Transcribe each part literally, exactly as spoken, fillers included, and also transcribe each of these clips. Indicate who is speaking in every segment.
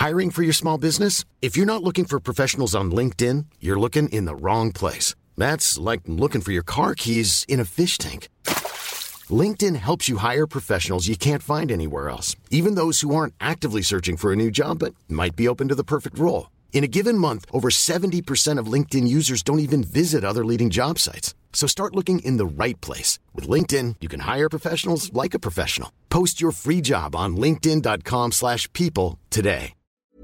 Speaker 1: Hiring for your small business? If you're not looking for professionals on LinkedIn, you're looking in the wrong place. That's like looking for your car keys in a fish tank. LinkedIn helps you hire professionals you can't find anywhere else, even those who aren't actively searching for a new job but might be open to the perfect role. In a given month, over seventy percent of LinkedIn users don't even visit other leading job sites. So start looking in the right place. With LinkedIn, you can hire professionals like a professional. Post your free job on linkedin.com slash people today.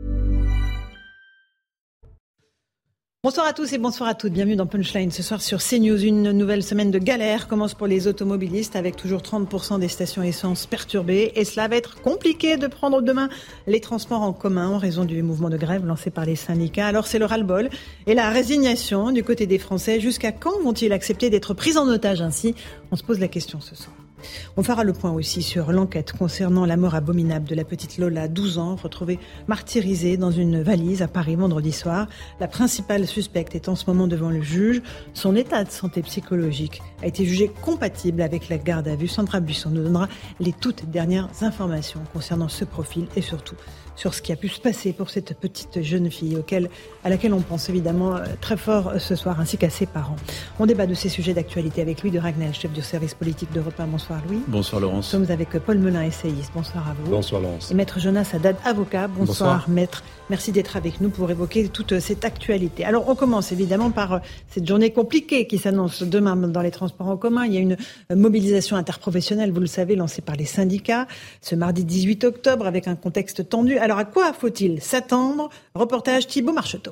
Speaker 2: Bonsoir à tous et bonsoir à toutes. Bienvenue dans Punchline. Ce soir sur CNews, une nouvelle semaine de galère commence pour les automobilistes avec toujours trente pour cent des stations essence perturbées. Et cela va être compliqué de prendre demain les transports en commun en raison du mouvement de grève lancé par les syndicats. Alors c'est le ras-le-bol et la résignation du côté des Français. Jusqu'à quand vont-ils accepter d'être pris en otage ainsi ? On se pose la question ce soir. On fera le point aussi sur l'enquête concernant la mort abominable de la petite Lola, douze ans, retrouvée martyrisée dans une valise à Paris vendredi soir. La principale suspecte est en ce moment devant le juge. Son état de santé psychologique a été jugé compatible avec la garde à vue. Sandra Buisson nous donnera les toutes dernières informations concernant ce profil et surtout sur ce qui a pu se passer pour cette petite jeune fille auquel, à laquelle on pense évidemment très fort ce soir, ainsi qu'à ses parents. On débat de ces sujets d'actualité avec Louis de Ragnel, chef du service politique d'Europe un. Bonsoir Louis.
Speaker 3: Bonsoir Laurence.
Speaker 2: Nous sommes avec Paul Melun, essayiste. Bonsoir à vous.
Speaker 3: Bonsoir Laurence.
Speaker 2: Et Maître Jonas Haddad, avocat. Bonsoir,
Speaker 3: Bonsoir.
Speaker 2: Maître. Merci d'être avec nous pour évoquer toute cette actualité. Alors on commence évidemment par cette journée compliquée qui s'annonce demain dans les transports en commun. Il y a une mobilisation interprofessionnelle, vous le savez, lancée par les syndicats ce mardi dix-huit octobre avec un contexte tendu. Alors à quoi faut-il s'attendre ? Reportage Thibaut Marcheteau.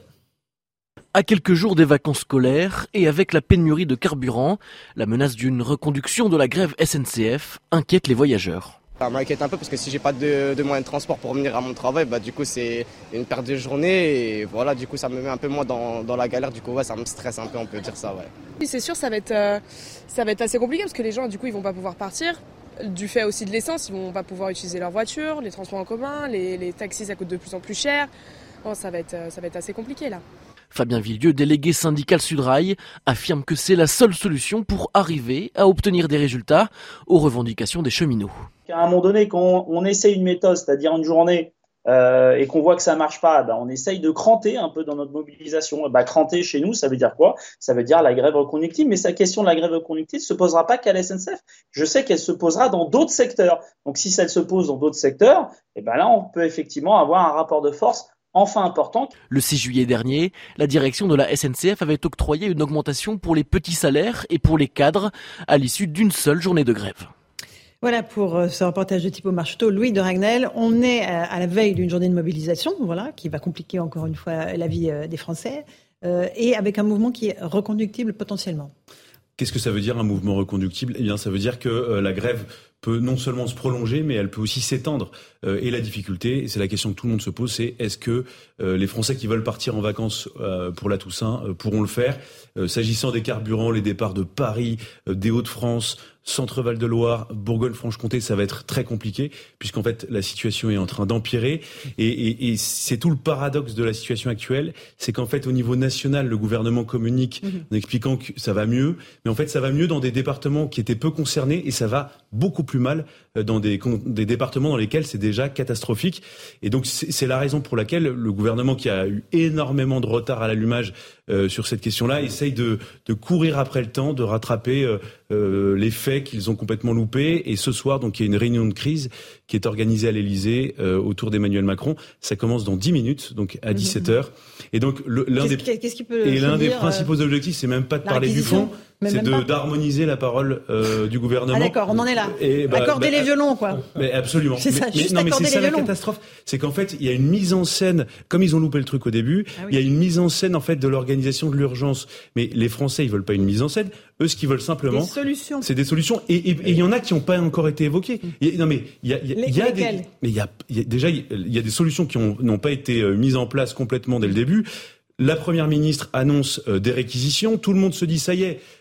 Speaker 4: À quelques jours des vacances scolaires et avec la pénurie de carburant, la menace d'une reconduction de la grève S N C F inquiète les voyageurs.
Speaker 5: Ça m'inquiète un peu parce que si j'ai pas de, de moyen de transport pour venir à mon travail, bah du coup c'est une perte de journée et voilà, du coup ça me met un peu moins dans, dans la galère, du coup ouais, ça me stresse un peu, on peut dire ça, ouais.
Speaker 6: Oui, c'est sûr, ça va être euh, ça va être assez compliqué parce que les gens du coup ils vont pas pouvoir partir. Du fait aussi de l'essence, ils vont pas pouvoir utiliser leur voiture, les transports en commun, les, les taxis ça coûte de plus en plus cher. Bon, ça va être ça va être assez compliqué là.
Speaker 4: Fabien Villieu, délégué syndical Sudrail, affirme que c'est la seule solution pour arriver à obtenir des résultats aux revendications des cheminots.
Speaker 7: À un moment donné, quand on essaie une méthode, c'est-à-dire une journée, euh, et qu'on voit que ça marche pas, bah, on essaye de cranter un peu dans notre mobilisation. Bah, cranter chez nous, ça veut dire quoi ? Ça veut dire la grève reconductible, mais sa question de la grève reconductible se posera pas qu'à la S N C F. Je sais qu'elle se posera dans d'autres secteurs. Donc si ça se pose dans d'autres secteurs, et ben là, on peut effectivement avoir un rapport de force enfin important.
Speaker 4: Le six juillet dernier, la direction de la S N C F avait octroyé une augmentation pour les petits salaires et pour les cadres à l'issue d'une seule journée de grève.
Speaker 2: Voilà pour ce reportage de Thibaut Marcheteau. Louis de Ragnel, on est à la veille d'une journée de mobilisation, voilà, qui va compliquer encore une fois la vie des Français, euh, et avec un mouvement qui est reconductible potentiellement.
Speaker 3: Qu'est-ce que ça veut dire un mouvement reconductible ? Eh bien, ça veut dire que euh, la grève peut non seulement se prolonger, mais elle peut aussi s'étendre. Euh, et la difficulté, et c'est la question que tout le monde se pose, c'est est-ce que euh, les Français qui veulent partir en vacances euh, pour la Toussaint euh, pourront le faire ? euh, S'agissant des carburants, les départs de Paris, euh, des Hauts-de-France, Centre-Val de Loire, Bourgogne-Franche-Comté, ça va être très compliqué, puisqu'en fait la situation est en train d'empirer. Et, et, et c'est tout le paradoxe de la situation actuelle, c'est qu'en fait au niveau national, le gouvernement communique mmh. en expliquant que ça va mieux, mais en fait ça va mieux dans des départements qui étaient peu concernés, et ça va beaucoup plus mal dans des, des départements dans lesquels c'est déjà catastrophique. Et donc c'est, c'est la raison pour laquelle le gouvernement, qui a eu énormément de retard à l'allumage euh, sur cette question-là, essaye de, de courir après le temps, de rattraper euh, euh, les faits qu'ils ont complètement loupés. Et ce soir, donc, il y a une réunion de crise qui est organisée à l'Élysée euh, autour d'Emmanuel Macron. Ça commence dans dix minutes, donc à dix-sept heures. Et donc le, l'un
Speaker 2: qu'est-ce
Speaker 3: des
Speaker 2: qu'est-ce qui peut
Speaker 3: et l'un des
Speaker 2: dire,
Speaker 3: principaux euh, objectifs, c'est même pas de parler du fond, c'est de, d'harmoniser la parole euh, du gouvernement.
Speaker 2: Ah d'accord, on en est là.
Speaker 3: Et, bah,
Speaker 2: accorder
Speaker 3: bah,
Speaker 2: les violons, quoi.
Speaker 3: Mais absolument.
Speaker 2: C'est ça,
Speaker 3: mais,
Speaker 2: juste
Speaker 3: mais, non, mais
Speaker 2: accorder
Speaker 3: c'est ça
Speaker 2: les
Speaker 3: la
Speaker 2: violons.
Speaker 3: catastrophe, c'est qu'en fait, il y a une mise en scène, comme ils ont loupé le truc au début, ah oui. il y a une mise en scène en fait de l'organisation de l'urgence. Mais les Français, ils veulent pas une mise en scène. Eux, ce qu'ils veulent simplement,
Speaker 2: des solutions.
Speaker 3: C'est des solutions. Et il et, et y en a qui n'ont pas encore été évoquées. Et, non, mais il y a, y a,
Speaker 2: les,
Speaker 3: y a des, mais il y a, y a déjà, il y a des solutions qui ont, n'ont pas été mises en place complètement dès le début. La première ministre annonce euh, des réquisitions. Tout le monde se dit, ça y est,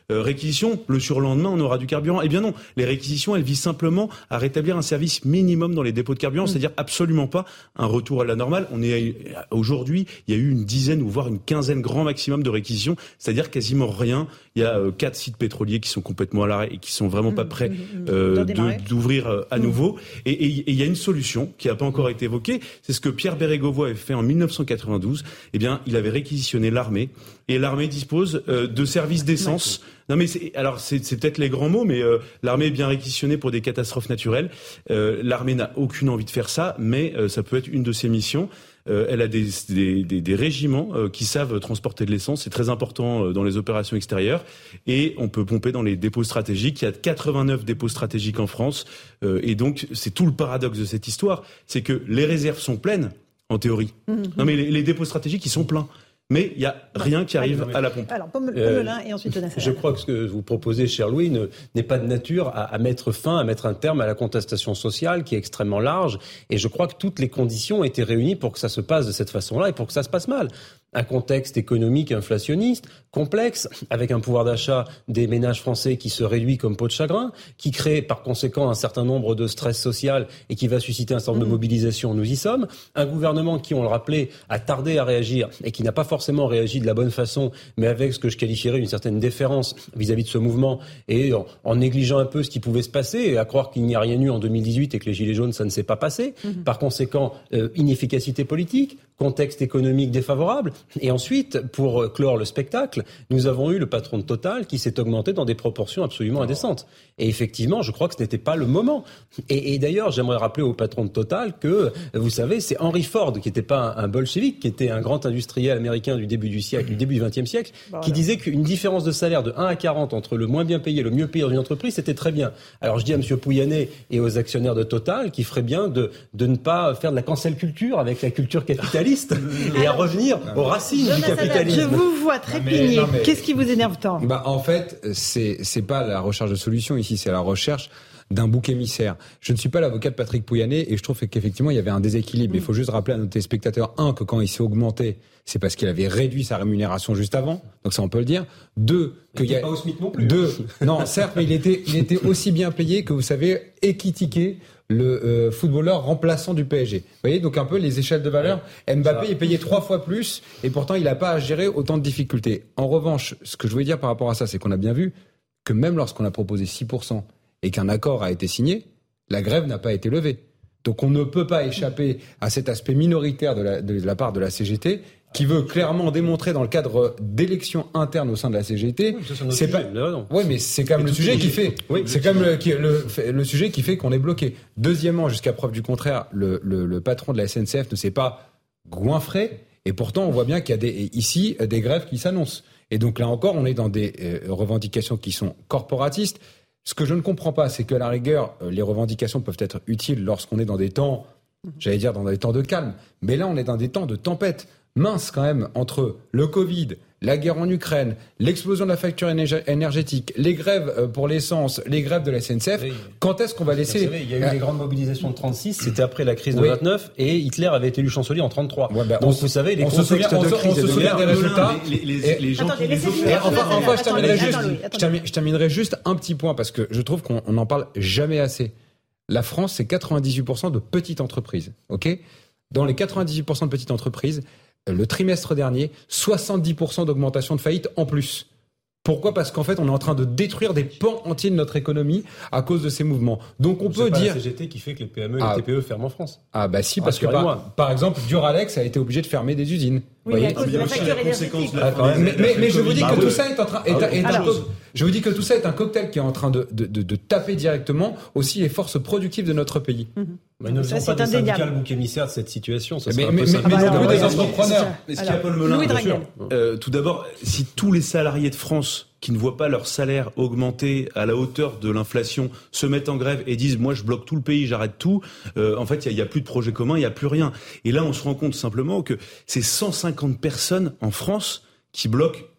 Speaker 3: euh, réquisition, le surlendemain, on aura du carburant. Eh bien non, les réquisitions, elles visent simplement à rétablir un service minimum dans les dépôts de carburant, mmh. c'est-à-dire absolument pas un retour à la normale. On est aujourd'hui, il y a eu une dizaine ou voire une quinzaine grand maximum de réquisitions, c'est-à-dire quasiment rien. Il y a euh, quatre sites pétroliers qui sont complètement à l'arrêt et qui sont vraiment pas prêts euh, de, d'ouvrir euh, à mmh. nouveau. Et, et, et il y a une solution qui n'a pas encore été évoquée, c'est ce que Pierre Bérégovoy avait fait en dix-neuf cent quatre-vingt-douze. Eh bien, il avait réquisitionné l'armée et l'armée dispose euh, de services d'essence. Non mais c'est, alors c'est, c'est peut-être les grands mots, mais euh, l'armée est bien réquisitionnée pour des catastrophes naturelles. Euh, l'armée n'a aucune envie de faire ça, mais euh, ça peut être une de ses missions. Euh, elle a des, des, des, des régiments euh, qui savent transporter de l'essence. C'est très important euh, dans les opérations extérieures. Et on peut pomper dans les dépôts stratégiques. Il y a quatre-vingt-neuf dépôts stratégiques en France. Euh, et donc, c'est tout le paradoxe de cette histoire. C'est que les réserves sont pleines, en théorie. Mmh. Non mais les, les dépôts stratégiques, ils sont pleins. Mais il n'y a rien qui arrive à la pompe.
Speaker 2: Alors, Pomelin et ensuite Nassar.
Speaker 8: Je crois que ce que vous proposez, cher Louis, ne, n'est pas de nature à, à mettre fin, à mettre un terme à la contestation sociale qui est extrêmement large. Et je crois que toutes les conditions ont été réunies pour que ça se passe de cette façon-là et pour que ça se passe mal. Un contexte économique inflationniste, complexe, avec un pouvoir d'achat des ménages français qui se réduit comme peau de chagrin, qui crée par conséquent un certain nombre de stress social et qui va susciter un certain nombre mmh. de mobilisations, nous y sommes. Un gouvernement qui, on le rappelait, a tardé à réagir et qui n'a pas forcément réagi de la bonne façon, mais avec ce que je qualifierais une certaine déférence vis-à-vis de ce mouvement et en, en négligeant un peu ce qui pouvait se passer, et à croire qu'il n'y a rien eu en deux mille dix-huit et que les Gilets jaunes, ça ne s'est pas passé. Mmh. Par conséquent, euh, inefficacité politique, contexte économique défavorable. Et ensuite, pour clore le spectacle, nous avons eu le patron de Total qui s'est augmenté dans des proportions absolument indécentes. Et effectivement, je crois que ce n'était pas le moment. Et, et d'ailleurs, j'aimerais rappeler au patron de Total que, vous savez, c'est Henry Ford, qui n'était pas un, un bolchevique, qui était un grand industriel américain du début du siècle, du début du vingtième siècle, bon, qui disait qu'une différence de salaire de un à quarante entre le moins bien payé et le mieux payé dans une entreprise, c'était très bien. Alors je dis à M. Pouyanné et aux actionnaires de Total qu'il ferait bien de, de ne pas faire de la cancel culture avec la culture capitaliste et à revenir aux racines du capitalisme.
Speaker 2: Je vous vois trépigner. Mais... Qu'est-ce qui vous énerve tant ?
Speaker 9: Bah, en fait, c'est, c'est pas la recherche de solutions ici, c'est la recherche d'un bouc émissaire. Je ne suis pas l'avocat de Patrick Pouyanné et je trouve qu'effectivement il y avait un déséquilibre. Il faut juste rappeler à nos téléspectateurs, un, que quand il s'est augmenté, c'est parce qu'il avait réduit sa rémunération juste avant, donc ça on peut le dire. Deux, qu'il y a
Speaker 8: pas au SMIC non plus.
Speaker 9: Deux, non certes, mais il était, il était aussi bien payé que vous savez équitiquer le euh, footballeur remplaçant du P S G. Vous voyez, donc un peu les échelles de valeur. Ouais, Mbappé ça. Est payé trois fois plus et pourtant il n'a pas à gérer autant de difficultés. En revanche, ce que je voulais dire par rapport à ça, c'est qu'on a bien vu que même lorsqu'on a proposé six pour cent et qu'un accord a été signé, la grève n'a pas été levée. Donc on ne peut pas échapper à cet aspect minoritaire de la, de la part de la C G T qui veut clairement démontrer dans le cadre d'élections internes au sein de la C G T.
Speaker 8: Oui, ça, c'est, c'est pas.
Speaker 9: Oui, mais c'est quand même le sujet qui fait. Oui, c'est quand même le, qui, le, le sujet qui fait qu'on est bloqué. Deuxièmement, jusqu'à preuve du contraire, le, le, le patron de la S N C F ne s'est pas goinfré. Et pourtant, on voit bien qu'il y a des, ici des grèves qui s'annoncent. Et donc là encore, on est dans des euh, revendications qui sont corporatistes. Ce que je ne comprends pas, c'est qu'à la rigueur, les revendications peuvent être utiles lorsqu'on est dans des temps, j'allais dire dans des temps de calme. Mais là, on est dans des temps de tempête. Mince quand même, entre le Covid, la guerre en Ukraine, l'explosion de la facture énergétique, les grèves pour l'essence, les grèves de la S N C F, oui. Quand est-ce qu'on va laisser...
Speaker 8: Vous savez, il y a eu euh... les grandes mobilisations de trente-six, c'était après la crise de oui. vingt-neuf, et Hitler avait été élu chancelier en trente-trois. Ouais, bah, Donc on, vous savez, les
Speaker 9: on
Speaker 8: contextes
Speaker 9: souvient,
Speaker 8: de crise
Speaker 9: on se souvient des résultats.
Speaker 3: Les, les, et, les gens attendez, qui les
Speaker 9: enfin, enfin, enfin, je terminerai juste, je, termine, je terminerai juste un petit point, parce que je trouve qu'on n'en parle jamais assez. La France, c'est quatre-vingt-dix-huit pour cent de petites entreprises. Ok ? Dans les quatre-vingt-dix-huit pour cent de petites entreprises, le trimestre dernier, soixante-dix pour cent d'augmentation de faillite en plus. Pourquoi ? Parce qu'en fait, on est en train de détruire des pans entiers de notre économie à cause de ces mouvements. Donc on peut
Speaker 8: dire...
Speaker 9: C'est
Speaker 8: pas la C G T qui fait que les P M E et ah. les T P E ferment en France.
Speaker 9: Ah bah si, parce que par, par exemple, Duralex a été obligé de fermer des usines.
Speaker 2: Oui, mais à cause de la facture énergétique.
Speaker 9: Mais, mais, mais je vous dis que tout ça est en train... Est, est, est un, je vous dis que tout ça est un cocktail qui est en train de, de, de, de taper directement aussi les forces productives de notre pays.
Speaker 2: Mm-hmm.
Speaker 8: Mais ne faisons pas des syndicats le bouc émissaire de cette situation. Ça
Speaker 9: mais mais, mais, mais non plus des entrepreneurs.
Speaker 3: Est-ce qu'il y a Paul Melun, bien sûr. Euh, tout d'abord, si tous les salariés de France qui ne voient pas leur salaire augmenter à la hauteur de l'inflation se mettent en grève et disent « moi je bloque tout le pays, j'arrête tout euh, », en fait il n'y a, a plus de projet commun, il n'y a plus rien. Et là on se rend compte simplement que c'est cent cinquante personnes en France qui bloquent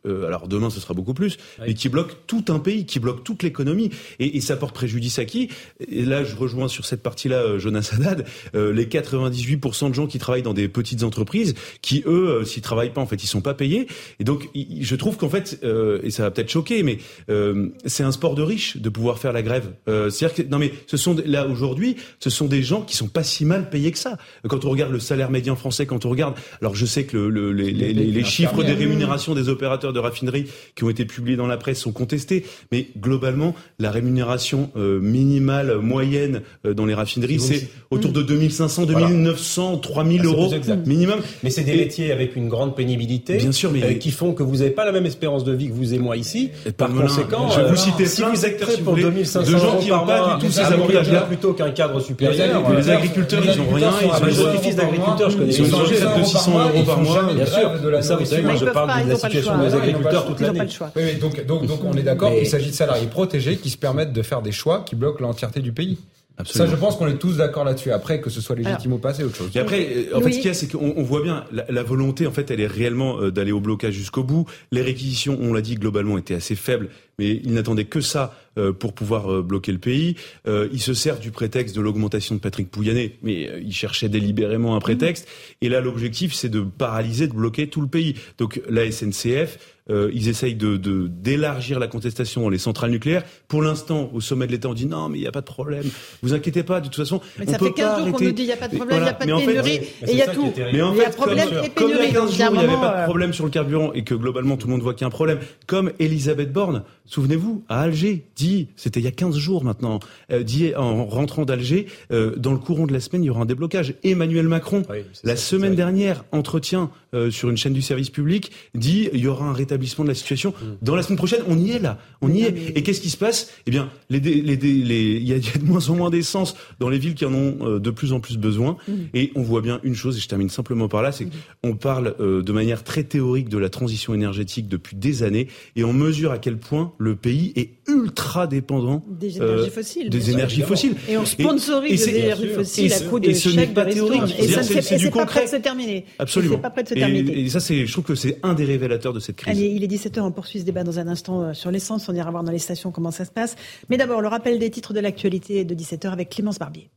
Speaker 3: euh, alors demain ce sera beaucoup plus, oui. mais qui bloque tout un pays, qui bloque toute l'économie. Et, et ça porte préjudice à qui ? Et là, je rejoins sur cette partie-là euh, Jonas Haddad, euh, les quatre-vingt-dix-huit pour cent de gens qui travaillent dans des petites entreprises, qui eux, euh, s'ils travaillent pas, en fait, ils sont pas payés. Et donc, y, je trouve qu'en fait, euh, et ça va peut-être choquer, mais euh, c'est un sport de riches de pouvoir faire la grève. Euh, c'est-à-dire que non, mais ce sont là aujourd'hui, ce sont des gens qui sont pas si mal payés que ça. Quand on regarde le salaire médian français, quand on regarde, alors je sais que le, le, les, les, les, les chiffres des rémunérations des opérateurs de raffinerie qui ont été publiés dans la presse sont contestés, mais globalement, la rémunération euh, minimale moyenne euh, dans les raffineries, c'est aussi autour de deux mille cinq cents, deux mille neuf cents, voilà. trois mille ah, euros minimum.
Speaker 8: Mais c'est des et, métiers avec une grande pénibilité,
Speaker 3: bien sûr, mais
Speaker 8: euh, qui font que vous n'avez pas la même espérance de vie que vous et moi ici. Et par conséquent,
Speaker 3: je vais vous citer
Speaker 8: si vous êtes prêt pour deux mille cinq cents
Speaker 3: de gens qui n'ont pas du tout ces avantages-là,
Speaker 8: plutôt qu'un cadre supérieur.
Speaker 3: Les agriculteurs, ils n'ont rien.
Speaker 8: Ils ont des fils d'agriculteurs, je connais.
Speaker 3: Ils ont de six cents euros par mois.
Speaker 8: Bien sûr. Ça, vous savez, moi, je parle de la situation des agriculteurs toute l'année.
Speaker 9: Oui, donc, donc, donc, on est d'accord qu'il s'agit de salariés protégés qui se permettent de faire des choix qui bloquent l'entièreté du pays. Absolument. Ça, je pense qu'on est tous d'accord là-dessus. Après, que ce soit légitime Alors, ou pas, c'est autre chose.
Speaker 3: Et après, en fait, oui. ce qu'il y a, c'est qu'on on voit bien la, la volonté, en fait, elle est réellement euh, d'aller au blocage jusqu'au bout. Les réquisitions, on l'a dit, globalement, étaient assez faibles, mais ils n'attendaient que ça euh, pour pouvoir euh, bloquer le pays. Euh, ils se servent du prétexte de l'augmentation de Patrick Pouyanné, mais euh, ils cherchaient délibérément un prétexte. Mmh. Et là, l'objectif, c'est de paralyser, de bloquer tout le pays. Donc, la S N C F, Euh, ils essayent de, de d'élargir la contestation dans les centrales nucléaires. Pour l'instant, au sommet de l'État, on dit non, mais il n'y a pas de problème. Vous inquiétez pas. De toute façon,
Speaker 2: mais
Speaker 3: on
Speaker 2: ça
Speaker 3: peut
Speaker 2: fait quinze jours qu'on nous dit il n'y a pas de problème, il n'y a pas de pénurie, et il y a tout.
Speaker 3: Mais en
Speaker 2: il y a
Speaker 3: fait,
Speaker 2: problème
Speaker 3: comme,
Speaker 2: et
Speaker 3: comme il y a quinze jours, il n'y avait pas de
Speaker 2: euh...
Speaker 3: problème sur le carburant et que globalement tout le monde voit qu'il y a un problème. Comme Elisabeth Borne, souvenez-vous, à Alger, dit, c'était il y a quinze jours maintenant, euh, dit en rentrant d'Alger, euh, dans le courant de la semaine, il y aura un déblocage. Emmanuel Macron, oui, la ça, semaine dernière, entretien euh, sur une chaîne du service public, dit il y aura un rétablissement de la situation. Dans la semaine prochaine, on y est là, on y est. Mais... Et qu'est-ce qui se passe ? Eh bien, les, les, les, les, il y a de moins en moins d'essence dans les villes qui en ont de plus en plus besoin. Mmh. Et on voit bien une chose, et je termine simplement par là, c'est mmh. qu'on parle euh, de manière très théorique de la transition énergétique depuis des années, et on mesure à quel point le pays est ultra dépendant
Speaker 2: des énergies fossiles.
Speaker 3: Euh, des énergies fossiles.
Speaker 2: Et on sponsorise des énergies fossiles à coup de chèques de restaurants. Et ça, c'est, c'est, c'est pas prêt de se terminer.
Speaker 3: Absolument.
Speaker 2: C'est pas prêt de se terminer.
Speaker 3: Et, et ça, c'est, je trouve que c'est un des révélateurs de cette crise.
Speaker 2: Allez, il est dix-sept heures, on poursuit ce débat dans un instant sur l'essence. On ira voir dans les stations comment ça se passe. Mais d'abord, le rappel des titres de l'actualité de dix-sept heures avec Clémence Barbier.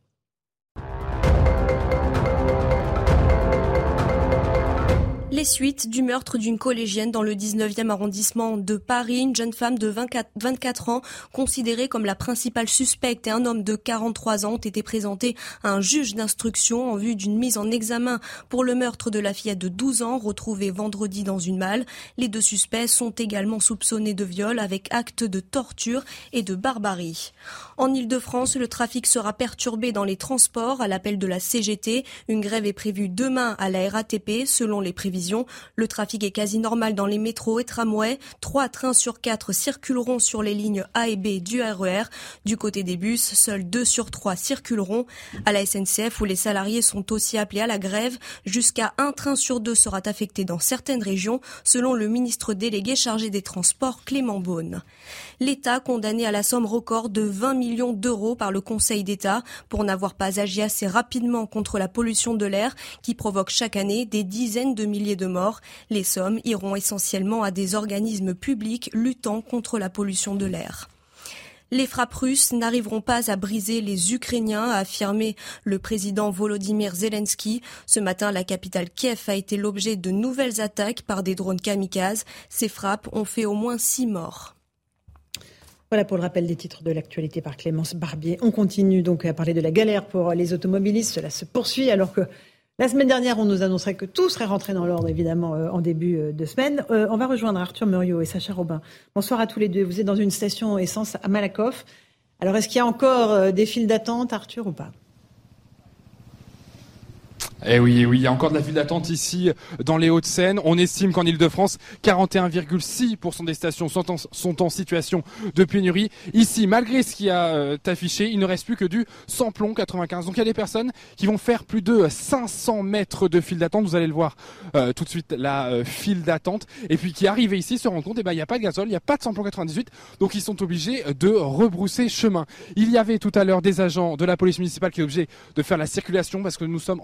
Speaker 10: Les suites du meurtre d'une collégienne dans le dix-neuvième arrondissement de Paris. Une jeune femme de vingt-quatre ans, considérée comme la principale suspecte, et un homme de quarante-trois ans ont été présentés à un juge d'instruction en vue d'une mise en examen pour le meurtre de la fillette de douze ans, retrouvée vendredi dans une malle. Les deux suspects sont également soupçonnés de viol avec acte de torture et de barbarie. En Ile-de-France, le trafic sera perturbé dans les transports à l'appel de la C G T. Une grève est prévue demain à la R A T P, selon les prévisions. Le trafic est quasi normal dans les métros et tramways. Trois trains sur quatre circuleront sur les lignes A et B du R E R. Du côté des bus, seuls deux sur trois circuleront. À la S N C F, où les salariés sont aussi appelés à la grève, jusqu'à un train sur deux sera affecté dans certaines régions, selon le ministre délégué chargé des Transports, Clément Beaune. L'État condamné à la somme record de vingt millions d'euros par le Conseil d'État pour n'avoir pas agi assez rapidement contre la pollution de l'air qui provoque chaque année des dizaines de milliers de morts. Les sommes iront essentiellement à des organismes publics luttant contre la pollution de l'air. Les frappes russes n'arriveront pas à briser les Ukrainiens, a affirmé le président Volodymyr Zelensky. Ce matin, la capitale Kiev a été l'objet de nouvelles attaques par des drones kamikazes. Ces frappes ont fait au moins six morts.
Speaker 2: Voilà pour le rappel des titres de l'actualité par Clémence Barbier. On continue donc à parler de la galère pour les automobilistes. Cela se poursuit alors que la semaine dernière, on nous annoncerait que tout serait rentré dans l'ordre, évidemment, euh, en début euh, de semaine. Euh, on va rejoindre Arthur Muriot et Sacha Robin. Bonsoir à tous les deux. Vous êtes dans une station essence à Malakoff. Alors, est-ce qu'il y a encore euh, des files d'attente, Arthur, ou pas ?
Speaker 11: Eh oui, oui, il y a encore de la file d'attente ici dans les Hauts-de-Seine. On estime qu'en Ile-de-France, quarante et un virgule six pour cent des stations sont en, sont en situation de pénurie. Ici, malgré ce qui a euh, affiché, il ne reste plus que du samplon quatre-vingt-quinze. Donc il y a des personnes qui vont faire plus de cinq cents mètres de file d'attente. Vous allez le voir euh, tout de suite, la euh, file d'attente. Et puis qui arrivent ici se rendent compte, eh ben, il n'y a pas de gazole, il n'y a pas de samplon quatre-vingt-dix-huit. Donc ils sont obligés de rebrousser chemin. Il y avait tout à l'heure des agents de la police municipale qui est obligé de faire la circulation parce que nous sommes en plein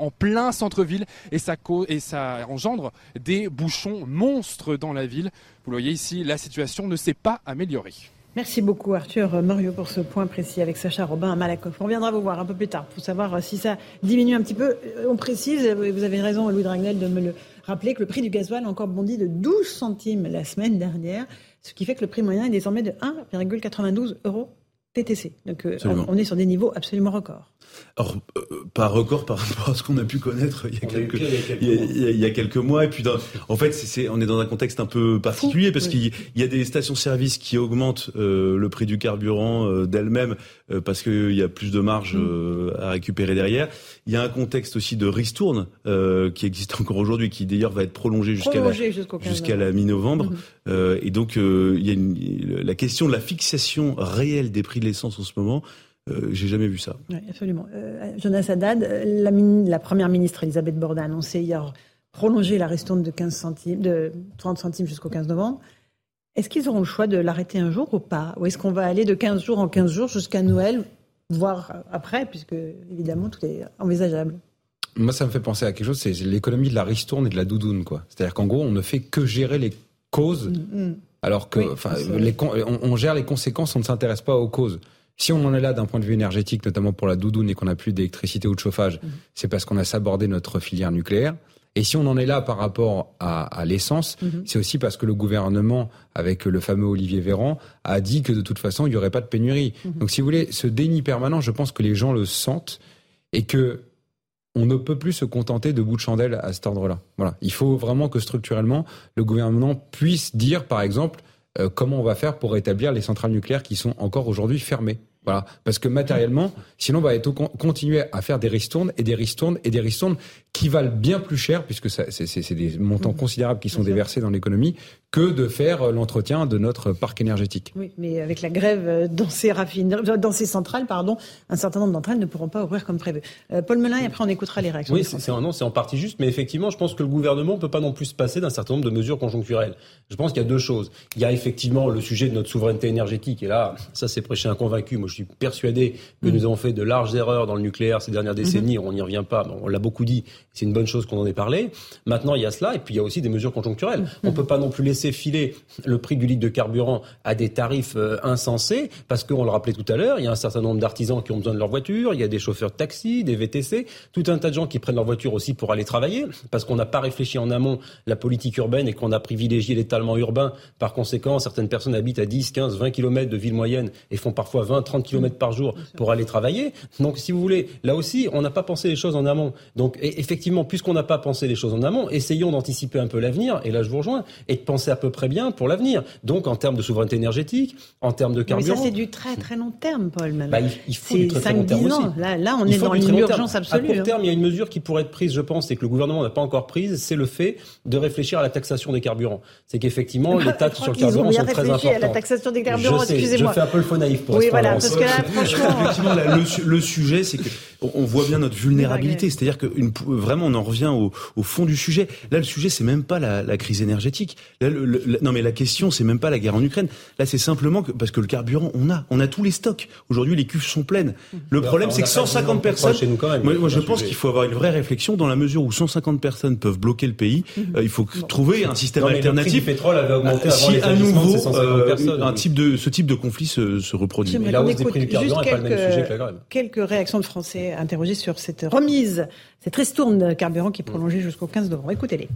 Speaker 11: plein centre-ville et ça, co- et ça engendre des bouchons monstres dans la ville. Vous le voyez ici, la situation ne s'est pas améliorée.
Speaker 2: Merci beaucoup Arthur Muriot pour ce point précis avec Sacha Robin à Malakoff. On viendra vous voir un peu plus tard pour savoir si ça diminue un petit peu. On précise, vous avez raison Louis Dragnel de me le rappeler, que le prix du gasoil a encore bondi de douze centimes la semaine dernière, ce qui fait que le prix moyen est désormais de un virgule quatre-vingt-douze euros T T C. Donc euh, on est sur des niveaux absolument records.
Speaker 3: Alors, euh, pas record par rapport à ce qu'on a pu connaître il y a, quelques, il y a, il y a, il y a quelques mois. Et puis, dans, en fait, c'est, c'est, on est dans un contexte un peu particulier parce oui. qu'il y a des stations-service qui augmentent euh, le prix du carburant euh, d'elles-mêmes euh, parce qu'il y a plus de marge euh, à récupérer derrière. Il y a un contexte aussi de ristourne euh, qui existe encore aujourd'hui, qui d'ailleurs va être prolongé jusqu'à, prolongé la, jusqu'à la mi-novembre. Mmh. Euh, et donc, euh, il y a une, la question de la fixation réelle des prix de l'essence en ce moment. Euh, j'ai jamais vu ça.
Speaker 2: Oui, absolument. Euh, Jonas Haddad, la, la première ministre Elisabeth Borne a annoncé hier prolonger la ristourne de quinze centimes, de trente centimes jusqu'au quinze novembre. Est-ce qu'ils auront le choix de l'arrêter un jour ou pas ? Ou est-ce qu'on va aller de quinze jours en quinze jours jusqu'à Noël, voire après, puisque évidemment tout est envisageable ?
Speaker 9: Moi, ça me fait penser à quelque chose, c'est l'économie de la ristourne et de la doudoune, quoi. C'est-à-dire qu'en gros, on ne fait que gérer les causes, mmh. alors que, enfin, oui, les, on, on gère les conséquences, on ne s'intéresse pas aux causes. Si on en est là d'un point de vue énergétique, notamment pour la doudoune et qu'on n'a plus d'électricité ou de chauffage, mmh. c'est parce qu'on a sabordé notre filière nucléaire. Et si on en est là par rapport à, à l'essence, mmh. c'est aussi parce que le gouvernement, avec le fameux Olivier Véran, a dit que de toute façon, il n'y aurait pas de pénurie. Mmh. Donc si vous voulez, ce déni permanent, je pense que les gens le sentent et que on ne peut plus se contenter de bouts de chandelle à cet ordre-là. Voilà. Il faut vraiment que structurellement, le gouvernement puisse dire, par exemple, Euh, comment on va faire pour rétablir les centrales nucléaires qui sont encore aujourd'hui fermées. Voilà. Parce que matériellement, sinon on va être, continuer à faire des ristournes et des ristournes et des ristournes qui valent bien plus cher, puisque ça, c'est, c'est, c'est des montants mmh. considérables qui sont déversés dans l'économie, que de faire l'entretien de notre parc énergétique.
Speaker 2: Oui, mais avec la grève dans ces raffineries, dans ces centrales, pardon, un certain nombre d'entre elles ne pourront pas ouvrir comme prévu. Euh, Paul Melun, et après on écoutera les réactions.
Speaker 12: Oui, c'est, c'est, non, c'est en partie juste, mais effectivement, je pense que le gouvernement ne peut pas non plus se passer d'un certain nombre de mesures conjoncturelles. Je pense qu'il y a deux choses. Il y a effectivement le sujet de notre souveraineté énergétique, et là, ça c'est prêcher un convaincu. Moi, je suis persuadé que mmh. nous avons fait de larges erreurs dans le nucléaire ces dernières décennies. Mmh. On n'y revient pas, on l'a beaucoup dit. C'est une bonne chose qu'on en ait parlé. Maintenant, il y a cela, et puis il y a aussi des mesures conjoncturelles. Mmh. On ne peut pas non plus laisser filer le prix du litre de carburant à des tarifs euh, insensés, parce qu'on le rappelait tout à l'heure, il y a un certain nombre d'artisans qui ont besoin de leur voiture, il y a des chauffeurs de taxi, des V T C, tout un tas de gens qui prennent leur voiture aussi pour aller travailler, parce qu'on n'a pas réfléchi en amont la politique urbaine et qu'on a privilégié l'étalement urbain. Par conséquent, certaines personnes habitent à dix, quinze, vingt kilomètres de ville moyenne et font parfois vingt, trente kilomètres par jour pour aller travailler. Donc, si vous voulez, là aussi, on n'a pas pensé les choses en amont. Donc, et, effectivement, puisqu'on n'a pas pensé les choses en amont, essayons d'anticiper un peu l'avenir, et là je vous rejoins, et de penser à peu près bien pour l'avenir. Donc, en termes de souveraineté énergétique, en termes de carburant...
Speaker 2: Mais ça, c'est du très très long terme, Paul.
Speaker 12: Bah, il, il faut c'est du très, très long terme aussi.
Speaker 2: Là, là, on il est dans l'urgence absolue.
Speaker 12: À court terme, il y a une mesure qui pourrait être prise, je pense, et que le gouvernement n'a pas encore prise, c'est le fait de réfléchir à la taxation des carburants. C'est qu'effectivement, les taxes sur le carburant sont très importantes.
Speaker 2: À la taxation des carburants,
Speaker 12: je sais,
Speaker 2: excusez-moi.
Speaker 12: Je fais un peu le faux naïf pour
Speaker 2: oui,
Speaker 12: ce
Speaker 2: voilà, parce que là, franchement...
Speaker 3: Effectivement, là, le, le sujet, c'est que on voit bien notre vulnérabilité. C'est-à-dire que une, vraiment, on en revient au, au fond du sujet. Là, le sujet, c'est même pas la, la crise énergétique. Là, le, le, non, mais la question, c'est même pas la guerre en Ukraine. Là, c'est simplement que, parce que le carburant, on a, on a tous les stocks. Aujourd'hui, les cuves sont pleines. Le bah, problème, c'est que cent cinquante personnes. Chez nous quand même, moi, moi je pense sujet. qu'il faut avoir une vraie réflexion dans la mesure où cent cinquante personnes peuvent bloquer le pays. Mm-hmm. Euh, il faut bon. trouver un système non, alternatif.
Speaker 12: Le prix du pétrole avait augmenté avant
Speaker 3: si
Speaker 12: les
Speaker 3: à nouveau, euh,
Speaker 12: personnes,
Speaker 3: un type de, ce type de conflit se, se reproduit.
Speaker 12: Mais la hausse des prix du carburant n'est pas le même sujet que la grève.
Speaker 2: Quelques réactions de Français interrogés sur cette remise, cette ristourne de carburant qui est prolongée jusqu'au quinze novembre. Écoutez-les.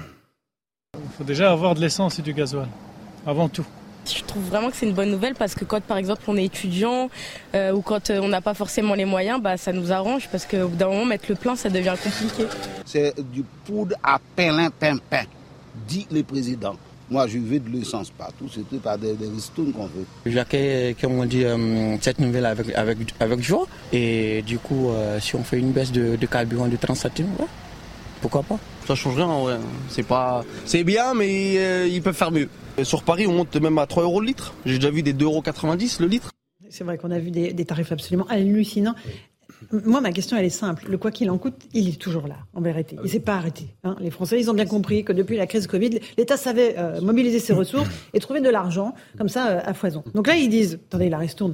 Speaker 13: Il faut déjà avoir de l'essence et du gasoil, avant tout.
Speaker 14: Je trouve vraiment que c'est une bonne nouvelle parce que quand par exemple on est étudiant euh, ou quand euh, on n'a pas forcément les moyens, bah, ça nous arrange parce qu'au bout d'un moment mettre le plein ça devient compliqué.
Speaker 15: C'est du poudre à pain pain pain, dit le président. Moi je veux de l'essence partout, c'est pas des, des ristournes qu'on veut.
Speaker 16: J'accueille, comme on dit, euh, cette nouvelle avec, avec, avec joie et du coup euh, si on fait une baisse de, de carburant de trente centimes, ouais, pourquoi pas.
Speaker 17: Ça change rien, ouais. C'est pas, c'est bien, mais euh, ils peuvent faire mieux. Sur Paris, on monte même à trois euros le litre. J'ai déjà vu des deux euros quatre-vingt-dix le litre.
Speaker 2: C'est vrai qu'on a vu des, des tarifs absolument hallucinants. Moi, ma question, elle est simple. Le quoi qu'il en coûte, il est toujours là, en vérité. Il ne s'est pas arrêté. Hein. Les Français, ils ont bien compris que depuis la crise Covid, l'État savait euh, mobiliser ses ressources et trouver de l'argent, comme ça, euh, à foison. Donc là, ils disent, attendez, la ristourne,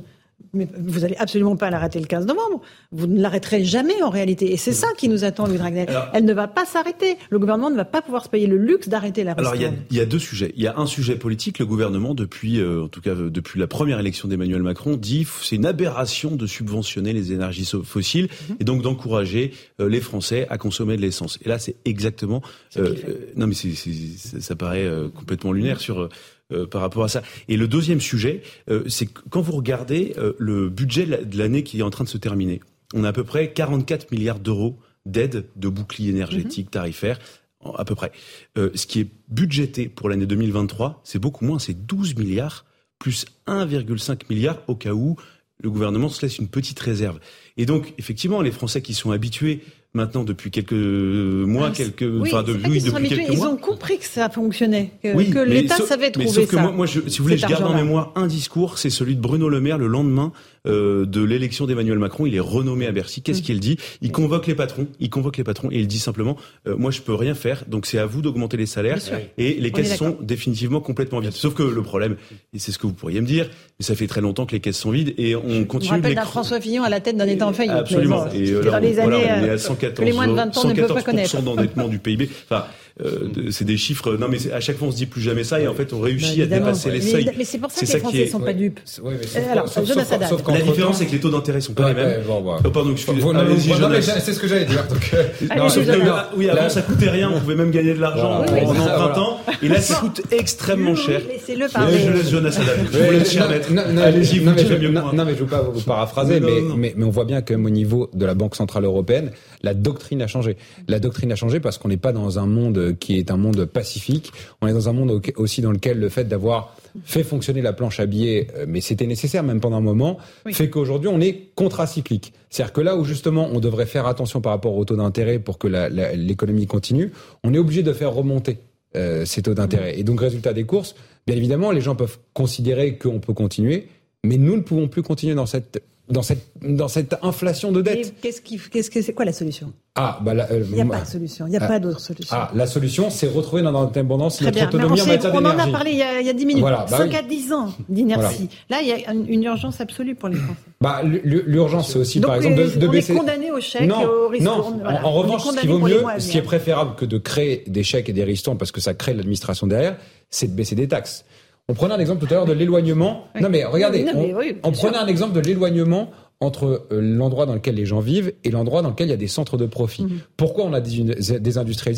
Speaker 2: Mais vous allez absolument pas l'arrêter le quinze novembre. Vous ne l'arrêterez jamais en réalité. Et c'est ça qui nous attend, Louis Dragnel. Alors, elle ne va pas s'arrêter. Le gouvernement ne va pas pouvoir se payer le luxe d'arrêter la ristourne.
Speaker 3: Alors il y a, y a deux sujets. Il y a un sujet politique. Le gouvernement, depuis, euh, en tout cas euh, depuis la première élection d'Emmanuel Macron, dit c'est une aberration de subventionner les énergies fossiles mmh. et donc d'encourager euh, les Français à consommer de l'essence. Et là, c'est exactement. Euh, euh, non, mais c'est, c'est, ça paraît euh, complètement lunaire mmh. sur. Euh, Euh, par rapport à ça. Et le deuxième sujet, euh, c'est que quand vous regardez euh, le budget de l'année qui est en train de se terminer, on a à peu près quarante-quatre milliards d'euros d'aide de bouclier énergétique mmh. tarifaire, à peu près. Euh, ce qui est budgété pour l'année deux mille vingt-trois, c'est beaucoup moins, c'est douze milliards, plus un virgule cinq milliard au cas où le gouvernement se laisse une petite réserve. Et donc, effectivement, les Français qui sont habitués maintenant depuis quelques mois, ah, quelques,
Speaker 2: oui,
Speaker 3: enfin de, oui, depuis quelques
Speaker 2: ils
Speaker 3: mois.
Speaker 2: Ils ont compris que ça fonctionnait, que,
Speaker 3: oui,
Speaker 2: que l'État sauf, savait trouver
Speaker 3: mais sauf que
Speaker 2: ça.
Speaker 3: Moi, moi je, si vous voulez, je garde en mémoire un discours, c'est celui de Bruno Le Maire le lendemain euh, de l'élection d'Emmanuel Macron. Il est renommé à Bercy. Qu'est-ce mmh. qu'il dit ? Il convoque les patrons. Il convoque les patrons et il dit simplement euh, moi, je peux rien faire. Donc c'est à vous d'augmenter les salaires. Et les caisses sont définitivement complètement vides. Sauf que le problème, et c'est ce que vous pourriez me dire, mais ça fait très longtemps que les caisses sont vides et on continue.
Speaker 2: Je me rappelle
Speaker 3: d'un
Speaker 2: François Fillon à la tête d'un État en faillite.
Speaker 3: Absolument.
Speaker 2: Bon,
Speaker 3: et
Speaker 2: dans les
Speaker 3: voilà,
Speaker 2: années,
Speaker 3: on est à cent quatorze,
Speaker 2: les moins de vingt ans ne peuvent pas connaître.
Speaker 3: D'endettement du P I B. Enfin, euh, c'est des chiffres. Non, mais c'est, à chaque fois on se dit plus jamais ça, et en fait on réussit bah, à dépasser les seuils.
Speaker 2: Mais, mais c'est pour ça c'est que les Français ne sont pas dupes.
Speaker 9: Ouais, mais sauf,
Speaker 2: alors,
Speaker 9: sauf,
Speaker 2: Jonas
Speaker 9: sauf, sauf
Speaker 3: la différence, c'est que les taux d'intérêt sont pas ouais, les mêmes.
Speaker 9: Ouais, bon, bon.
Speaker 3: Oh, pardon, excusez-moi.
Speaker 9: Non, non, mais c'est ce que j'allais dire. Donc, euh,
Speaker 2: Allez,
Speaker 3: non, non, oui, avant ça coûtait rien, on pouvait même gagner de l'argent
Speaker 2: oui,
Speaker 3: en
Speaker 2: oui,
Speaker 3: empruntant, et là ça coûte extrêmement cher.
Speaker 2: Laissez-le parler.
Speaker 3: Je laisse Jonas Adam. Je vous laisse cher maître. Allez-y, vous tirez mieux que moi.
Speaker 9: Non, mais je veux pas vous paraphraser, mais mais on voit bien quand même au niveau de la Banque centrale européenne, la doctrine a changé. La doctrine a changé parce qu'on n'est pas dans un monde qui est un monde pacifique. On est dans un monde aussi dans lequel le fait d'avoir fait fonctionner la planche à billets, mais c'était nécessaire même pendant un moment, oui. fait qu'aujourd'hui on est contracyclique. C'est-à-dire que là où justement on devrait faire attention par rapport au taux d'intérêt pour que la, la, l'économie continue, on est obligé de faire remonter euh, ces taux d'intérêt. Et donc résultat des courses, bien évidemment les gens peuvent considérer qu'on peut continuer, mais nous ne pouvons plus continuer dans cette dans cette dans cette inflation de dette.
Speaker 2: Et qu'est-ce qui qu'est-ce que c'est quoi la solution ?
Speaker 9: Ah bah là, euh,
Speaker 2: il n'y a pas de solution, il n'y a ah, pas d'autre solution.
Speaker 9: Ah, la solution, c'est retrouver dans notre abondance notre
Speaker 2: bien,
Speaker 9: autonomie en matière d'énergie.
Speaker 2: On en a parlé il y a, il y a dix minutes.
Speaker 9: Voilà, bah
Speaker 2: cinq
Speaker 9: oui.
Speaker 2: à dix ans d'inertie. Voilà. Là, il y a une urgence absolue pour les Français.
Speaker 9: Bah, l'urgence, c'est aussi,
Speaker 2: donc,
Speaker 9: par exemple, de, de
Speaker 2: on
Speaker 9: baisser.
Speaker 2: On est condamné au chèque,
Speaker 9: non,
Speaker 2: au ristourne.
Speaker 9: Non,
Speaker 2: voilà.
Speaker 9: en, en revanche, ce qui vaut mieux, ce qui est préférable que de créer des chèques et des ristournes, parce que ça crée de l'administration derrière, c'est de baisser des taxes. On prenait un exemple tout à l'heure de l'éloignement. Oui. Non mais regardez, non, mais oui, on, on prenait un exemple de l'éloignement entre euh, l'endroit dans lequel les gens vivent et l'endroit dans lequel il y a des centres de profit. Mmh. Pourquoi on a désindustrialisé ?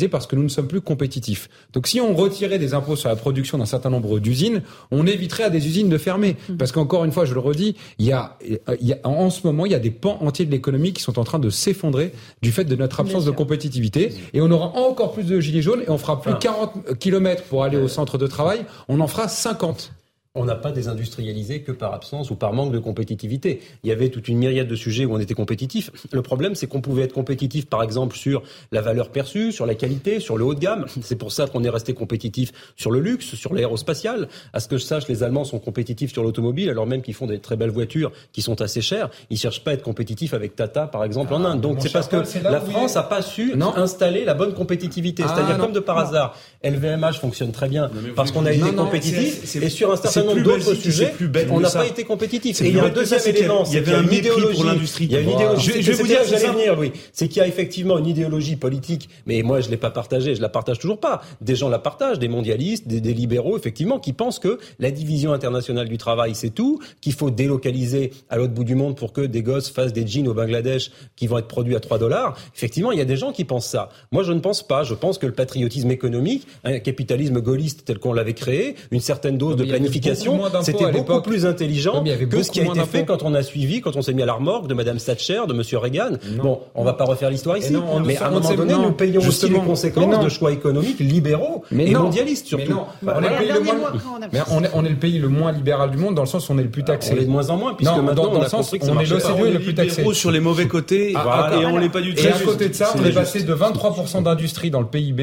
Speaker 9: Parce que nous ne sommes plus compétitifs. Donc si on retirait des impôts sur la production d'un certain nombre d'usines, on éviterait à des usines de fermer. Mmh. Parce qu'encore une fois, je le redis, il y a, il y a en ce moment, il y a des pans entiers de l'économie qui sont en train de s'effondrer du fait de notre absence de compétitivité. Et on aura encore plus de gilets jaunes et on fera plus ah. quarante kilomètres pour aller au centre de travail, on en fera cinquante.
Speaker 12: On n'a pas désindustrialisé que par absence ou par manque de compétitivité. Il y avait toute une myriade de sujets où on était compétitif. Le problème, c'est qu'on pouvait être compétitif, par exemple, sur la valeur perçue, sur la qualité, sur le haut de gamme. C'est pour ça qu'on est resté compétitif sur le luxe, sur l'aérospatial. À ce que je sache, les Allemands sont compétitifs sur l'automobile, alors même qu'ils font des très belles voitures qui sont assez chères. Ils cherchent pas à être compétitifs avec Tata, par exemple, ah, en Inde. Donc c'est parce que la France n'a pas su non. installer la bonne compétitivité. Ah, C'est-à-dire, non. comme de par non. hasard, L V M H fonctionne très bien parce qu'on a été compétitif et sur un certain nombre d'autres sujets, on n'a pas été compétitif. Et il y a un deuxième élément,
Speaker 3: il y avait une idéologie pour l'industrie.
Speaker 12: Il y a une idéologie. Je vais vous dire, j'allais venir, oui. C'est qu'il y a effectivement une idéologie politique, mais moi je l'ai pas partagée, je la partage toujours pas. Des gens la partagent, des mondialistes, des, des libéraux, effectivement, qui pensent que la division internationale du travail c'est tout, qu'il faut délocaliser à l'autre bout du monde pour que des gosses fassent des jeans au Bangladesh qui vont être produits à trois dollars. Effectivement, il y a des gens qui pensent ça. Moi, je ne pense pas. Je pense que le patriotisme économique, un capitalisme gaulliste tel qu'on l'avait créé, une certaine dose de planification, c'était beaucoup plus intelligent que ce qui a été fait quand on a suivi, quand on s'est mis à la remorque de Madame Thatcher, de Monsieur Reagan. Non. Bon, on va pas refaire l'histoire ici, non, mais à un moment donné, non, nous payons aussi les conséquences de choix économiques libéraux mais et non, mondialistes surtout.
Speaker 9: Mais non, bah, on, est le pays le moins... mais on, est, on est le pays le moins libéral du monde dans le sens où on est le plus taxé.
Speaker 12: On est de moins en moins puisque
Speaker 9: non,
Speaker 12: maintenant
Speaker 9: dans, dans
Speaker 12: on
Speaker 9: a
Speaker 12: le sens
Speaker 9: compris que on est l'O C D E le plus taxé.
Speaker 3: Sur les mauvais côtés,
Speaker 9: ah,
Speaker 3: et on l'est pas du tout.
Speaker 9: Et à côté de ça, on est passé de vingt-trois pour cent d'industrie dans le P I B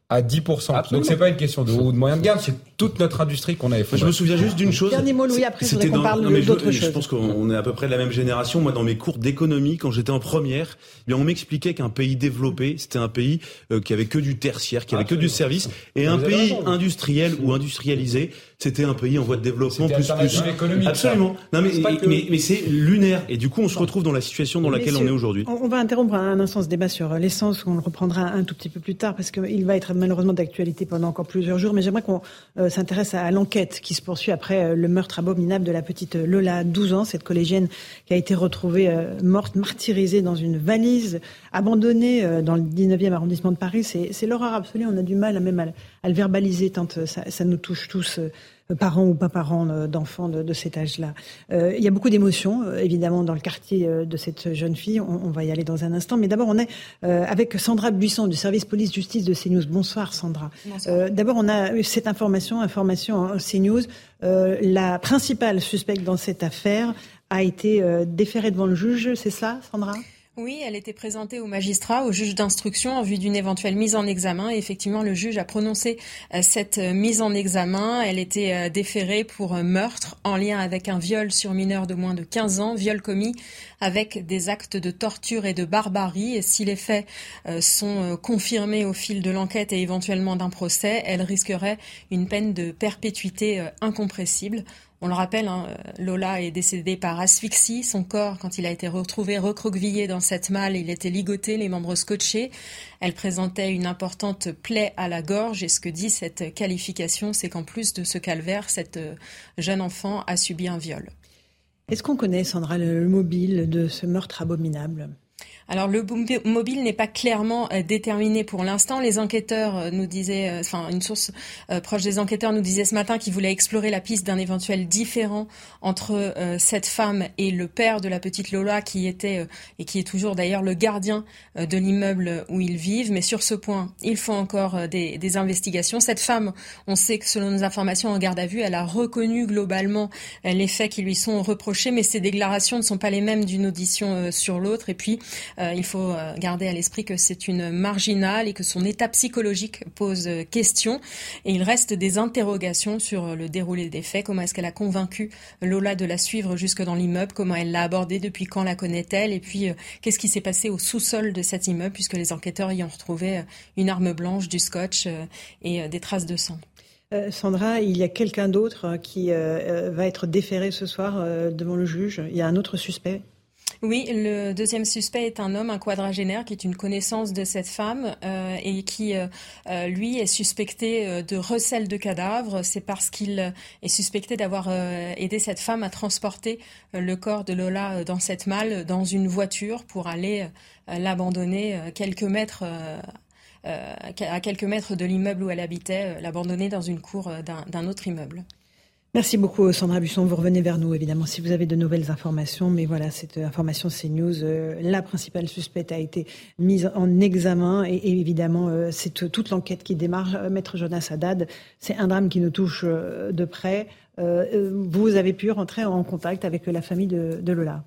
Speaker 9: à dix pour cent.
Speaker 3: Absolument.
Speaker 9: Donc c'est pas une question de haut ou de moyen de gamme, c'est toute notre industrie qu'on a effondrée.
Speaker 3: Je me souviens juste d'une chose.
Speaker 2: Dernier mot, Louis, après je voudrais qu'on
Speaker 3: dans,
Speaker 2: parle
Speaker 3: non, mais
Speaker 2: d'autres
Speaker 3: je,
Speaker 2: choses.
Speaker 3: Je pense qu'on est à peu près de la même génération. Moi, dans mes cours d'économie, quand j'étais en première, eh bien, on m'expliquait qu'un pays développé, c'était un pays euh, qui avait que du tertiaire, qui avait Absolument. que du service, et un pays raison, industriel ou industrialisé, c'était un pays en voie de développement plus plus. Absolument. Non mais mais, que... mais mais c'est lunaire. Et du coup, on se retrouve dans la situation dans laquelle Messieurs, on est aujourd'hui.
Speaker 2: On va interrompre un instant ce débat sur l'essence. On le reprendra un tout petit peu plus tard parce qu'il va être malheureusement d'actualité pendant encore plusieurs jours. Mais j'aimerais qu'on euh, s'intéresse à, à l'enquête qui se poursuit après euh, le meurtre abominable de la petite Lola, douze ans, cette collégienne qui a été retrouvée euh, morte, martyrisée dans une valise, abandonnée euh, dans le dix-neuvième arrondissement de Paris. C'est, c'est l'horreur absolue. On a du mal à même à, à le verbaliser tant euh, ça, ça nous touche tous. Euh, parents ou pas parents d'enfants de, de cet âge-là. Euh, il y a beaucoup d'émotions, euh, évidemment, dans le quartier euh, de cette jeune fille. On, on va y aller dans un instant. Mais d'abord, on est euh, avec Sandra Buisson du service police-justice de CNews. Bonsoir, Sandra. Bonsoir. Euh, d'abord, on a eu cette information, information en CNews. Euh, la principale suspecte dans cette affaire a été euh, déférée devant le juge. C'est ça, Sandra ?
Speaker 18: Oui, elle était présentée au magistrat, au juge d'instruction en vue d'une éventuelle mise en examen. Et effectivement, le juge a prononcé euh, cette euh, mise en examen. Elle était euh, déférée pour euh, meurtre en lien avec un viol sur mineur de moins de quinze ans, viol commis avec des actes de torture et de barbarie. Et si les faits euh, sont euh, confirmés au fil de l'enquête et éventuellement d'un procès, elle risquerait une peine de perpétuité euh, incompressible. On le rappelle, hein, Lola est décédée par asphyxie. Son corps, quand il a été retrouvé recroquevillé dans cette malle, il était ligoté, les membres scotchés. Elle présentait une importante plaie à la gorge. Et ce que dit cette qualification, c'est qu'en plus de ce calvaire, cette jeune enfant a subi un viol.
Speaker 2: Est-ce qu'on connaît, Sandra, le mobile de ce meurtre abominable ?
Speaker 18: Alors le mobile n'est pas clairement euh, déterminé pour l'instant. Les enquêteurs euh, nous disaient, euh, enfin une source euh, proche des enquêteurs nous disait ce matin qu'ils voulaient explorer la piste d'un éventuel différend entre euh, cette femme et le père de la petite Lola qui était euh, et qui est toujours d'ailleurs le gardien euh, de l'immeuble où ils vivent. Mais sur ce point, il faut encore euh, des, des investigations. Cette femme, on sait que selon nos informations en garde à vue, elle a reconnu globalement euh, les faits qui lui sont reprochés, mais ses déclarations ne sont pas les mêmes d'une audition euh, sur l'autre. Et puis Euh, il faut euh, garder à l'esprit que c'est une marginale et que son état psychologique pose euh, question. Et il reste des interrogations sur euh, le déroulé des faits. Comment est-ce qu'elle a convaincu Lola de la suivre jusque dans l'immeuble ? Comment elle l'a abordée ? Depuis quand la connaît-elle ? Et puis, euh, qu'est-ce qui s'est passé au sous-sol de cet immeuble, puisque les enquêteurs y ont retrouvé euh, une arme blanche, du scotch euh, et euh, des traces de sang.
Speaker 2: Euh, Sandra, il y a quelqu'un d'autre qui euh, va être déféré ce soir euh, devant le juge. Il y a un autre suspect.
Speaker 18: Oui, le deuxième suspect est un homme, un quadragénaire, qui est une connaissance de cette femme euh, et qui, euh, lui, est suspecté euh, de recel de cadavres. C'est parce qu'il est suspecté d'avoir euh, aidé cette femme à transporter euh, le corps de Lola dans cette malle, dans une voiture, pour aller euh, l'abandonner euh, quelques mètres... Euh, euh, à quelques mètres de l'immeuble où elle habitait, euh, l'abandonner dans une cour d'un, d'un autre immeuble.
Speaker 2: Merci beaucoup, Sandra Buisson. Vous revenez vers nous, évidemment, si vous avez de nouvelles informations. Mais voilà, cette information CNews, euh, la principale suspecte a été mise en examen. Et, et évidemment, euh, c'est toute l'enquête qui démarre. Maître Jonas Haddad, c'est un drame qui nous touche euh, de près. Euh, vous avez pu rentrer en contact avec la famille de, de Lola.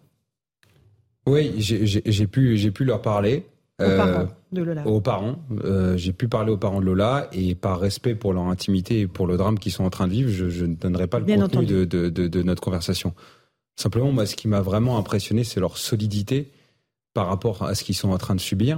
Speaker 9: Oui, j'ai, j'ai, j'ai, pu, j'ai pu leur parler.
Speaker 2: Aux euh, parents de Lola.
Speaker 9: Aux parents. Euh, j'ai pu parler aux parents de Lola et par respect pour leur intimité et pour le drame qu'ils sont en train de vivre, je, je ne donnerai pas le Bien contenu de, de, de, de notre conversation. Simplement, moi, ce qui m'a vraiment impressionné, c'est leur solidité par rapport à ce qu'ils sont en train de subir.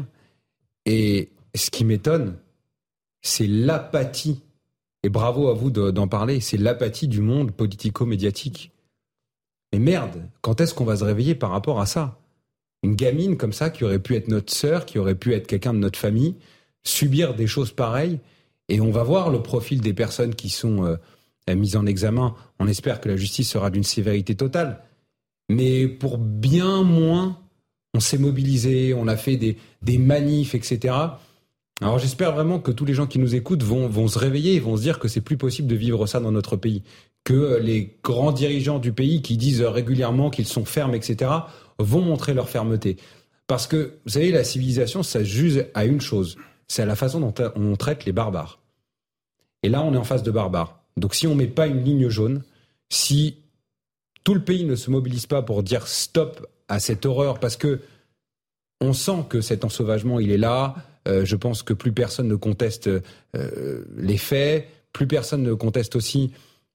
Speaker 9: Et ce qui m'étonne, c'est l'apathie. Et bravo à vous de, d'en parler. C'est l'apathie du monde politico-médiatique. Mais merde, quand est-ce qu'on va se réveiller par rapport à ça ? Une gamine comme ça, qui aurait pu être notre sœur, qui aurait pu être quelqu'un de notre famille, subir des choses pareilles. Et on va voir le profil des personnes qui sont euh, mises en examen. On espère que la justice sera d'une sévérité totale. Mais pour bien moins, on s'est mobilisé, on a fait des, des manifs, et cetera. Alors j'espère vraiment que tous les gens qui nous écoutent vont, vont se réveiller et vont se dire que c'est plus possible de vivre ça dans notre pays. Que les grands dirigeants du pays qui disent régulièrement qu'ils sont fermes, et cetera, vont montrer leur fermeté. Parce que, vous savez, la civilisation, ça se juge à une chose. C'est à la façon dont on traite les barbares. Et là, on est en face de barbares. Donc si on ne met pas une ligne jaune, si tout le pays ne se mobilise pas pour dire stop à cette horreur, parce que on sent que cet ensauvagement, il est là, Euh, je pense que plus personne ne conteste euh, les faits, plus personne ne conteste aussi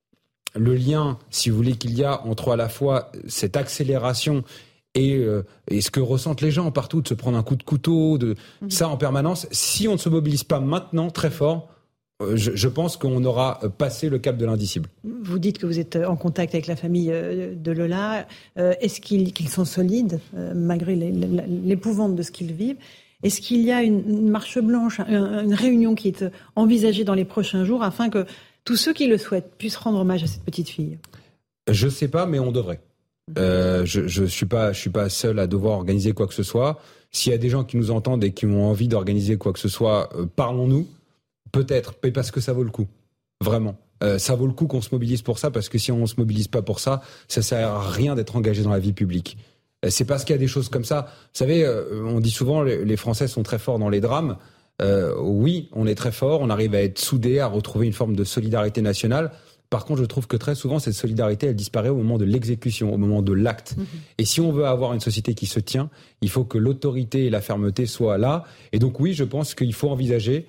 Speaker 9: le lien, si vous voulez, qu'il y a entre à la fois cette accélération et, euh, et ce que ressentent les gens partout, de se prendre un coup de couteau, de mmh. ça en permanence. Si on ne se mobilise pas maintenant très fort, euh, je, je pense qu'on aura passé le cap de l'indicible.
Speaker 2: Vous dites que vous êtes en contact avec la famille de Lola. Euh, est-ce qu'ils, qu'ils sont solides, euh, malgré les, l'épouvante de ce qu'ils vivent ? Est-ce qu'il y a une, une marche blanche, une, une réunion qui est envisagée dans les prochains jours afin que tous ceux qui le souhaitent puissent rendre hommage à cette petite fille ?
Speaker 9: Je sais pas, mais on devrait. Euh, je, je suis pas, je suis pas seul à devoir organiser quoi que ce soit. S'il y a des gens qui nous entendent et qui ont envie d'organiser quoi que ce soit, euh, parlons-nous. Peut-être, mais parce que ça vaut le coup. Vraiment. Euh, ça vaut le coup qu'on se mobilise pour ça, parce que si on se mobilise pas pour ça, ça sert à rien d'être engagé dans la vie publique. Euh, c'est parce qu'il y a des choses comme ça. Vous savez, euh, on dit souvent les, les Français sont très forts dans les drames. Euh, oui, on est très fort, on arrive à être soudés, à retrouver une forme de solidarité nationale. Par contre, je trouve que très souvent, cette solidarité, elle disparaît au moment de l'exécution, au moment de l'acte. Mmh. Et si on veut avoir une société qui se tient, il faut que l'autorité et la fermeté soient là. Et donc oui, je pense qu'il faut envisager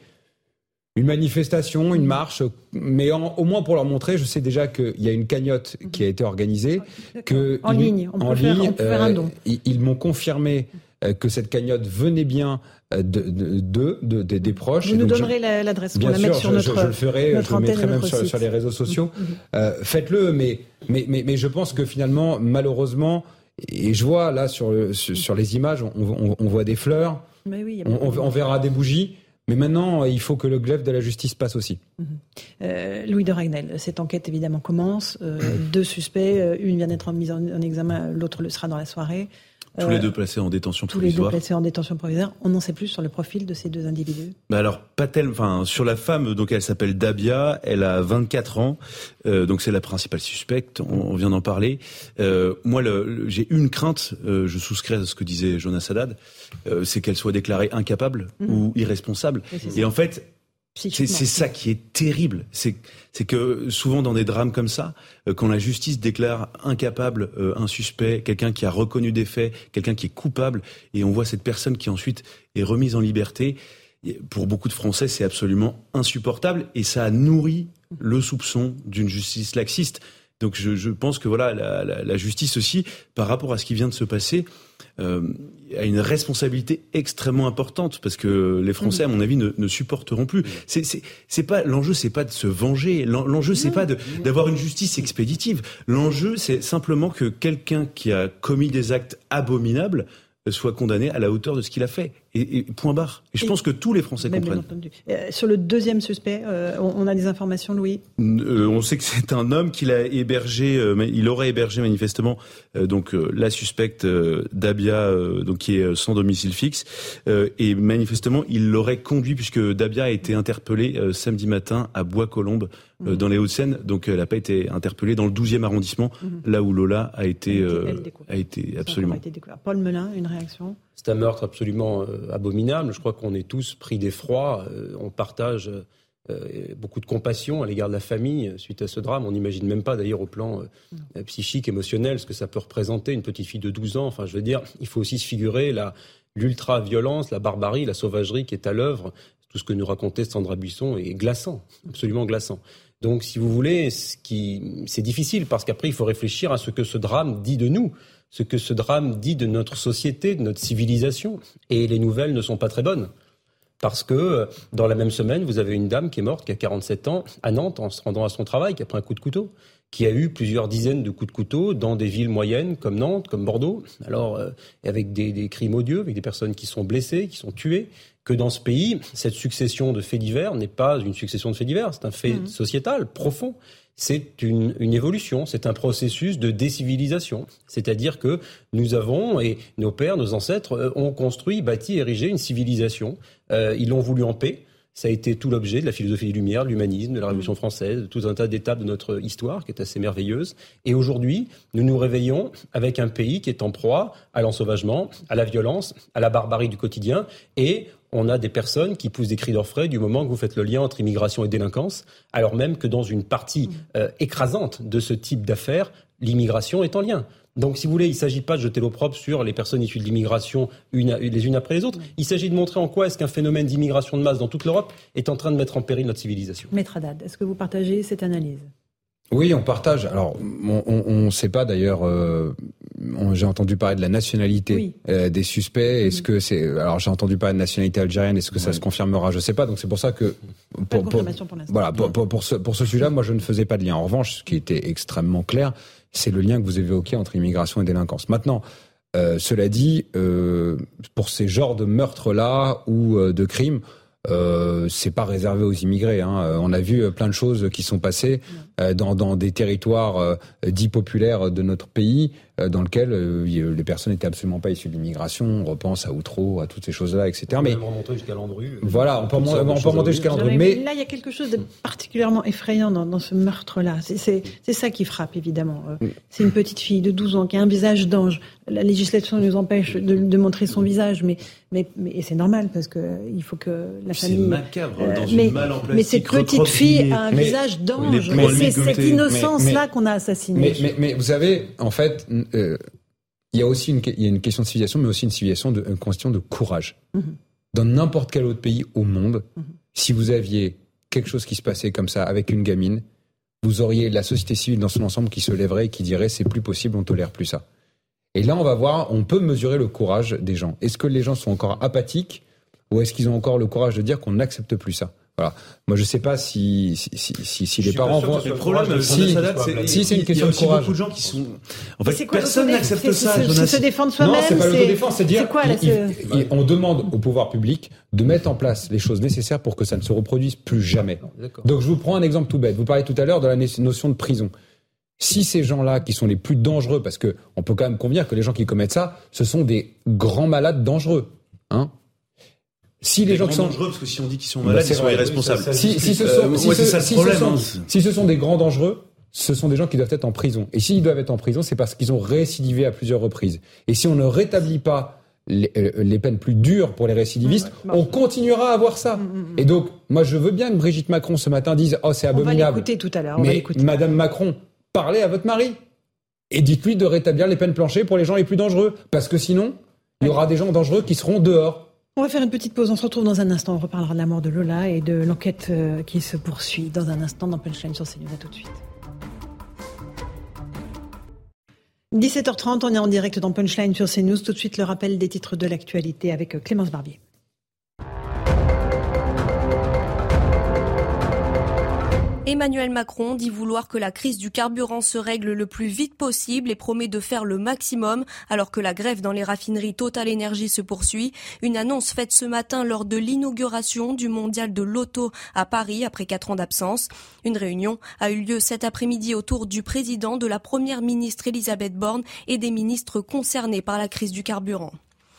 Speaker 9: une manifestation, une marche, mais en, au moins pour leur montrer, je sais déjà qu'il y a une cagnotte qui a été organisée. Que
Speaker 2: en
Speaker 9: ils,
Speaker 2: ligne, on
Speaker 9: en
Speaker 2: peut, faire,
Speaker 9: ligne,
Speaker 2: on peut faire un don.
Speaker 9: Euh, ils, ils m'ont confirmé euh, que cette cagnotte venait bien de, de, de, de, de des proches.
Speaker 2: Vous nous
Speaker 9: donc
Speaker 2: donnerez
Speaker 9: je,
Speaker 2: l'adresse pour
Speaker 9: bien
Speaker 2: la
Speaker 9: sûr,
Speaker 2: mettre sur
Speaker 9: je,
Speaker 2: notre
Speaker 9: je, je le ferai,
Speaker 2: notre
Speaker 9: je le mettrai même sur,
Speaker 2: site.
Speaker 9: sur les réseaux sociaux. Mmh. Euh, faites-le, mais, mais, mais, mais je pense que finalement, malheureusement, et je vois là sur, le, sur, sur les images, on, on, on voit des fleurs,
Speaker 2: mais oui,
Speaker 9: on, on, on verra des bougies. Mais maintenant, il faut que le glaive de la justice passe aussi.
Speaker 2: Mmh. Euh, Louis de Ragnel, cette enquête évidemment commence. Euh, deux suspects, une vient d'être mise en, en examen, l'autre le sera dans la soirée.
Speaker 3: Tous euh, les deux placés en détention
Speaker 2: tous
Speaker 3: provisoire.
Speaker 2: Tous les deux placés en détention provisoire. On en sait plus sur le profil de ces deux individus.
Speaker 3: Bah alors pas tellement. Enfin, sur la femme, donc elle s'appelle Dabia. Elle a vingt-quatre ans. Euh, donc c'est la principale suspecte. On, on vient d'en parler. Euh, moi, le, le, j'ai une crainte. Euh, je souscris à ce que disait Jonas Haddad. Euh, c'est qu'elle soit déclarée incapable mmh. ou irresponsable. Et, Et en fait. C'est, c'est ça qui est terrible, c'est, c'est que souvent dans des drames comme ça, euh, quand la justice déclare incapable euh, un suspect, quelqu'un qui a reconnu des faits, quelqu'un qui est coupable, et on voit cette personne qui ensuite est remise en liberté, pour beaucoup de Français c'est absolument insupportable, et ça a nourri le soupçon d'une justice laxiste. Donc je, je pense que voilà la, la, la justice aussi, par rapport à ce qui vient de se passer, euh, a une responsabilité extrêmement importante, parce que les Français, à mon avis, ne, ne supporteront plus. C'est, c'est, c'est pas l'enjeu, c'est pas de se venger. L'enjeu, c'est pas de, d'avoir une justice expéditive. L'enjeu, c'est simplement que quelqu'un qui a commis des actes abominables soit condamné à la hauteur de ce qu'il a fait. Et, et point barre. Et je et pense que tous les Français comprennent. Bien entendu.
Speaker 2: Euh, sur le deuxième suspect, euh, on, on a des informations, Louis ?
Speaker 3: euh, On sait que c'est un homme qu'il a hébergé, euh, il aurait hébergé manifestement euh, donc euh, la suspecte euh, Dabia, euh, donc qui est sans domicile fixe, euh, et manifestement il l'aurait conduit, puisque Dabia a été interpellée euh, samedi matin à Bois-Colombes, euh, mmh. dans les Hauts-de-Seine. Donc elle n'a pas été interpellée dans le douzième arrondissement, mmh. là où Lola a été, euh, a été absolument. A été
Speaker 2: Paul Melun, une réaction ?
Speaker 12: C'est un meurtre absolument euh, abominable. Je crois qu'on est tous pris d'effroi. Euh, on partage euh, beaucoup de compassion à l'égard de la famille suite à ce drame. On n'imagine même pas, d'ailleurs, au plan euh, psychique, émotionnel, ce que ça peut représenter, une petite fille de douze ans. Enfin, je veux dire, il faut aussi se figurer la, l'ultra-violence, la barbarie, la sauvagerie qui est à l'œuvre. Tout ce que nous racontait Sandra Buisson est glaçant, absolument glaçant. Donc, si vous voulez, ce qui, c'est difficile, parce qu'après, il faut réfléchir à ce que ce drame dit de nous, ce que ce drame dit de notre société, de notre civilisation. Et les nouvelles ne sont pas très bonnes. Parce que, dans la même semaine, vous avez une dame qui est morte, qui a quarante-sept ans, à Nantes, en se rendant à son travail, qui a pris un coup de couteau, qui a eu plusieurs dizaines de coups de couteau dans des villes moyennes, comme Nantes, comme Bordeaux, alors euh, avec des, des crimes odieux, avec des personnes qui sont blessées, qui sont tuées, que dans ce pays, cette succession de faits divers n'est pas une succession de faits divers, c'est un fait mmh. sociétal, profond. C'est une, une évolution, c'est un processus de décivilisation. C'est-à-dire que nous avons, et nos pères, nos ancêtres, ont construit, bâti, érigé une civilisation. Euh, ils l'ont voulu en paix. Ça a été tout l'objet de la philosophie des Lumières, de l'humanisme, de la Révolution française, de tout un tas d'étapes de notre histoire qui est assez merveilleuse. Et aujourd'hui, nous nous réveillons avec un pays qui est en proie à l'ensauvagement, à la violence, à la barbarie du quotidien. Et on a des personnes qui poussent des cris d'orfraie du moment que vous faites le lien entre immigration et délinquance, alors même que dans une partie euh, écrasante de ce type d'affaires, l'immigration est en lien. Donc, si vous voulez, il ne s'agit pas de jeter l'opprobre sur les personnes issues de l'immigration une, les unes après les autres. Il s'agit de montrer en quoi est-ce qu'un phénomène d'immigration de masse dans toute l'Europe est en train de mettre en péril notre civilisation.
Speaker 2: Maître Haddad, est-ce que vous partagez cette analyse ?
Speaker 9: Oui, on partage. Alors, on ne sait pas d'ailleurs. Euh, on, j'ai entendu parler de la nationalité oui. euh, des suspects. Est-ce mmh. que c'est Alors, j'ai entendu parler de nationalité algérienne. Est-ce que ouais. ça se confirmera ? Je ne sais pas. Donc, c'est pour ça que pour, pour, pour, voilà, pour, pour, pour ce pour ce sujet-là, moi, je ne faisais pas de lien. En revanche, ce qui était extrêmement clair, c'est le lien que vous évoquez entre immigration et délinquance. Maintenant, euh, cela dit, euh, pour ces genres de meurtres-là ou euh, de crimes. Euh, c'est pas réservé aux immigrés. Hein. On a vu plein de choses qui sont passées euh, dans, dans des territoires euh, dits populaires de notre pays, euh, dans lesquels euh, les personnes n'étaient absolument pas issues de l'immigration. On repense à Outreau, à toutes ces choses-là, et cetera.
Speaker 12: On peut
Speaker 9: mais
Speaker 12: même remonter jusqu'à Landru.
Speaker 9: Voilà, on peut, on peut remonter jusqu'à Landru.
Speaker 2: Mais là, il y a quelque chose de particulièrement effrayant dans, dans ce meurtre-là. C'est, c'est, c'est ça qui frappe, évidemment. Euh, c'est une petite fille de douze ans qui a un visage d'ange. La législation nous empêche de, de montrer son visage, mais, mais, mais et c'est normal parce que il faut que la famille.
Speaker 3: C'est macabre, euh, dans
Speaker 2: mais,
Speaker 3: une malle en plastique.
Speaker 2: Mais cette petite fille a un
Speaker 9: mais,
Speaker 2: visage d'ange. Mais c'est cette innocence-là qu'on a assassinée.
Speaker 9: Mais, mais, mais vous savez, en fait, euh, il y a aussi une, il y a une question de civilisation, mais aussi une civilisation de, une question de courage. Mm-hmm. Dans n'importe quel autre pays au monde, mm-hmm. si vous aviez quelque chose qui se passait comme ça avec une gamine, vous auriez la société civile dans son ensemble qui se lèverait et qui dirait c'est plus possible, on tolère plus ça. Et là, on va voir, on peut mesurer le courage des gens. Est-ce que les gens sont encore apathiques ou est-ce qu'ils ont encore le courage de dire qu'on n'accepte plus ça ? Voilà. Moi, je sais pas si si si, si, si les parents vont.
Speaker 3: Le problème,
Speaker 9: si,
Speaker 3: c'est,
Speaker 9: si c'est une question de courage.
Speaker 3: Il y a aussi beaucoup de gens qui sont. En fait, personne n'accepte ça.
Speaker 2: C'est se défendre soi-même.
Speaker 9: Non, c'est pas l'autodéfense, c'est dire.
Speaker 2: C'est quoi, là,
Speaker 9: il, il, on demande au pouvoir public de mettre en place les choses nécessaires pour que ça ne se reproduise plus jamais. D'accord. Donc, je vous prends un exemple tout bête. Vous parlez tout à l'heure de la notion de prison. Si ces gens-là, qui sont les plus dangereux, parce que on peut quand même convenir que les gens qui commettent ça, ce sont des grands malades dangereux, hein. Si les gens qui sont
Speaker 3: dangereux, parce que si on dit qu'ils sont malades, bah, ils sont vrai, irresponsables.
Speaker 9: Oui, si, si, ce sont, euh, si, ouais, ce, ça, si, problème, ce sont, hein. si ce sont des grands dangereux, ce sont des gens qui doivent être en prison. Et s'ils doivent être en prison, c'est parce qu'ils ont récidivé à plusieurs reprises. Et si on ne rétablit pas les, euh, les peines plus dures pour les récidivistes, mmh, on continuera à avoir ça. Mmh, mmh. Et donc, moi, je veux bien que Brigitte Macron ce matin dise « Oh, c'est abominable ».
Speaker 2: On va l'écouter tout à l'heure. On
Speaker 9: mais
Speaker 2: va l'écouter.
Speaker 9: Madame Macron, parlez à votre mari et dites-lui de rétablir les peines planchées pour les gens les plus dangereux. Parce que sinon, il y aura des gens dangereux qui seront dehors.
Speaker 2: On va faire une petite pause, on se retrouve dans un instant, on reparlera de la mort de Lola et de l'enquête qui se poursuit dans un instant dans Punchline sur CNews. À tout de suite. dix-sept heures trente, on est en direct dans Punchline sur CNews. Tout de suite le rappel des titres de l'actualité avec Clémence Barbier.
Speaker 10: Emmanuel Macron dit vouloir que la crise du carburant se règle le plus vite possible et promet de faire le maximum alors que la grève dans les raffineries Total Energy se poursuit. Une annonce faite ce matin lors de l'inauguration du mondial de l'auto à Paris après quatre ans d'absence. Une réunion a eu lieu cet après-midi autour du président, de la première ministre Elisabeth Borne et des ministres concernés par la crise du carburant.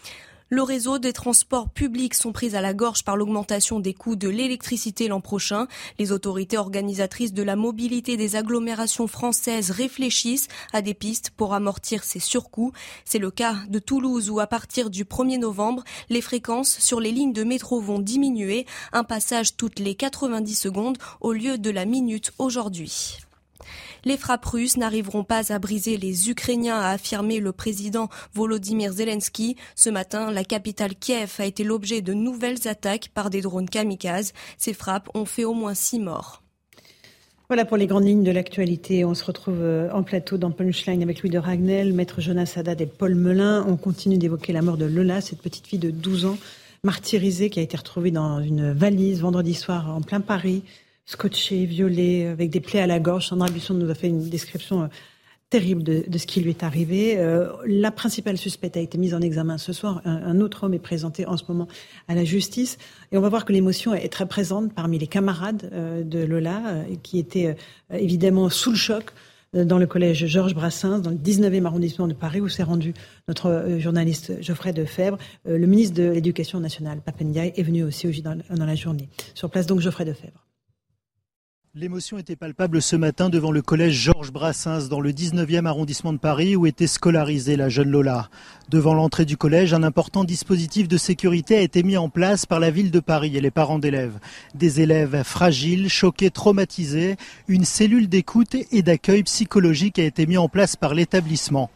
Speaker 10: Le réseau des transports publics sont pris à la gorge par l'augmentation des coûts de l'électricité l'an prochain. Les autorités organisatrices de la mobilité des agglomérations françaises réfléchissent à des pistes pour amortir ces surcoûts. C'est le cas de Toulouse où à partir du premier novembre, les fréquences sur les lignes de métro vont diminuer. Un passage toutes les quatre-vingt-dix secondes au lieu de la minute aujourd'hui. Les frappes russes n'arriveront pas à briser les Ukrainiens, a affirmé le président Volodymyr Zelensky. Ce matin, la capitale Kiev a été l'objet de nouvelles attaques par des drones kamikazes. Ces frappes ont fait au moins six morts.
Speaker 2: Voilà pour les grandes lignes de l'actualité. On se retrouve en plateau dans Punchline avec Louis de Ragnel, Maître Jonas Haddad et Paul Melun. On continue d'évoquer la mort de Lola, cette petite fille de douze ans, martyrisée, qui a été retrouvée dans une valise vendredi soir en plein Paris. Scotché, violé, avec des plaies à la gorge. Sandra Buisson nous a fait une description euh, terrible de, de ce qui lui est arrivé. Euh, la principale suspecte a été mise en examen ce soir. Un, un autre homme est présenté en ce moment à la justice. Et on va voir que l'émotion est très présente parmi les camarades euh, de Lola, euh, qui étaient euh, évidemment sous le choc euh, dans le collège Georges Brassens, dans le dix-neuvième arrondissement de Paris, où s'est rendu notre euh, journaliste Geoffrey Defebvre. Euh, le ministre de l'Éducation nationale, Pap Ndiaye, est venu aussi dans, dans la journée. Sur place, donc, Geoffrey Defebvre.
Speaker 19: L'émotion était palpable ce matin devant le collège Georges Brassens dans le dix-neuvième arrondissement de Paris où était scolarisée la jeune Lola. Devant l'entrée du collège, un important dispositif de sécurité a été mis en place par la ville de Paris et les parents d'élèves. Des élèves fragiles, choqués, traumatisés, une cellule d'écoute et d'accueil psychologique a été mise en place par l'établissement.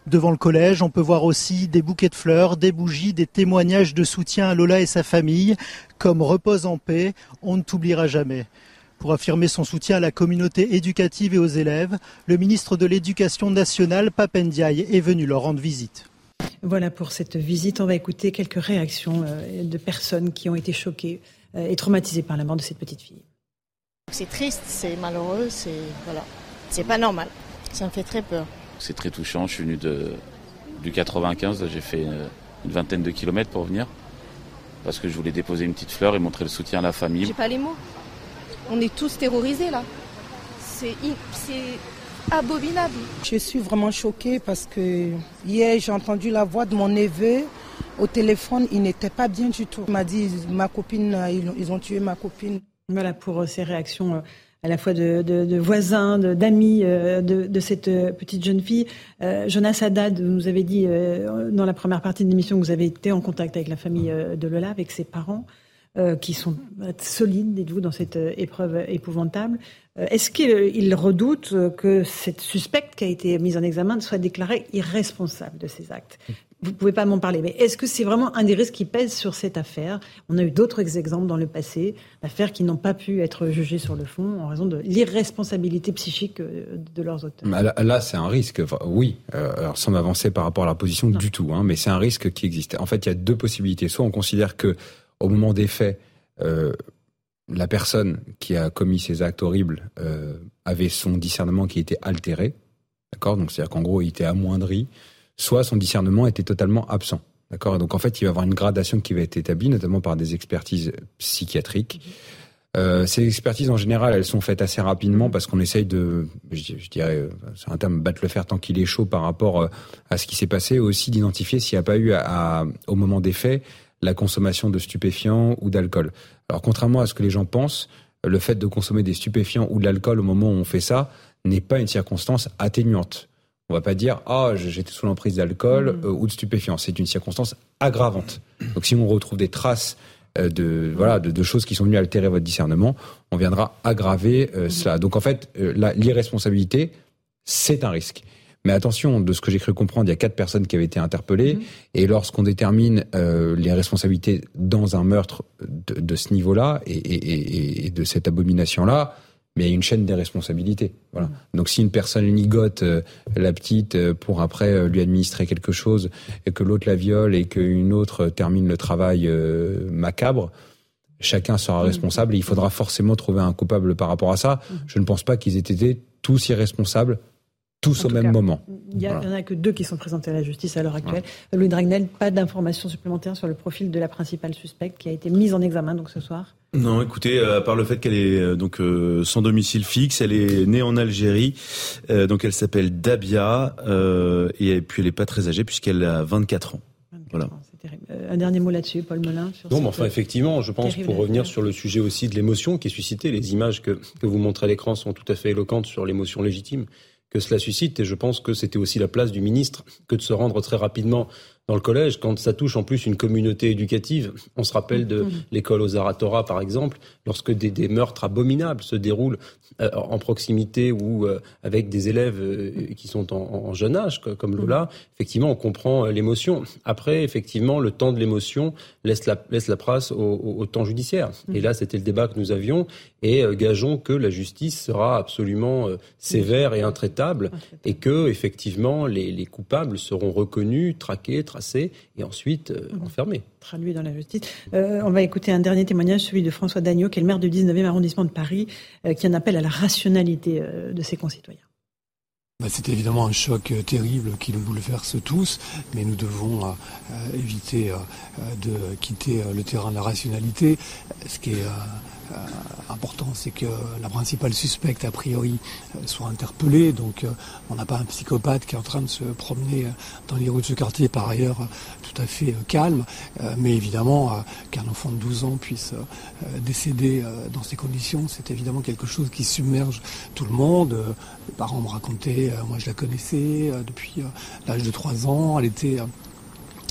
Speaker 19: Devant le collège, on peut voir aussi des bouquets de fleurs, des bougies, des témoignages de soutien à Lola et sa famille, comme repose en paix, on ne t'oubliera jamais. Pour affirmer son soutien à la communauté éducative et aux élèves, le ministre de l'Éducation nationale, Pape Ndiaye, est venu leur rendre visite.
Speaker 2: Voilà pour cette visite. On va écouter quelques réactions de personnes qui ont été choquées et traumatisées par la mort de cette petite fille.
Speaker 20: C'est triste, c'est malheureux, c'est voilà, c'est pas normal. Ça me fait très peur.
Speaker 21: C'est très touchant. Je suis venu de, du quatre-vingt-quinze. J'ai fait une, une vingtaine de kilomètres pour venir parce que je voulais déposer une petite fleur et montrer le soutien à la famille.
Speaker 20: J'ai pas les mots. On est tous terrorisés là. C'est, c'est abominable.
Speaker 22: Je suis vraiment choquée parce que hier j'ai entendu la voix de mon neveu au téléphone. Il n'était pas bien du tout. Il m'a dit ma copine, ils ont tué ma copine.
Speaker 2: Voilà pour ces réactions à la fois de, de, de voisins, de, d'amis de, de cette petite jeune fille. Euh, Jonas Haddad, vous nous avez dit euh, dans la première partie de l'émission que vous avez été en contact avec la famille de Lola, avec ses parents, euh, qui sont solides, dites-vous, dans cette épreuve épouvantable. Euh, est-ce qu'ils redoutent que cette suspecte qui a été mise en examen soit déclarée irresponsable de ces actes ? Vous ne pouvez pas m'en parler, mais est-ce que c'est vraiment un des risques qui pèse sur cette affaire ? On a eu d'autres exemples dans le passé, d'affaires qui n'ont pas pu être jugées sur le fond en raison de l'irresponsabilité psychique de leurs auteurs.
Speaker 9: Là, là c'est un risque, enfin, oui, euh, alors sans m'avancer par rapport à la position non. du tout, hein, mais c'est un risque qui existe. En fait, il y a deux possibilités. Soit on considère que, au moment des faits, euh, la personne qui a commis ces actes horribles euh, avait son discernement qui était altéré, d'accord ? Donc c'est-à-dire qu'en gros, il était amoindri. Soit son discernement était totalement absent. D'accord ? Et donc en fait, il va y avoir une gradation qui va être établie, notamment par des expertises psychiatriques. Euh, ces expertises, en général, elles sont faites assez rapidement parce qu'on essaye de, je, je dirais, c'est un terme, battre le fer tant qu'il est chaud par rapport à ce qui s'est passé, aussi d'identifier s'il n'y a pas eu, à, à, au moment des faits, la consommation de stupéfiants ou d'alcool. Alors contrairement à ce que les gens pensent, le fait de consommer des stupéfiants ou de l'alcool au moment où on fait ça n'est pas une circonstance atténuante. On va pas dire « Ah, j'étais sous l'emprise d'alcool mmh. euh, ou de stupéfiants ». C'est une circonstance aggravante. Donc si on retrouve des traces euh, de, voilà, de, de choses qui sont venues altérer votre discernement, on viendra aggraver euh, mmh. cela. Donc en fait, euh, la, l'irresponsabilité, c'est un risque. Mais attention, de ce que j'ai cru comprendre, il y a quatre personnes qui avaient été interpellées. Mmh. Et lorsqu'on détermine euh, les responsabilités dans un meurtre de, de ce niveau-là et, et, et, et de cette abomination-là, mais il y a une chaîne des responsabilités. Voilà. Mmh. Donc si une personne ligote euh, la petite euh, pour après euh, lui administrer quelque chose et que l'autre la viole et qu'une autre termine le travail euh, macabre, chacun sera mmh. responsable et il faudra forcément trouver un coupable par rapport à ça. Mmh. Je ne pense pas qu'ils aient été tous irresponsables, tous en au même cas, moment.
Speaker 2: Il n'y voilà. en a que deux qui sont présentés à la justice à l'heure actuelle. Ouais. Louis Dragnel, pas d'informations supplémentaires sur le profil de la principale suspecte qui a été mise en examen donc ce soir.
Speaker 3: Non, écoutez, à part le fait qu'elle est euh, donc euh, sans domicile fixe, elle est née en Algérie, euh, donc elle s'appelle Dabia euh, et puis elle est pas très âgée puisqu'elle a vingt-quatre ans. vingt-quatre voilà.
Speaker 2: Ans, c'est terrible. Euh, un dernier mot là-dessus, Paul Melun. Sur
Speaker 12: non, mais enfin effectivement, je pense pour revenir sur le sujet aussi de l'émotion qui est suscitée, les images que que vous montrez à l'écran sont tout à fait éloquentes sur l'émotion légitime que cela suscite et je pense que c'était aussi la place du ministre que de se rendre très rapidement dans le collège, quand ça touche en plus une communauté éducative. On se rappelle de mmh. l'école aux Aratora, par exemple, lorsque des, des meurtres abominables se déroulent euh, en proximité ou euh, avec des élèves euh, qui sont en, en jeune âge, comme Lola, effectivement, on comprend euh, l'émotion. Après, effectivement, le temps de l'émotion laisse la, laisse la place au, au, au temps judiciaire. Mmh. Et là, c'était le débat que nous avions. Et euh, gageons que la justice sera absolument euh, sévère et intraitable et que, effectivement, les, les coupables seront reconnus, traqués, tracés et ensuite euh, mmh. enfermés.
Speaker 2: Traduit dans la justice. Euh, on va écouter un dernier témoignage, celui de François Dagneau, qui est le maire du dix-neuvième arrondissement de Paris, euh, qui en appelle à la rationalité euh, de ses concitoyens.
Speaker 23: Bah, c'est évidemment un choc euh, terrible qui nous bouleverse tous, mais nous devons euh, euh, éviter euh, de quitter euh, le terrain de la rationalité. Ce qui est euh, Euh, important, c'est que la principale suspecte, a priori, euh, soit interpellée. Donc, euh, on n'a pas un psychopathe qui est en train de se promener euh, dans les rues de ce quartier, par ailleurs euh, tout à fait euh, calme. Euh, mais évidemment, euh, qu'un enfant de douze ans puisse euh, décéder euh, dans ces conditions, c'est évidemment quelque chose qui submerge tout le monde. Euh, les parents me racontaient, euh, moi je la connaissais euh, depuis euh, l'âge de trois ans, elle était... Euh,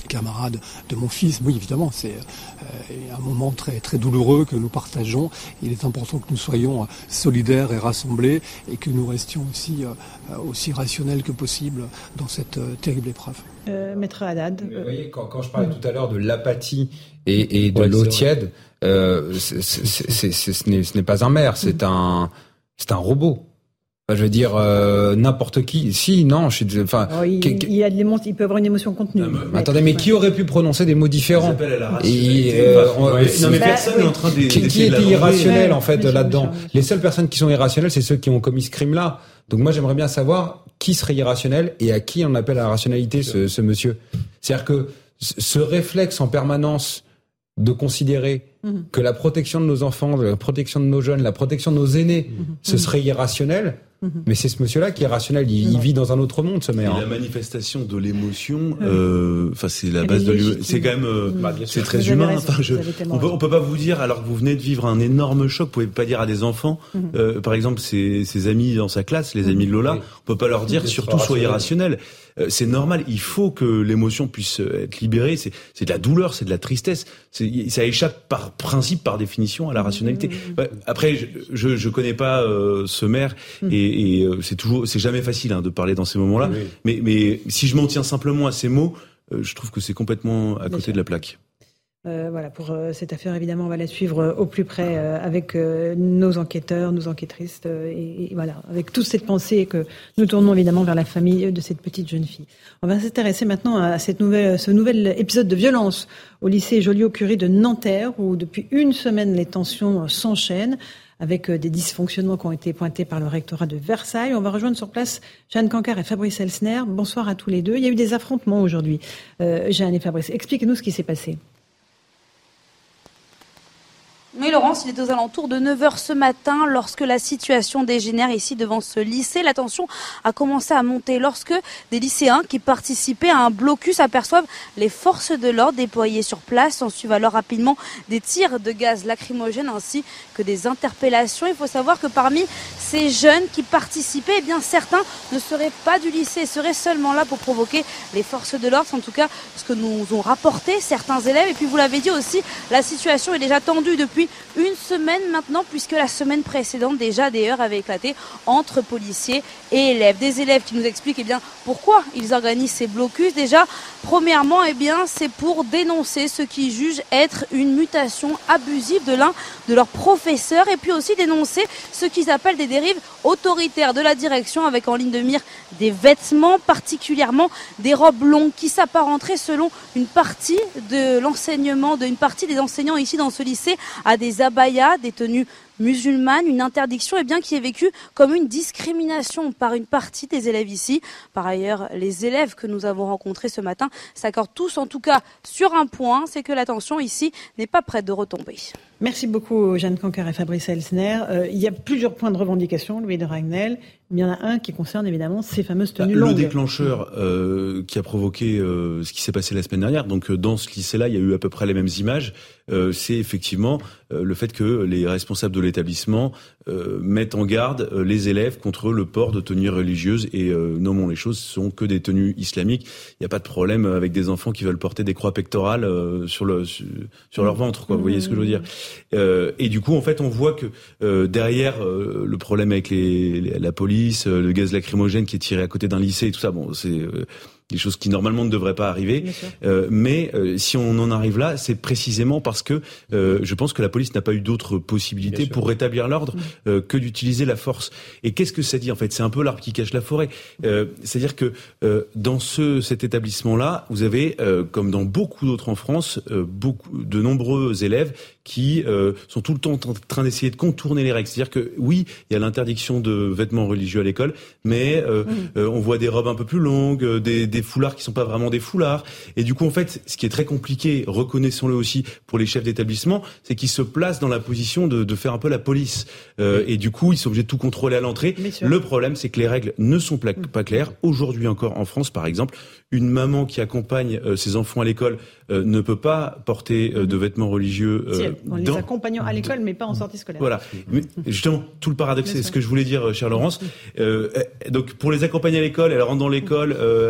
Speaker 23: camarades de mon fils. Oui, évidemment, c'est euh, un moment très très douloureux que nous partageons. Il est important que nous soyons solidaires et rassemblés et que nous restions aussi euh, aussi rationnels que possible dans cette euh, terrible épreuve.
Speaker 2: Euh, Maître Haddad.
Speaker 9: Mais vous voyez, quand, quand je parlais tout à l'heure de l'apathie et, et de ouais, l'eau tiède, euh, c'est, c'est, c'est, c'est, ce, n'est, ce n'est pas un maire, c'est un c'est un robot. Enfin, je veux dire, euh, n'importe qui. Si, non, je suis. Enfin,
Speaker 2: oh, il, qu- il, y a de il peut avoir une émotion contenue.
Speaker 9: Non, mais, attendez, mais ouais. qui aurait pu prononcer des mots différents? Et, euh, on, ouais, non, mais bah, personne n'est oui. en train de. Qui, qui était irrationnel ouais, en fait méchant, là-dedans? Méchant, méchant. Les seules personnes qui sont irrationnelles, c'est ceux qui ont commis ce crime-là. Donc moi, j'aimerais bien savoir qui serait irrationnel et à qui on appelle à la rationalité ce, ce monsieur. C'est-à-dire que ce réflexe en permanence de considérer mmh. que la protection de nos enfants, la protection de nos jeunes, la protection de nos aînés, mmh. ce serait irrationnel. Mmh. Mais c'est ce monsieur-là qui est rationnel. Il, mmh. il vit dans un autre monde, ce maire.
Speaker 3: Et la manifestation de l'émotion, enfin, euh, c'est la base de l'humain. C'est quand même, euh, bah, c'est très humain. Enfin, je, on peut, on peut pas vous dire, alors que vous venez de vivre un énorme choc, vous pouvez pas dire à des enfants, mmh. euh, par exemple, ses, ses amis dans sa classe, les amis de Lola, oui. on peut pas leur dire, surtout soyez rationnels. Euh, c'est normal. Il faut que l'émotion puisse être libérée. C'est, c'est de la douleur, c'est de la tristesse. C'est, ça échappe par principe, par définition, à la rationalité. Mmh. Ouais, après, je, je, je connais pas euh, ce maire mmh. et Et euh, c'est toujours, c'est jamais facile hein, de parler dans ces moments-là. Oui. Mais, mais si je m'en tiens simplement à ces mots, euh, je trouve que c'est complètement à côté de la plaque.
Speaker 2: Euh, voilà, pour euh, cette affaire, évidemment, on va la suivre euh, au plus près euh, avec euh, nos enquêteurs, nos enquêtrices, euh, et, et voilà, avec toute cette pensée que nous tournons évidemment vers la famille de cette petite jeune fille. On va s'intéresser maintenant à cette nouvelle, ce nouvel épisode de violence au lycée Joliot-Curie de Nanterre, où depuis une semaine les tensions s'enchaînent, avec des dysfonctionnements qui ont été pointés par le rectorat de Versailles. On va rejoindre sur place Jeanne Cancard et Fabrice Elsner. Bonsoir à tous les deux. Il y a eu des affrontements aujourd'hui. Euh, Jeanne et Fabrice, expliquez-nous ce qui s'est passé.
Speaker 1: Oui, Laurence, il est aux alentours de neuf heures ce matin lorsque la situation dégénère ici devant ce lycée. La tension a commencé à monter lorsque des lycéens qui participaient à un blocus aperçoivent les forces de l'ordre déployées sur place. En suivent alors rapidement des tirs de gaz lacrymogène ainsi que des interpellations. Il faut savoir que parmi ces jeunes qui participaient, eh bien certains ne seraient pas du lycée, seraient seulement là pour provoquer les forces de l'ordre. C'est en tout cas ce que nous ont rapporté certains élèves. Et puis vous l'avez dit aussi, la situation est déjà tendue depuis une semaine maintenant, puisque la semaine précédente déjà des heurts avaient éclaté entre policiers et élèves. Des élèves qui nous expliquent eh bien, pourquoi ils organisent ces blocus. Déjà, premièrement, eh bien, c'est pour dénoncer ce qu'ils jugent être une mutation abusive de l'un de leurs professeurs, et puis aussi dénoncer ce qu'ils appellent des dérives autoritaires de la direction, avec en ligne de mire des vêtements, particulièrement des robes longues qui s'apparenteraient selon une partie de l'enseignement, d'une partie des enseignants ici dans ce lycée, à des abayas, des tenues musulmanes, une interdiction eh bien, qui est vécue comme une discrimination par une partie des élèves ici. Par ailleurs, les élèves que nous avons rencontrés ce matin s'accordent tous en tout cas sur un point, c'est que la tension ici n'est pas prête de retomber.
Speaker 2: Merci beaucoup Jeanne Cancard et Fabrice Elsner. Euh, il y a plusieurs points de revendication, Louis de Ragnel. Il y en a un qui concerne évidemment ces fameuses tenues
Speaker 3: bah,
Speaker 2: longues.
Speaker 3: Le déclencheur euh, qui a provoqué euh, ce qui s'est passé la semaine dernière, donc euh, dans ce lycée-là, il y a eu à peu près les mêmes images. Euh, c'est effectivement euh, le fait que les responsables de l'établissement euh, mettent en garde euh, les élèves contre le port de tenues religieuses. Et euh, nommons les choses, ce sont que des tenues islamiques. Il n'y a pas de problème avec des enfants qui veulent porter des croix pectorales euh, sur, le, sur, sur leur ventre, quoi. Vous voyez ce que je veux dire. Euh, et du coup, en fait, on voit que euh, derrière euh, le problème avec les, les, la police, euh, le gaz lacrymogène qui est tiré à côté d'un lycée et tout ça, bon, c'est euh, des choses qui normalement ne devraient pas arriver. Euh, mais euh, si on en arrive là, c'est précisément parce que euh, je pense que la police n'a pas eu d'autre possibilité pour rétablir l'ordre euh, que d'utiliser la force. Et qu'est-ce que ça dit en fait? C'est un peu l'arbre qui cache la forêt. Euh, c'est-à-dire que euh, dans ce cet établissement-là, vous avez, euh, comme dans beaucoup d'autres en France, euh, beaucoup de nombreux élèves qui euh, sont tout le temps en train d'essayer de contourner les règles. C'est-à-dire que oui, il y a l'interdiction de vêtements religieux à l'école, mais euh, mmh. euh, on voit des robes un peu plus longues, des, des foulards qui sont pas vraiment des foulards. Et du coup, en fait, ce qui est très compliqué, reconnaissons-le aussi pour les chefs d'établissement, c'est qu'ils se placent dans la position de, de faire un peu la police. Euh, et du coup, ils sont obligés de tout contrôler à l'entrée. Le problème, c'est que les règles ne sont pas, pas claires. Aujourd'hui encore, en France, par exemple, une maman qui accompagne euh, ses enfants à l'école euh, ne peut pas porter euh, de vêtements religieux. Euh,
Speaker 2: si, en dans... les accompagnant à l'école, mais pas en sortie scolaire.
Speaker 3: Voilà. Mais justement, tout le paradoxe, c'est ce que je voulais dire, chère Laurence. Euh, donc, pour les accompagner à l'école, elles rentrent dans l'école, euh, les enfants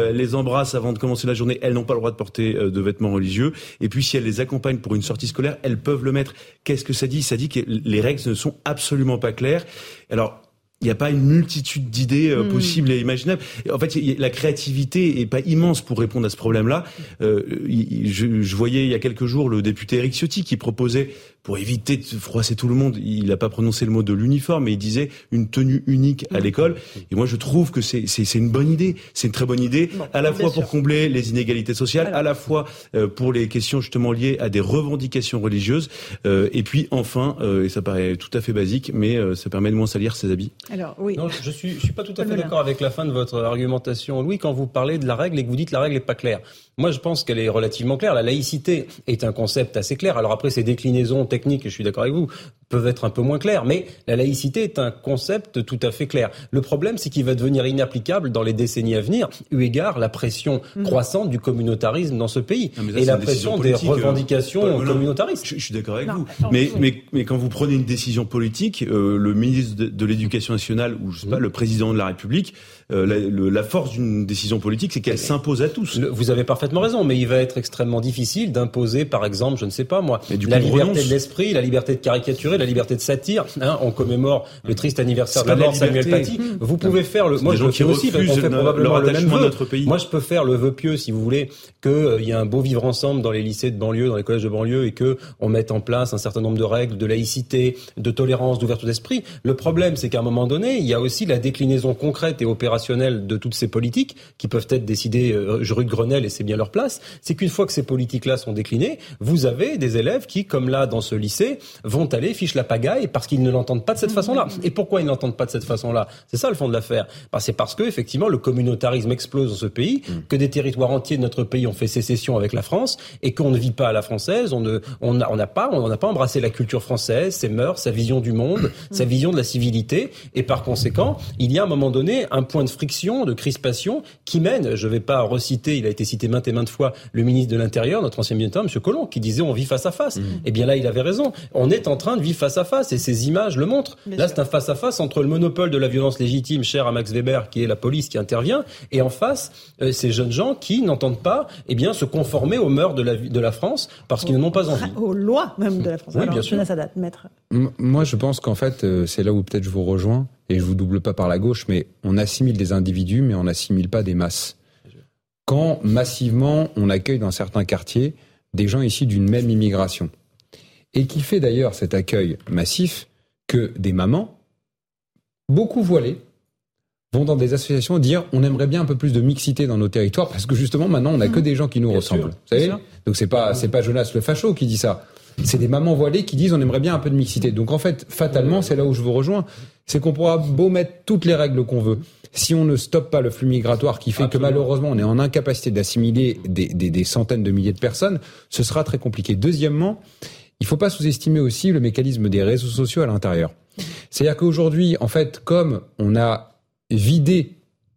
Speaker 3: embrassent avant de commencer la journée, elles n'ont pas le droit de porter de vêtements religieux. Et puis si elles les accompagnent pour une sortie scolaire, elles peuvent le mettre. Qu'est-ce que ça dit ? Ça dit que les règles ne sont absolument pas claires. Alors, il n'y a pas une multitude d'idées euh, possibles mmh. et imaginables. En fait, y a, la créativité est pas immense pour répondre à ce problème-là. Euh, je, je voyais il y a quelques jours le député Éric Ciotti qui proposait, pour éviter de froisser tout le monde, il n'a pas prononcé le mot de l'uniforme, mais il disait une tenue unique à l'école. Et moi, je trouve que c'est, c'est, c'est une bonne idée. C'est une très bonne idée, bon, à la fois sûr. pour combler les inégalités sociales, Alors. à la fois euh, pour les questions justement liées à des revendications religieuses. Euh, et puis enfin, euh, et ça paraît tout à fait basique, mais euh, ça permet de moins salir ses habits.
Speaker 2: Alors, oui.
Speaker 12: Non, je suis, je suis pas tout à fait d'accord avec la fin de votre argumentation, Louis, quand vous parlez de la règle et que vous dites que la règle n'est pas claire. Moi, je pense qu'elle est relativement claire. La laïcité est un concept assez clair. Alors après, ces déclinaisons techniques, je suis d'accord avec vous, peuvent être un peu moins claires, mais la laïcité est un concept tout à fait clair. Le problème, c'est qu'il va devenir inapplicable dans les décennies à venir, eu égard la pression mmh. croissante du communautarisme dans ce pays non, et la pression des revendications euh, communautaristes.
Speaker 3: Je, je suis d'accord avec non, vous. Attends, mais, mais, mais quand vous prenez une décision politique, euh, le ministre de, de l'Éducation nationale ou je sais pas, mmh. le président de la République, euh, la, le, la force d'une décision politique, c'est qu'elle mais, s'impose à tous.
Speaker 12: Le, vous avez parfaitement raison, mais il va être extrêmement difficile d'imposer, par exemple, je ne sais pas moi, la liberté renonce. de l'esprit, la liberté de caricaturer, la liberté de satire. Hein, on commémore le triste anniversaire de la mort de Samuel Paty. Mmh. Vous pouvez non. faire le. Moi, je le fais aussi. On fait probablement le même vœu. Notre pays. Moi, je peux faire le vœu pieux, si vous voulez, qu'il euh, y ait un beau vivre ensemble dans les lycées de banlieue, dans les collèges de banlieue, et que on mette en place un certain nombre de règles de laïcité, de tolérance, d'ouverture d'esprit. Le problème, c'est qu'à un moment donné, il y a aussi la déclinaison concrète et opérationnelle de toutes ces politiques qui peuvent être décidées euh, rue de Grenelle, et c'est bien leur place. C'est qu'une fois que ces politiques-là sont déclinées, vous avez des élèves qui, comme là dans ce lycée, vont aller fiche la pagaille parce qu'ils ne l'entendent pas de cette façon-là. Et pourquoi ils ne l'entendent pas de cette façon-là ? C'est ça le fond de l'affaire. Ben, c'est parce que effectivement le communautarisme explose dans ce pays, mmh. que des territoires entiers de notre pays ont fait sécession avec la France et qu'on ne vit pas à la française. On ne, on n'a, on n'a pas, on n'a pas embrassé la culture française, ses mœurs, sa vision du monde, mmh. sa vision de la civilité. Et par conséquent, il y a à un moment donné un point de friction, de crispation qui mène. Je ne vais pas reciter, il a été cité maintes et maintes fois, le ministre de l'Intérieur, notre ancien ministre, M. Collomb, qui disait on vit face à face. Mmh. Eh bien là, il avait raison. On est en train de vivre face à face et ces images le montrent. Bien là, sûr. C'est un face à face entre le monopole de la violence légitime, cher à Max Weber, qui est la police qui intervient, et en face, euh, ces jeunes gens qui n'entendent pas, eh bien, se conformer aux mœurs de la, de la France parce qu'ils n'en ont pas envie.
Speaker 2: Aux lois même de la France.
Speaker 12: Oui,
Speaker 2: Alors,
Speaker 12: bien sûr.
Speaker 2: Sadat, maître.
Speaker 9: Moi, je pense qu'en fait, euh, c'est là où peut-être je vous rejoins, et je vous double pas par la gauche, mais on assimile des individus, mais on n'assimile pas des masses. Quand massivement on accueille dans certains quartiers des gens issus d'une même immigration, et qui fait d'ailleurs cet accueil massif que des mamans, beaucoup voilées, vont dans des associations dire on aimerait bien un peu plus de mixité dans nos territoires parce que justement maintenant on n'a que des gens qui nous bien ressemblent. Sûr, vous savez sûr. Donc c'est pas c'est pas Jonas le facho qui dit ça. C'est des mamans voilées qui disent on aimerait bien un peu de mixité. Donc en fait, fatalement, c'est là où je vous rejoins, c'est qu'on pourra beau mettre toutes les règles qu'on veut. Si on ne stoppe pas le flux migratoire qui fait Absolument. que malheureusement on est en incapacité d'assimiler des, des, des centaines de milliers de personnes, ce sera très compliqué. Deuxièmement, il ne faut pas sous-estimer aussi le mécanisme des réseaux sociaux à l'intérieur. C'est-à-dire qu'aujourd'hui, en fait, comme on a vidé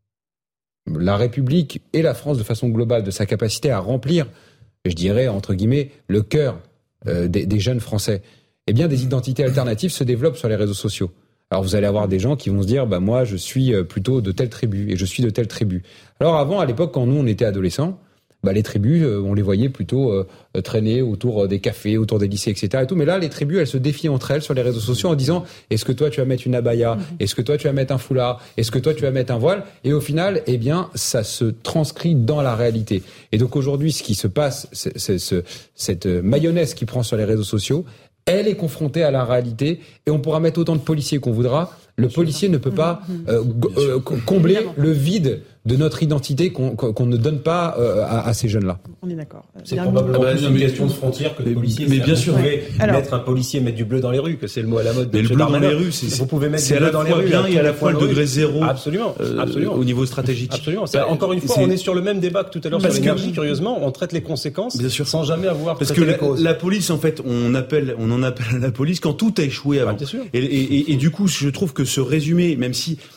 Speaker 9: la République et la France de façon globale de sa capacité à remplir, je dirais, entre guillemets, le cœur euh, des, des jeunes Français, eh bien, des identités alternatives se développent sur les réseaux sociaux. Alors, vous allez avoir des gens qui vont se dire, bah, moi, je suis plutôt de telle tribu et je suis de telle tribu. Alors, avant, à l'époque, quand nous, on était adolescents, bah, les tribus, euh, on les voyait plutôt euh, traîner autour des cafés, autour des lycées, et cetera. Et tout. Mais là, les tribus, elles se défient entre elles sur les réseaux sociaux en disant est-ce que toi, tu vas mettre une abaya ? Est-ce que toi, tu vas mettre un foulard ? Est-ce que toi, tu vas mettre un voile ? Et au final, eh bien, ça se transcrit dans la réalité. Et donc aujourd'hui, ce qui se passe, c'est, c'est, c'est, cette mayonnaise qui prend sur les réseaux sociaux, elle est confrontée à la réalité et on pourra mettre autant de policiers qu'on voudra. Le policier ne peut pas euh, euh, combler le vide de notre identité qu'on, qu'on ne donne pas euh, à, à ces jeunes-là.
Speaker 2: On est d'accord.
Speaker 12: C'est probablement ah bah, plus une question de frontière que de policier.
Speaker 3: Mais bien sûr,
Speaker 12: vous pouvez mettre un policier, mettre du bleu dans les rues, que c'est le mot à la mode.
Speaker 3: Mais le bleu dans les rues, c'est,
Speaker 12: vous pouvez mettre
Speaker 3: c'est
Speaker 12: du bleu dans les rues.
Speaker 3: Bien et à la fois le degré zéro.
Speaker 12: Absolument,
Speaker 3: euh,
Speaker 12: absolument.
Speaker 3: Au niveau stratégique.
Speaker 12: Absolument. C'est, encore une fois, c'est... on est sur le même débat que tout à l'heure sur l'énergie. Curieusement, on traite les conséquences bien sûr. sans jamais avoir
Speaker 3: parce que la, la police, en fait, on appelle, on en appelle à la police quand tout a échoué avant.
Speaker 12: Bien sûr.
Speaker 3: Et, et, et, et du coup, je trouve que ce résumé, même si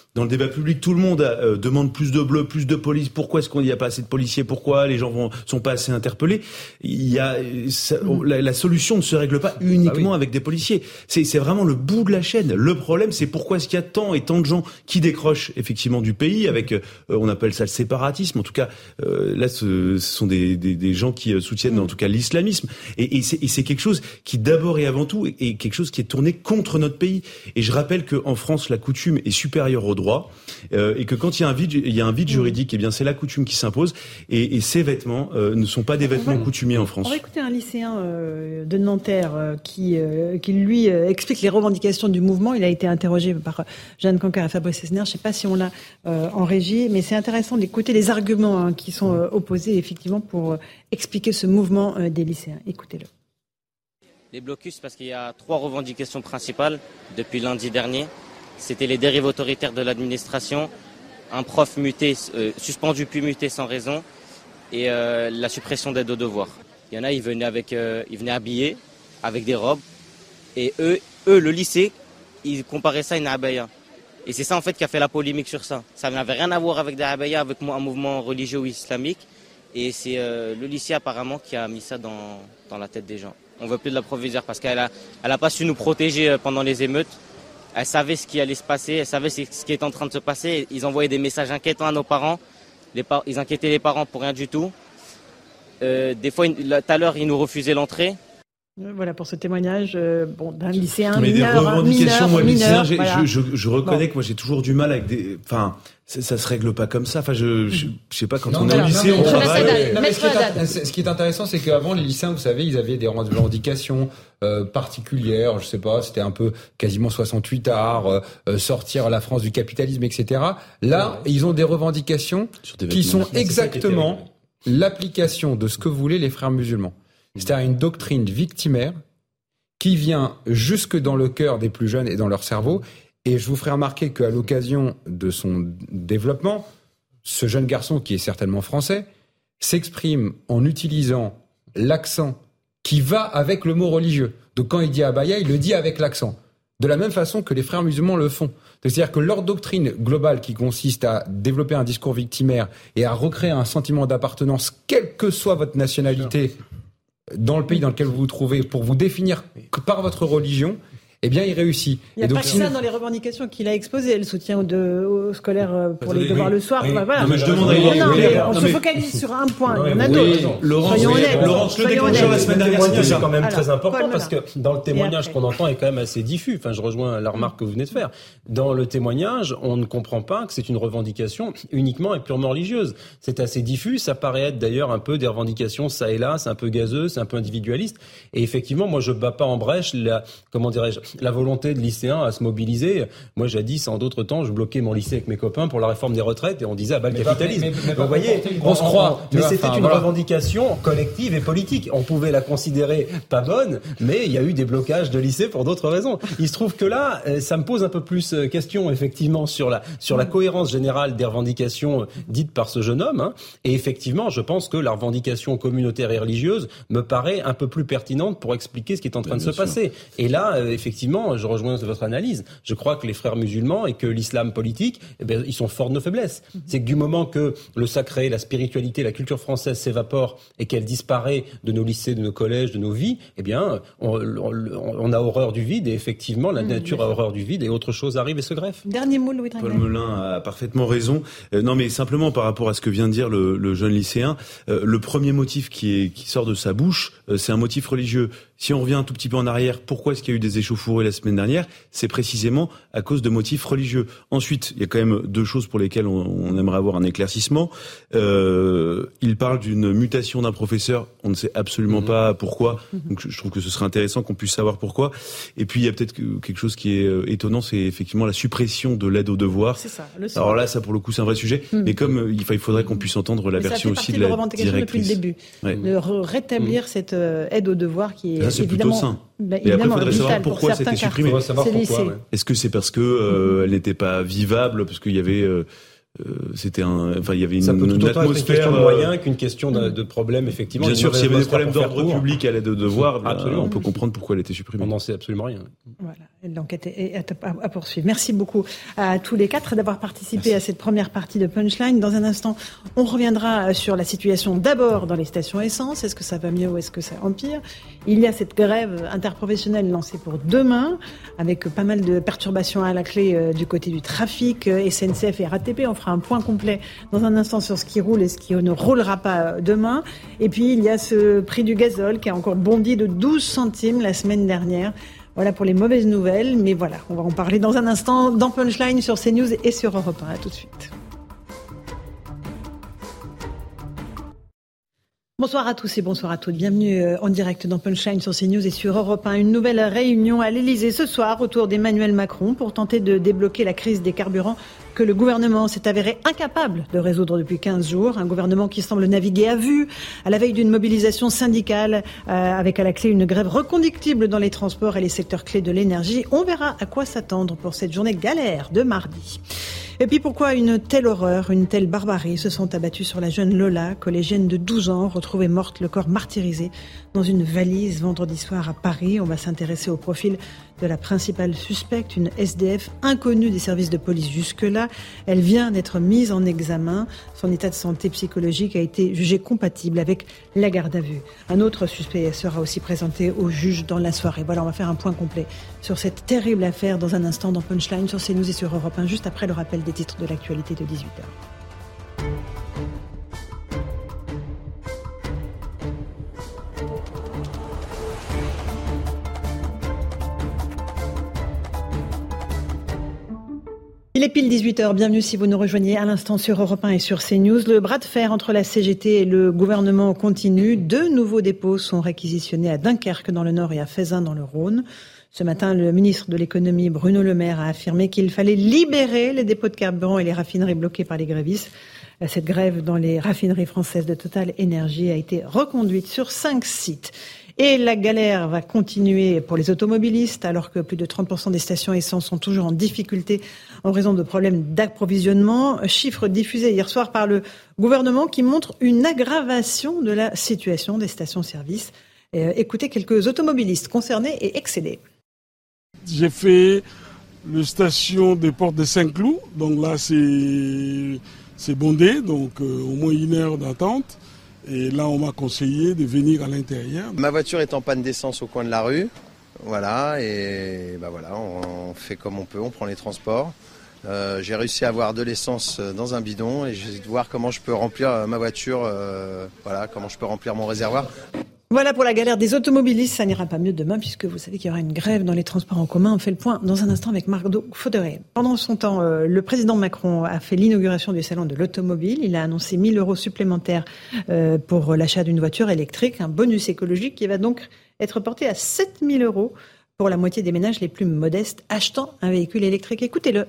Speaker 3: dans le débat public, tout le monde euh, demande plus de bleu, plus de police. Pourquoi est-ce qu'on n'y a pas assez de policiers? Pourquoi les gens vont, sont pas assez interpellés? Il y a ça, mmh. la, la solution ne se règle pas uniquement ah oui. avec des policiers. C'est, c'est vraiment le bout de la chaîne. Le problème, c'est pourquoi est-ce qu'il y a tant et tant de gens qui décrochent effectivement du pays avec, euh, on appelle ça le séparatisme. En tout cas, euh, là, ce, ce sont des, des, des gens qui soutiennent mmh. en tout cas l'islamisme. Et, et, c'est, et c'est quelque chose qui d'abord et avant tout est, est quelque chose qui est tourné contre notre pays. Et je rappelle qu'en France, la coutume est supérieure au droit. Euh, et que quand il y a un vide, il y a un vide juridique, eh bien c'est la coutume qui s'impose. Et, et ces vêtements euh, ne sont pas des vêtements va, coutumiers en France.
Speaker 2: On va écouter un lycéen euh, de Nanterre euh, qui, euh, qui lui euh, explique les revendications du mouvement. Il a été interrogé par Jeanne Cancard et Fabrice Elsner. Je ne sais pas si on l'a euh, en régie, mais c'est intéressant d'écouter les arguments hein, qui sont euh, opposés effectivement pour euh, expliquer ce mouvement euh, des lycéens. Écoutez-le.
Speaker 5: Les blocus, parce qu'il y a trois revendications principales depuis lundi dernier. C'était les dérives autoritaires de l'administration, un prof muté, euh, suspendu puis muté sans raison, et euh, la suppression d'aide aux devoirs. Il y en a, ils venaient avec, euh, ils venaient habillés avec des robes, et eux, eux, le lycée, ils comparaient ça à une abaya. Et c'est ça en fait qui a fait la polémique sur ça. Ça n'avait rien à voir avec des abayas, avec un mouvement religieux ou islamique, et c'est euh, le lycée apparemment qui a mis ça dans, dans la tête des gens. On veut plus de la provisoire parce qu'elle a, elle a pas su nous protéger pendant les émeutes. Elle savait ce qui allait se passer, elle savait ce qui était en train de se passer. Ils envoyaient des messages inquiétants à nos parents. Les par- ils inquiétaient les parents pour rien du tout. Euh, des fois, tout à l'heure, ils nous refusaient l'entrée.
Speaker 2: Voilà pour ce témoignage euh, bon, d'un lycéen
Speaker 3: mais
Speaker 2: mineur.
Speaker 3: Des revendications,
Speaker 2: mineur,
Speaker 3: moi,
Speaker 2: mineur,
Speaker 3: lycéen,
Speaker 2: voilà.
Speaker 3: je, je, je reconnais
Speaker 2: bon.
Speaker 3: que moi j'ai toujours du mal avec des. Enfin, ça, ça se règle pas comme ça. Enfin, je, je, je sais pas quand
Speaker 9: non,
Speaker 3: on
Speaker 9: non,
Speaker 3: est au
Speaker 9: non,
Speaker 3: lycée,
Speaker 9: non,
Speaker 3: on
Speaker 9: non,
Speaker 3: travaille.
Speaker 9: Non, mais ce, qui est, ce qui est intéressant, c'est qu'avant les lycéens, vous savez, ils avaient des revendications euh, particulières. Je sais pas, c'était un peu quasiment soixante-huit arts, euh, sortir la France du capitalisme, et cetera. Là, ouais. ils ont des revendications des qui sont exactement l'application de ce que voulaient les frères musulmans. C'est-à-dire une doctrine victimaire qui vient jusque dans le cœur des plus jeunes et dans leur cerveau. Et je vous ferai remarquer qu'à l'occasion de son développement, ce jeune garçon, qui est certainement français, s'exprime en utilisant l'accent qui va avec le mot religieux. Donc quand il dit abaya, il le dit avec l'accent. De la même façon que les frères musulmans le font. C'est-à-dire que leur doctrine globale qui consiste à développer un discours victimaire et à recréer un sentiment d'appartenance, quelle que soit votre nationalité, dans le pays dans lequel vous vous trouvez, pour vous définir que par votre religion, eh bien, il réussit.
Speaker 2: Il n'y a et donc, pas que si ça dans les revendications qu'il a exposées, le soutien aux, aux scolaires pour les devoirs oui, le soir.
Speaker 3: Oui.
Speaker 2: Bah, voilà.
Speaker 3: Non, mais je demande à
Speaker 2: non, non, mais
Speaker 3: non,
Speaker 2: on
Speaker 3: non,
Speaker 2: se
Speaker 3: mais...
Speaker 2: focalise sur un point.
Speaker 3: Non,
Speaker 2: il y en a
Speaker 3: oui,
Speaker 2: d'autres.
Speaker 3: Laurence,
Speaker 2: Soyons
Speaker 3: oui,
Speaker 2: honnêtes.
Speaker 3: Laurence, le déclencheur la semaine dernière,
Speaker 12: c'est quand même
Speaker 2: Alors,
Speaker 12: très important
Speaker 2: Paul
Speaker 12: parce que dans le témoignage qu'on entend est quand même assez diffus. Enfin, je rejoins la remarque que vous venez de faire. Dans le témoignage, on ne comprend pas que c'est une revendication uniquement et purement religieuse. C'est assez diffus. Ça paraît être d'ailleurs un peu des revendications ça et là. C'est un peu gazeux, c'est un peu individualiste. Et effectivement, moi, je bats pas en brèche la, comment dirais-je, la volonté de lycéens à se mobiliser. Moi, jadis, en d'autres temps, je bloquais mon lycée avec mes copains pour la réforme des retraites et on disait ah bah le capitalisme. Mais, mais, mais, vous voyez, on se croit. Mais c'était enfin, une voilà. revendication collective et politique. On pouvait la considérer pas bonne, mais il y a eu des blocages de lycées pour d'autres raisons. Il se trouve que là, ça me pose un peu plus question effectivement sur la sur la cohérence générale des revendications dites par ce jeune homme. Hein. Et effectivement, je pense que la revendication communautaire et religieuse me paraît un peu plus pertinente pour expliquer ce qui est en train bien de se sûr. passer. Et là, effectivement, je rejoins votre analyse. Je crois que les frères musulmans et que l'islam politique, eh bien, ils sont forts de nos faiblesses. Mm-hmm. C'est que du moment que le sacré, la spiritualité, la culture française s'évapore et qu'elle disparaît de nos lycées, de nos collèges, de nos vies, eh bien, on, on, on a horreur du vide et effectivement, la mmh, nature a horreur du vide et autre chose arrive et se greffe.
Speaker 2: Dernier mot, Louis Trinquet.
Speaker 3: Paul Melun a parfaitement raison. Euh, non, mais simplement par rapport à ce que vient de dire le, le jeune lycéen, euh, le premier motif qui, est, qui sort de sa bouche, euh, c'est un motif religieux. Si on revient un tout petit peu en arrière, pourquoi est-ce qu'il y a eu des échauffourées la semaine dernière ? C'est précisément à cause de motifs religieux. Ensuite, il y a quand même deux choses pour lesquelles on, on aimerait avoir un éclaircissement. Euh, il parle d'une mutation d'un professeur. On ne sait absolument mmh. pas pourquoi. Donc, je trouve que ce serait intéressant qu'on puisse savoir pourquoi. Et puis, il y a peut-être quelque chose qui est étonnant, c'est effectivement la suppression de l'aide aux devoirs.
Speaker 2: C'est ça. Le
Speaker 3: Alors là, ça pour le coup, c'est un vrai sujet. Mmh. Mais comme il faudrait qu'on puisse entendre la
Speaker 2: Mais
Speaker 3: version aussi de
Speaker 2: la
Speaker 3: la
Speaker 2: revendication
Speaker 3: directrice.
Speaker 2: Depuis le début. Ouais. De rétablir mmh. cette euh, aide aux devoirs qui est
Speaker 3: là, c'est
Speaker 2: évidemment.
Speaker 3: Plutôt sain.
Speaker 2: Bah,
Speaker 3: et après, il faudrait savoir pourquoi c'était supprimé.
Speaker 12: Savoir pourquoi, ouais.
Speaker 3: Est-ce que c'est parce que euh, elle n'était pas vivable, parce qu'il y avait euh, Euh, c'était un, enfin il y avait une,
Speaker 12: ça peut tout
Speaker 3: une
Speaker 12: autant
Speaker 3: atmosphère.
Speaker 12: Être une question de moyens qu'une question de, de problème effectivement.
Speaker 3: Bien sûr, s'il y avait des problèmes d'ordre
Speaker 12: court.
Speaker 3: public à l'aide de devoir, ben, on peut comprendre pourquoi elle était supprimée.
Speaker 12: On n'en sait absolument rien.
Speaker 2: Voilà, l'enquête est à, à poursuivre. Merci beaucoup à tous les quatre d'avoir participé Merci. à cette première partie de Punchline. Dans un instant, on reviendra sur la situation d'abord dans les stations essence. Est-ce que ça va mieux ou est-ce que ça empire ? Il y a cette grève interprofessionnelle lancée pour demain, avec pas mal de perturbations à la clé euh, du côté du trafic, euh, S N C F et R A T P. On fera un point complet dans un instant sur ce qui roule et ce qui ne roulera pas demain. Et puis, il y a ce prix du gazole qui a encore bondi de douze centimes la semaine dernière. Voilà pour les mauvaises nouvelles. Mais voilà, on va en parler dans un instant dans Punchline sur CNews et sur Europe un. À tout de suite. Bonsoir à tous et bonsoir à toutes. Bienvenue en direct dans Punchline sur CNews et sur Europe un. Une nouvelle réunion à l'Elysée ce soir autour d'Emmanuel Macron pour tenter de débloquer la crise des carburants que le gouvernement s'est avéré incapable de résoudre depuis quinze jours. Un gouvernement qui semble naviguer à vue à la veille d'une mobilisation syndicale euh, avec à la clé une grève reconductible dans les transports et les secteurs clés de l'énergie. On verra à quoi s'attendre pour cette journée galère de mardi. Et puis pourquoi une telle horreur, une telle barbarie se sont abattues sur la jeune Lola, collégienne de douze ans, retrouvée morte, le corps martyrisé dans une valise vendredi soir à Paris. On va s'intéresser au profil de la principale suspecte, une S D F inconnue des services de police jusque-là. Elle vient d'être mise en examen. Son état de santé psychologique a été jugé compatible avec la garde à vue. Un autre suspect sera aussi présenté au juge dans la soirée. Voilà, on va faire un point complet sur cette terrible affaire dans un instant dans Punchline sur CNews et sur Europe un, juste après le rappel des titres de l'actualité de dix-huit heures. Il est pile dix-huit heures, bienvenue si vous nous rejoignez à l'instant sur Europe un et sur CNews. Le bras de fer entre la C G T et le gouvernement continue. Deux nouveaux dépôts sont réquisitionnés à Dunkerque dans le Nord et à Feyzin dans le Rhône. Ce matin, le ministre de l'économie Bruno Le Maire a affirmé qu'il fallait libérer les dépôts de carburant et les raffineries bloquées par les grévistes. Cette grève dans les raffineries françaises de Total Énergie a été reconduite sur cinq sites. Et la galère va continuer pour les automobilistes alors que plus de trente pour cent des stations essence sont toujours en difficulté en raison de problèmes d'approvisionnement. Chiffres diffusés hier soir par le gouvernement qui montrent une aggravation de la situation des stations-service. Euh, écoutez quelques automobilistes concernés et excédés.
Speaker 4: J'ai fait le station des Portes de Saint-Cloud, donc là c'est, c'est bondé, donc euh, au moins une heure d'attente. Et là, on m'a conseillé de venir à l'intérieur.
Speaker 6: Ma voiture est en panne d'essence au coin de la rue. Voilà, et ben voilà, on fait comme on peut, on prend les transports. Euh, j'ai réussi à avoir de l'essence dans un bidon et j'essaie de voir comment je peux remplir ma voiture, euh, voilà, comment je peux remplir mon réservoir.
Speaker 2: Voilà pour la galère des automobilistes. Ça n'ira pas mieux demain puisque vous savez qu'il y aura une grève dans les transports en commun. On fait le point dans un instant avec Margot Fauderet. Pendant son temps, euh, le président Macron a fait l'inauguration du salon de l'automobile. Il a annoncé mille euros supplémentaires euh, pour l'achat d'une voiture électrique, un bonus écologique qui va donc être porté à sept mille euros pour la moitié des ménages les plus modestes achetant un véhicule électrique. Écoutez-le.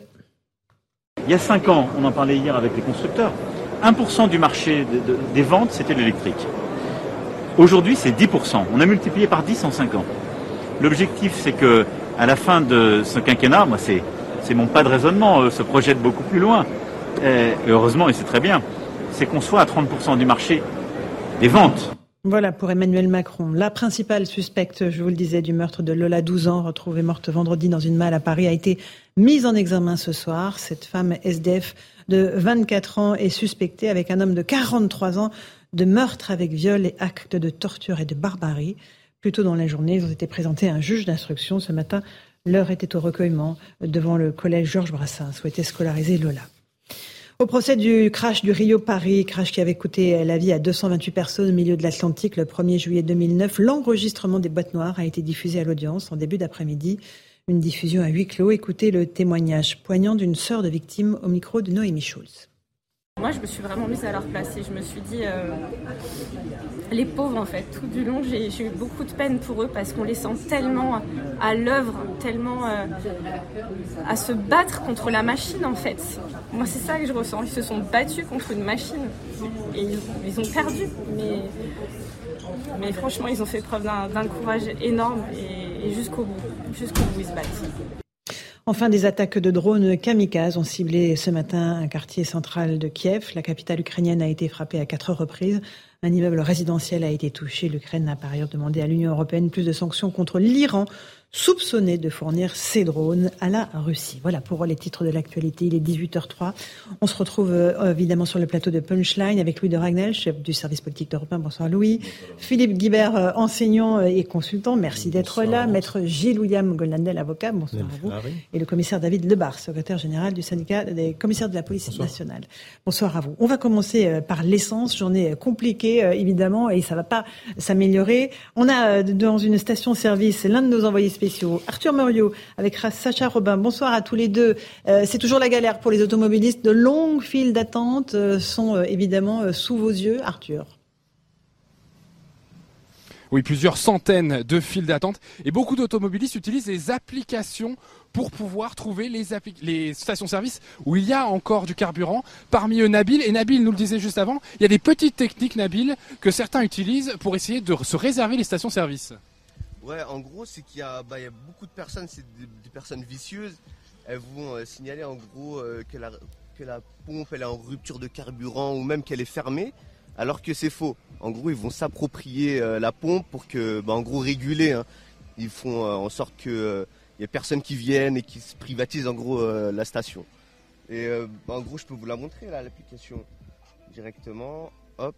Speaker 7: Il y a cinq ans, on en parlait hier avec les constructeurs, un pour cent du marché de, de, des ventes, c'était l'électrique. Aujourd'hui, c'est dix pour cent. On a multiplié par dix en cinq ans. L'objectif, c'est que, à la fin de ce quinquennat, moi, c'est, c'est mon pas de raisonnement, euh, se projette beaucoup plus loin. Et, heureusement, et c'est très bien, c'est qu'on soit à trente pour cent du marché des ventes.
Speaker 2: Voilà pour Emmanuel Macron. La principale suspecte, je vous le disais, du meurtre de Lola, douze ans, retrouvée morte vendredi dans une malle à Paris, a été mise en examen ce soir. Cette femme S D F de vingt-quatre ans est suspectée avec un homme de quarante-trois ans de meurtre avec viol et actes de torture et de barbarie. Plus tôt dans la journée, ils ont été présentés à un juge d'instruction. Ce matin, l'heure était au recueillement devant le collège Georges Brassens, souhaitait scolariser Lola. Au procès du crash du Rio Paris, crash qui avait coûté la vie à deux cent vingt-huit personnes au milieu de l'Atlantique le premier juillet deux mille neuf, l'enregistrement des boîtes noires a été diffusé à l'audience en début d'après-midi. Une diffusion à huis clos. Écoutez le témoignage poignant d'une sœur de victime au micro de Noémie Schulz.
Speaker 24: Moi, je me suis vraiment mise à leur place et je me suis dit, euh, les pauvres en fait, tout du long, j'ai, j'ai eu beaucoup de peine pour eux parce qu'on les sent tellement à l'œuvre, tellement euh, à se battre contre la machine en fait. Moi, c'est ça que je ressens. Ils se sont battus contre une machine et ils, ils ont perdu. Mais, mais franchement, ils ont fait preuve d'un, d'un courage énorme et, et jusqu'au bout, jusqu'au bout, ils se battent.
Speaker 2: Enfin, des attaques de drones kamikazes ont ciblé ce matin un quartier central de Kiev. La capitale ukrainienne a été frappée à quatre reprises. Un immeuble résidentiel a été touché. L'Ukraine a par ailleurs demandé à l'Union européenne plus de sanctions contre l'Iran, soupçonné de fournir ses drones à la Russie. Voilà pour les titres de l'actualité. Il est dix-huit heures zéro trois. On se retrouve euh, évidemment sur le plateau de Punchline avec Louis de Ragnel, chef du service politique d'Europe un. Bonsoir Louis. Bonsoir. Philippe Guibert, euh, enseignant et consultant. Merci d'être bonsoir, là. Bonsoir. Maître Gilles-William Goldnadel, avocat. Bonsoir bonsoir à vous. Et le commissaire David Lebar, secrétaire général du syndicat des commissaires de la police bonsoir. nationale. Bonsoir à vous. On va commencer euh, par l'essence. Journée compliquée euh, évidemment et ça va pas s'améliorer. On a euh, dans une station-service l'un de nos envoyés spéciaux, Arthur Muriot, avec Sacha Robin. Bonsoir à tous les deux. Euh, c'est toujours la galère pour les automobilistes. De longues files d'attente euh, sont euh, évidemment euh, sous vos yeux, Arthur.
Speaker 8: Oui, plusieurs centaines de files d'attente. Et beaucoup d'automobilistes utilisent les applications pour pouvoir trouver les, appli- les stations-service où il y a encore du carburant. Parmi eux, Nabil. Et Nabil nous le disait juste avant, il y a des petites techniques, Nabil, que certains utilisent pour essayer de se réserver les stations-service.
Speaker 17: Ouais, en gros, c'est qu'il y a, bah, il y a beaucoup de personnes, c'est des, des personnes vicieuses. Elles vont euh, signaler en gros euh, que, la, que la pompe elle est en rupture de carburant ou même qu'elle est fermée, alors que c'est faux. En gros, ils vont s'approprier euh, la pompe pour que, bah, en gros, réguler. Hein. Ils font euh, en sorte que euh, y a personne qui vienne et qui se privatise en gros euh, la station. Et euh, bah, en gros, je peux vous la montrer là, l'application directement. Hop.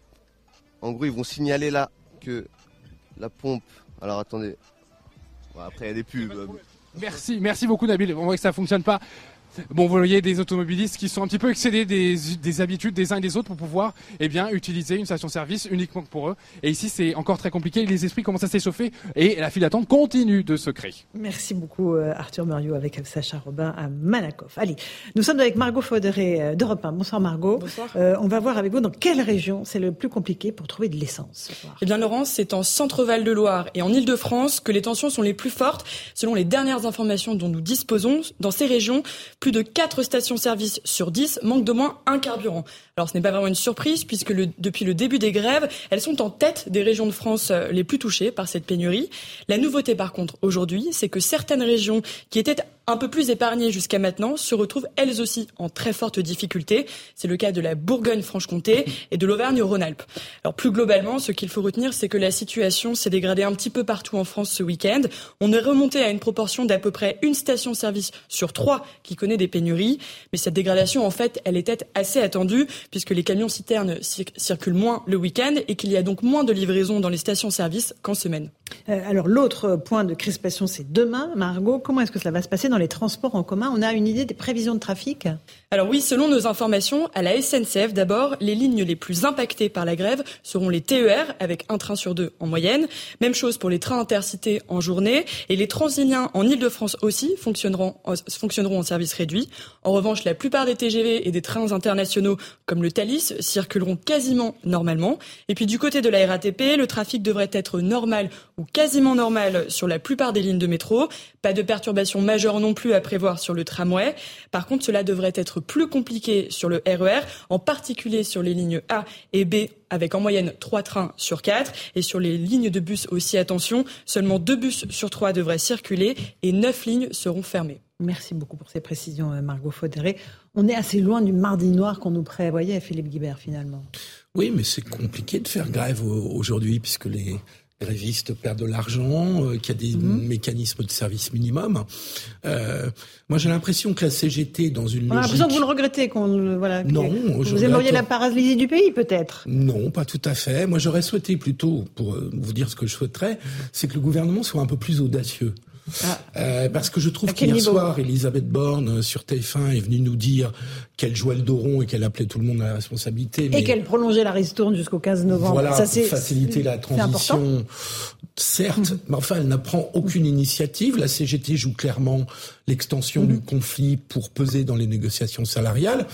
Speaker 17: En gros, ils vont signaler là que la pompe. Alors attendez, bon, après il y a des pubs.
Speaker 8: Merci, merci beaucoup Nabil, on voit que ça ne fonctionne pas. Bon, vous voyez des automobilistes qui sont un petit peu excédés des, des habitudes des uns et des autres pour pouvoir eh bien, utiliser une station-service uniquement pour eux. Et ici, c'est encore très compliqué. Les esprits commencent à s'échauffer et la file d'attente continue de se créer.
Speaker 2: Merci beaucoup Arthur Muriot avec Sacha Robin à Malakoff. Allez, nous sommes avec Margot Faudéré d'Europe un. Bonsoir Margot.
Speaker 11: Bonsoir.
Speaker 2: Euh, on va voir avec vous dans quelle région c'est le plus compliqué pour trouver de l'essence ce soir.
Speaker 11: Eh bien Laurence, c'est en Centre-Val de Loire et en Île-de-France que les tensions sont les plus fortes. Selon les dernières informations dont nous disposons, dans ces régions, plus de quatre stations-service sur dix manquent d'au moins un carburant. Alors ce n'est pas vraiment une surprise puisque le, depuis le début des grèves, elles sont en tête des régions de France les plus touchées par cette pénurie. La nouveauté par contre aujourd'hui, c'est que certaines régions qui étaient un peu plus épargnées jusqu'à maintenant se retrouvent elles aussi en très forte difficulté. C'est le cas de la Bourgogne-Franche-Comté et de l'Auvergne-Rhône-Alpes. Alors plus globalement, ce qu'il faut retenir, c'est que la situation s'est dégradée un petit peu partout en France ce week-end. On est remonté à une proportion d'à peu près une station-service sur trois qui connaît des pénuries. Mais cette dégradation, en fait, elle était assez attendue puisque les camions-citernes circulent moins le week-end et qu'il y a donc moins de livraisons dans les stations-service qu'en semaine.
Speaker 2: Euh, alors l'autre point de crispation, c'est demain. Margot, comment est-ce que cela va se passer dans les transports en commun? On a une idée des prévisions de trafic?
Speaker 11: Alors oui, selon nos informations, à la S N C F d'abord, les lignes les plus impactées par la grève seront les T E R, avec un train sur deux en moyenne. Même chose pour les trains intercités en journée. Et les Transiliens en Île-de-France aussi fonctionneront, fonctionneront en service réduit. En revanche, la plupart des T G V et des trains internationaux, comme le Thalys, circuleront quasiment normalement. Et puis du côté de la R A T P, le trafic devrait être normal ou quasiment normal sur la plupart des lignes de métro. Pas de perturbations majeures non plus à prévoir sur le tramway. Par contre, cela devrait être plus compliqué sur le R E R, en particulier sur les lignes A et B, avec en moyenne trois trains sur quatre. Et sur les lignes de bus aussi, attention, seulement deux bus sur trois devraient circuler et neuf lignes seront fermées.
Speaker 2: Merci beaucoup pour ces précisions, Margot Faudéré. On est assez loin du mardi noir qu'on nous prévoyait, Philippe Guibert, finalement.
Speaker 13: Oui, mais c'est compliqué de faire grève aujourd'hui puisque les grévistes perdent de l'argent, euh, qu'il y a des mmh. mécanismes de service minimum. Euh, moi, j'ai l'impression que la C G T, dans une
Speaker 2: On
Speaker 13: logique...
Speaker 2: a l'impression que vous le regrettez, qu'on voilà.
Speaker 13: Non,
Speaker 2: que
Speaker 13: je
Speaker 2: vous aimeriez
Speaker 13: regrette...
Speaker 2: la paralysie du pays, peut-être.
Speaker 13: Non, pas tout à fait. Moi, j'aurais souhaité plutôt, pour vous dire ce que je souhaiterais, c'est que le gouvernement soit un peu plus audacieux. Ah. Euh, parce que je trouve qu'hier soir, Elisabeth Borne sur T F un est venue nous dire qu'elle jouait le dos rond et qu'elle appelait tout le monde à la responsabilité. Mais...
Speaker 2: Et qu'elle prolongeait la ristourne jusqu'au quinze novembre.
Speaker 13: Voilà,
Speaker 2: ça,
Speaker 13: pour
Speaker 2: c'est,
Speaker 13: faciliter la transition. Certes, mmh. mais enfin, elle n'apprend aucune initiative. La C G T joue clairement l'extension mmh. du conflit pour peser dans les négociations salariales.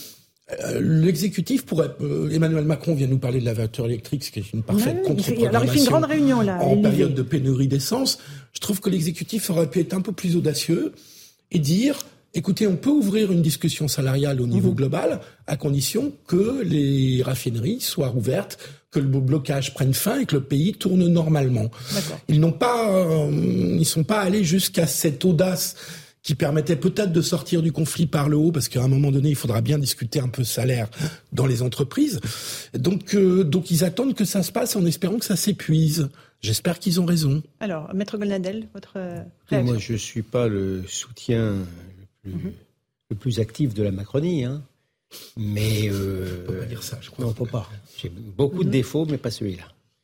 Speaker 13: Euh, l'exécutif pourrait... Euh, Emmanuel Macron vient nous parler de la voiture électrique, ce qui est une parfaite ouais, contre-programmation.
Speaker 2: Alors il fait une grande réunion là.
Speaker 13: En période de pénurie d'essence. Je trouve que l'exécutif aurait pu être un peu plus audacieux et dire, écoutez, on peut ouvrir une discussion salariale au niveau mmh. global à condition que les raffineries soient ouvertes, que le blocage prenne fin et que le pays tourne normalement. D'accord. Ils n'ont pas, euh, ils sont pas allés jusqu'à cette audace qui permettait peut-être de sortir du conflit par le haut, parce qu'à un moment donné, il faudra bien discuter un peu salaire dans les entreprises. Donc, euh, donc ils attendent que ça se passe en espérant que ça s'épuise. J'espère qu'ils ont raison.
Speaker 2: Alors, Maître Goldnadel, votre réaction?
Speaker 14: Moi, je ne suis pas le soutien le plus, mm-hmm. le plus actif de la Macronie, hein. Mais euh,
Speaker 13: on peut pas dire ça, je crois.
Speaker 14: Non, on peut pas. J'ai beaucoup mm-hmm. de défauts, mais pas celui-là.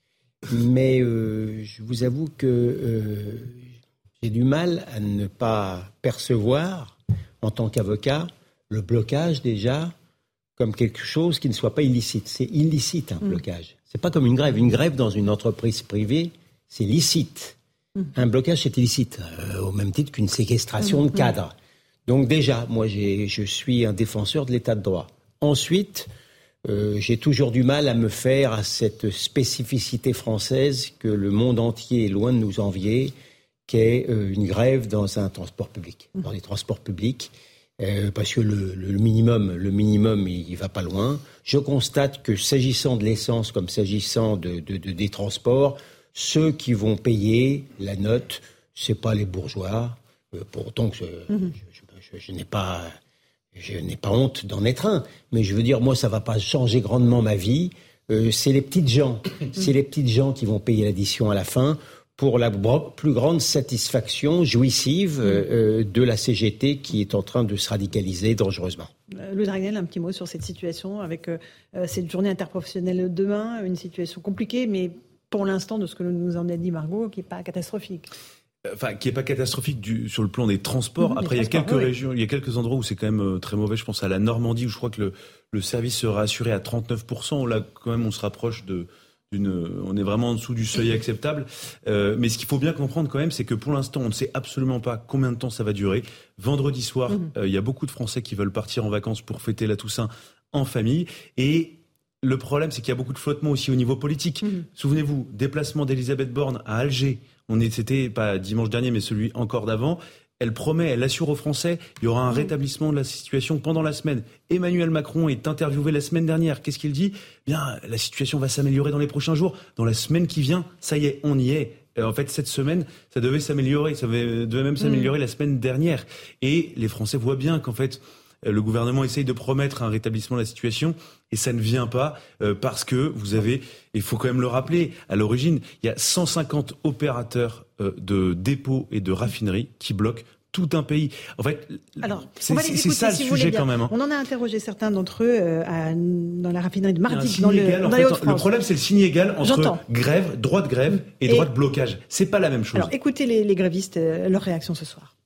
Speaker 14: Mais euh, je vous avoue que euh, j'ai du mal à ne pas percevoir, en tant qu'avocat, le blocage déjà comme quelque chose qui ne soit pas illicite. C'est illicite un mm. blocage. C'est pas comme une grève. Une grève dans une entreprise privée, c'est licite. Mm. Un blocage, c'est illicite, euh, au même titre qu'une séquestration mm. de cadre. Donc déjà, moi, j'ai, je suis un défenseur de l'état de droit. Ensuite, euh, j'ai toujours du mal à me faire à cette spécificité française que le monde entier est loin de nous envier, qu'est euh, une grève dans un transport public, dans les transports publics, euh, parce que le, le minimum, le minimum, il, il va pas loin. Je constate que s'agissant de l'essence comme s'agissant de, de, de, des transports, ceux qui vont payer la note, c'est pas les bourgeois. Euh, pour autant que je, mm-hmm. je, je, je, je n'ai pas, je n'ai pas honte d'en être un, mais je veux dire, moi, ça va pas changer grandement ma vie. Euh, c'est les petites gens, c'est les petites gens qui vont payer l'addition à la fin, pour la plus grande satisfaction jouissive euh, de la C G T qui est en train de se radicaliser dangereusement.
Speaker 2: Euh, Louis Dragnel, un petit mot sur cette situation avec euh, cette journée interprofessionnelle demain, une situation compliquée, mais pour l'instant, de ce que nous en a dit Margot, qui n'est pas catastrophique.
Speaker 3: Enfin, qui n'est pas catastrophique du, sur le plan des transports. Mmh, Après, il y a quelques oui. régions, il y a quelques endroits où c'est quand même euh, très mauvais. Je pense à la Normandie, où je crois que le, le service sera assuré à trente-neuf pour cent. Là, quand même, on se rapproche de... Une, on est vraiment en dessous du seuil acceptable. Euh, mais ce qu'il faut bien comprendre quand même, c'est que pour l'instant, on ne sait absolument pas combien de temps ça va durer. Vendredi soir, il mmh. euh, y a beaucoup de Français qui veulent partir en vacances pour fêter la Toussaint en famille. Et le problème, c'est qu'il y a beaucoup de flottement aussi au niveau politique. Mmh. Souvenez-vous, déplacement d'Elisabeth Borne à Alger. On est, c'était pas dimanche dernier, mais celui encore d'avant. Elle promet, elle assure aux Français, il y aura un rétablissement de la situation pendant la semaine. Emmanuel Macron est interviewé la semaine dernière. Qu'est-ce qu'il dit ? Bien, la situation va s'améliorer dans les prochains jours. Dans la semaine qui vient, ça y est, on y est. En fait, cette semaine, ça devait s'améliorer. Ça devait même s'améliorer mmh. la semaine dernière. Et les Français voient bien qu'en fait, le gouvernement essaye de promettre un rétablissement de la situation et ça ne vient pas euh, parce que vous avez, il faut quand même le rappeler, à l'origine, il y a cent cinquante opérateurs euh, de dépôts et de raffineries qui bloquent tout un pays. En fait,
Speaker 2: alors,
Speaker 3: c'est,
Speaker 2: on va
Speaker 3: c'est, c'est ça
Speaker 2: si
Speaker 3: le sujet quand même. Hein.
Speaker 2: On en a interrogé certains d'entre eux euh, à, dans la raffinerie de Mardic, dans,
Speaker 3: égal,
Speaker 2: le, dans
Speaker 3: fait,
Speaker 2: les Hauts-de-France.
Speaker 3: Le problème, c'est le signe égal entre
Speaker 2: J'entends.
Speaker 3: grève, droit de grève et, et droit de blocage. C'est pas la même chose.
Speaker 2: Alors, écoutez les, les grévistes, euh, leur réaction ce soir.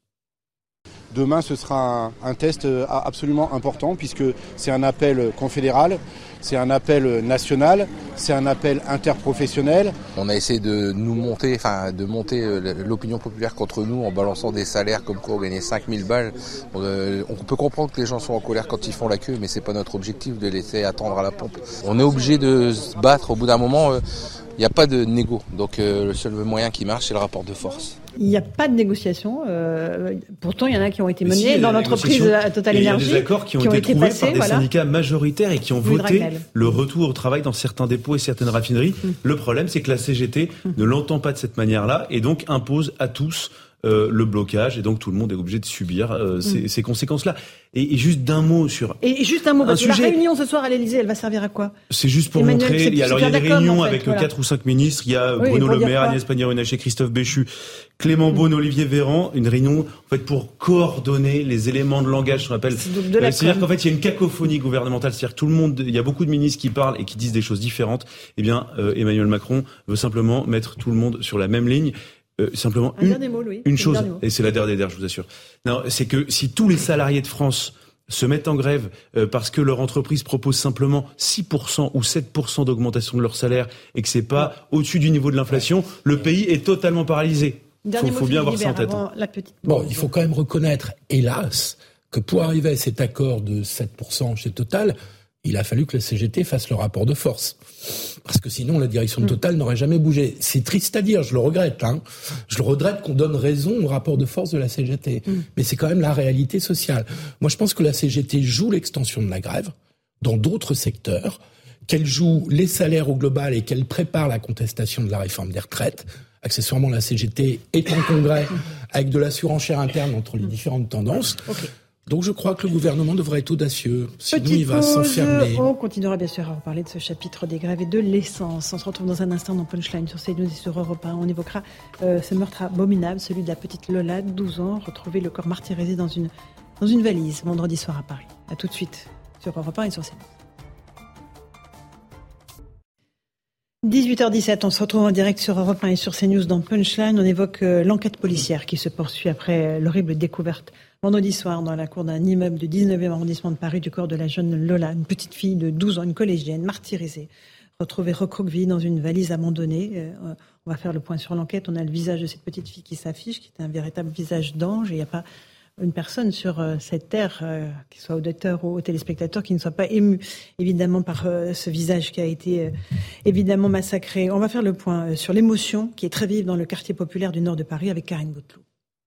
Speaker 15: Demain, ce sera un, un test absolument important puisque c'est un appel confédéral, c'est un appel national, c'est un appel interprofessionnel.
Speaker 16: On a essayé de nous monter, enfin de monter l'opinion populaire contre nous en balançant des salaires comme quoi on gagnait cinq mille balles. On, euh, on peut comprendre que les gens sont en colère quand ils font la queue, mais c'est pas notre objectif de laisser attendre à la pompe. On est obligé de se battre au bout d'un moment. Euh, Il n'y a pas de négo, donc euh, le seul moyen qui marche, c'est le rapport de force.
Speaker 2: Il n'y a pas de négociation. Euh, pourtant, il y en a qui ont été menées si, dans l'entreprise Total Énergie.
Speaker 3: Il y a des accords qui ont, qui ont été, été trouvés passés, par des voilà. syndicats majoritaires et qui ont Louis voté Dragnel. Le retour au travail dans certains dépôts et certaines raffineries. Mmh. Le problème, c'est que la C G T mmh. ne l'entend pas de cette manière-là et donc impose à tous Euh, le blocage et donc tout le monde est obligé de subir euh, ces, mmh. ces conséquences-là. Et, et juste d'un mot sur
Speaker 2: et juste un mot parce
Speaker 3: un
Speaker 2: que
Speaker 3: sujet,
Speaker 2: la réunion ce soir à l'Élysée, elle va servir à quoi ?
Speaker 3: C'est juste pour
Speaker 2: Emmanuel,
Speaker 3: montrer.
Speaker 2: c'est,
Speaker 3: Il y a, alors il y a des réunions en fait, avec voilà. quatre ou cinq ministres. Il y a oui, Bruno Le Maire, Agnès Pannier-Runacher, Christophe Béchu, Clément Beaune, mmh. Olivier Véran. Une réunion en fait pour coordonner les éléments de langage qu'on appelle.
Speaker 2: C'est de la
Speaker 3: euh, c'est-à-dire qu'en fait il y a une cacophonie gouvernementale. C'est-à-dire que tout le monde, il y a beaucoup de ministres qui parlent et qui disent des choses différentes. Eh bien, euh, Emmanuel Macron veut simplement mettre tout le monde sur la même ligne. Euh, simplement
Speaker 2: un
Speaker 3: une,
Speaker 2: mot, Louis.
Speaker 3: une chose, et c'est la dernière d'air, je vous assure. Non, c'est que si tous les salariés de France se mettent en grève euh, parce que leur entreprise propose simplement six pour cent ou sept pour cent d'augmentation de leur salaire et que c'est pas ouais. au-dessus du niveau de l'inflation, le pays est totalement paralysé. Il faut, faut bien avoir ça en tête.
Speaker 2: La petite...
Speaker 13: Bon, il faut quand même reconnaître, hélas, que pour arriver à cet accord de sept pour cent chez Total, il a fallu que la C G T fasse le rapport de force. Parce que sinon, la direction de Total n'aurait jamais bougé. C'est triste à dire, je le regrette. Hein. Je le regrette qu'on donne raison au rapport de force de la C G T. Mm. Mais c'est quand même la réalité sociale. Moi, je pense que la C G T joue l'extension de la grève dans d'autres secteurs, qu'elle joue les salaires au global et qu'elle prépare la contestation de la réforme des retraites. accessoirement la C G T est en congrès avec de la surenchère interne entre les différentes tendances. Okay. Donc je crois que le gouvernement devrait être audacieux, sinon
Speaker 2: Petite
Speaker 13: il va
Speaker 2: pause,
Speaker 13: s'enfermer.
Speaker 2: On continuera bien sûr à reparler de ce chapitre des grèves et de l'essence. On se retrouve dans un instant dans Punchline sur CNews et sur Europe un. On évoquera euh, ce meurtre abominable, celui de la petite Lola, douze ans, retrouvé le corps martyrisé dans une, dans une valise vendredi soir à Paris. A tout de suite sur Europe un et sur CNews. dix-huit heures dix-sept, on se retrouve en direct sur Europe un et sur CNews dans Punchline. On évoque euh, l'enquête policière qui se poursuit après euh, l'horrible découverte vendredi soir dans la cour d'un immeuble du dix-neuvième arrondissement de Paris du corps de la jeune Lola, une petite fille de douze ans, une collégienne martyrisée, retrouvée recroquevillée dans une valise abandonnée. Euh, on va faire le point sur l'enquête. On a le visage de cette petite fille qui s'affiche, qui est un véritable visage d'ange. Il n'y a pas une personne sur euh, cette terre, euh, qu'il soit auditeur ou téléspectateur, qui ne soit pas ému, évidemment, par euh, ce visage qui a été euh, évidemment massacré. On va faire le point euh, sur l'émotion qui est très vive dans le quartier populaire du nord de Paris avec Karine Bouteloup.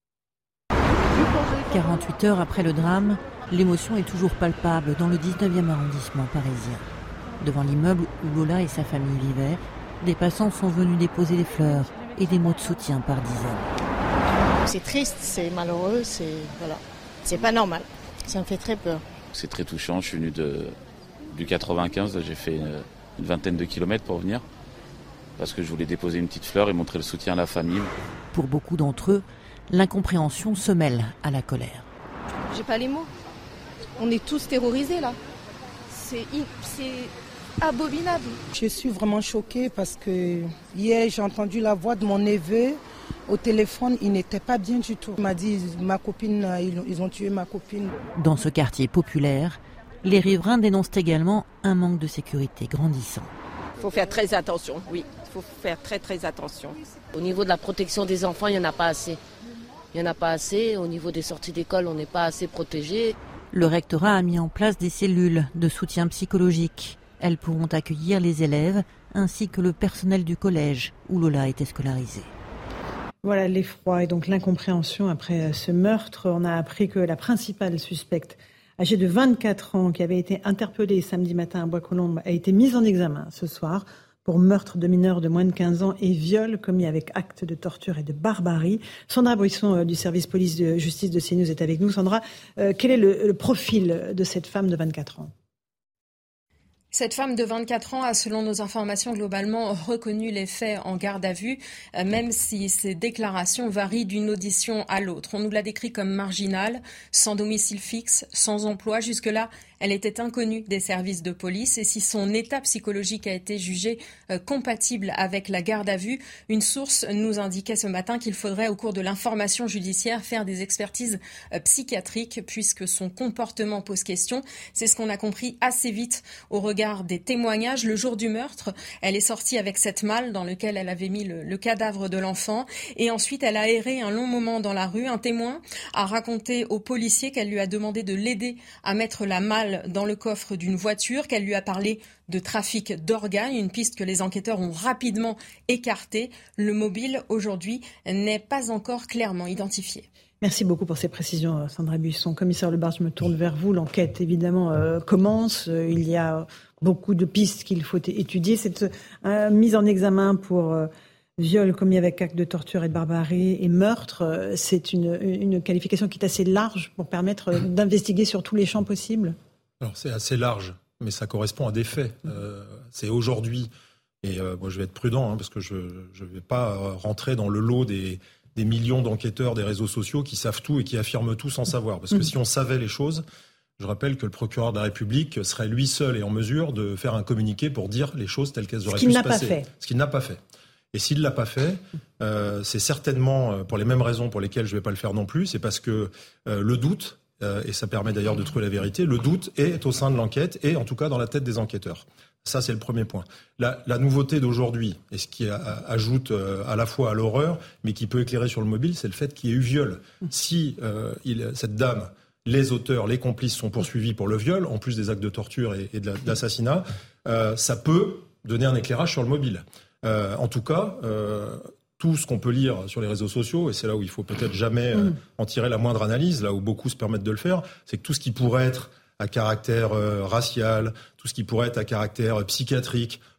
Speaker 10: quarante-huit heures après le drame, l'émotion est toujours palpable dans le dix-neuvième arrondissement parisien. Devant l'immeuble où Lola et sa famille vivaient, des passants sont venus déposer des fleurs et des mots de soutien par dizaines.
Speaker 18: C'est triste, c'est malheureux, c'est voilà, c'est pas normal. Ça me fait très peur.
Speaker 19: C'est très touchant. Je suis venu de, du quatre-vingt-quinze, j'ai fait une, une vingtaine de kilomètres pour venir parce que je voulais déposer une petite fleur et montrer le soutien à la famille.
Speaker 10: Pour beaucoup d'entre eux, l'incompréhension se mêle à la colère.
Speaker 20: J'ai pas les mots. On est tous terrorisés là. C'est, c'est abominable.
Speaker 22: Je suis vraiment choquée parce que hier j'ai entendu la voix de mon neveu. Au téléphone, il n'était pas bien du tout. Il m'a dit, ma copine, ils ont tué ma copine.
Speaker 10: Dans ce quartier populaire, les riverains dénoncent également un manque de sécurité grandissant.
Speaker 21: Il faut faire très attention, oui. Il faut faire très très attention.
Speaker 25: Au niveau de la protection des enfants, il n'y en a pas assez. Il n'y en a pas assez. Au niveau des sorties d'école, on n'est pas assez protégés.
Speaker 10: Le rectorat a mis en place des cellules de soutien psychologique. Elles pourront accueillir les élèves ainsi que le personnel du collège où Lola était scolarisée.
Speaker 2: Voilà l'effroi et donc l'incompréhension après ce meurtre. On a appris que la principale suspecte, âgée de vingt-quatre ans, qui avait été interpellée samedi matin à Bois-Colombes, a été mise en examen ce soir pour meurtre de mineurs de moins de quinze ans et viol commis avec acte de torture et de barbarie. Sandra Brisson euh, du service police de justice de CNews est avec nous. Sandra, euh, quel est le, le profil de cette femme de vingt-quatre ans ?
Speaker 11: Cette femme de vingt-quatre ans a, selon nos informations, globalement reconnu les faits en garde à vue, même si ses déclarations varient d'une audition à l'autre. On nous l'a décrit comme marginale, sans domicile fixe, sans emploi. Jusque-là, elle était inconnue des services de police et si son état psychologique a été jugé euh, compatible avec la garde à vue, une source nous indiquait ce matin qu'il faudrait au cours de l'information judiciaire faire des expertises euh, psychiatriques puisque son comportement pose question. C'est ce qu'on a compris assez vite au regard des témoignages. Le jour du meurtre, elle est sortie avec cette malle dans laquelle elle avait mis le, le cadavre de l'enfant et ensuite elle a erré un long moment dans la rue. Un témoin a raconté aux policiers qu'elle lui a demandé de l'aider à mettre la malle dans le coffre d'une voiture, qu'elle lui a parlé de trafic d'organes, une piste que les enquêteurs ont rapidement écartée. Le mobile, aujourd'hui, n'est pas encore clairement identifié.
Speaker 2: Merci beaucoup pour ces précisions, Sandra Buisson. Commissaire Lebars, je me tourne vers vous. L'enquête, évidemment, euh, commence. Il y a beaucoup de pistes qu'il faut étudier. Cette euh, mise en examen pour euh, viol commis avec acte de torture et de barbarie et meurtre, euh, c'est une, une qualification qui est assez large pour permettre d'investiguer sur tous les champs possibles.
Speaker 26: Alors c'est assez large, mais ça correspond à des faits. Euh, c'est aujourd'hui, et euh, moi je vais être prudent, hein, parce que je ne vais pas rentrer dans le lot des, des millions d'enquêteurs des réseaux sociaux qui savent tout et qui affirment tout sans savoir. Parce que mmh. si on savait les choses, je rappelle que le procureur de la République serait lui seul et en mesure de faire un communiqué pour dire les choses telles qu'elles auraient pu se passer.
Speaker 2: Fait.
Speaker 26: Ce qu'il n'a pas fait. Et s'il ne l'a pas fait, euh, c'est certainement pour les mêmes raisons pour lesquelles je ne vais pas le faire non plus, c'est parce que euh, le doute, et ça permet d'ailleurs de trouver la vérité, le doute est au sein de l'enquête et en tout cas dans la tête des enquêteurs. Ça, c'est le premier point. La, la nouveauté d'aujourd'hui, et ce qui a, ajoute à la fois à l'horreur, mais qui peut éclairer sur le mobile, c'est le fait qu'il y ait eu viol. Si euh, il, cette dame, les auteurs, les complices sont poursuivis pour le viol, en plus des actes de torture et, et de, la, de l'assassinat, euh, ça peut donner un éclairage sur le mobile. Euh, en tout cas... Euh, tout ce qu'on peut lire sur les réseaux sociaux, et c'est là où il faut peut-être jamais euh, en tirer la moindre analyse, là où beaucoup se permettent de le faire, c'est que tout ce qui pourrait être à caractère euh, racial, tout ce qui pourrait être à caractère psychiatrique,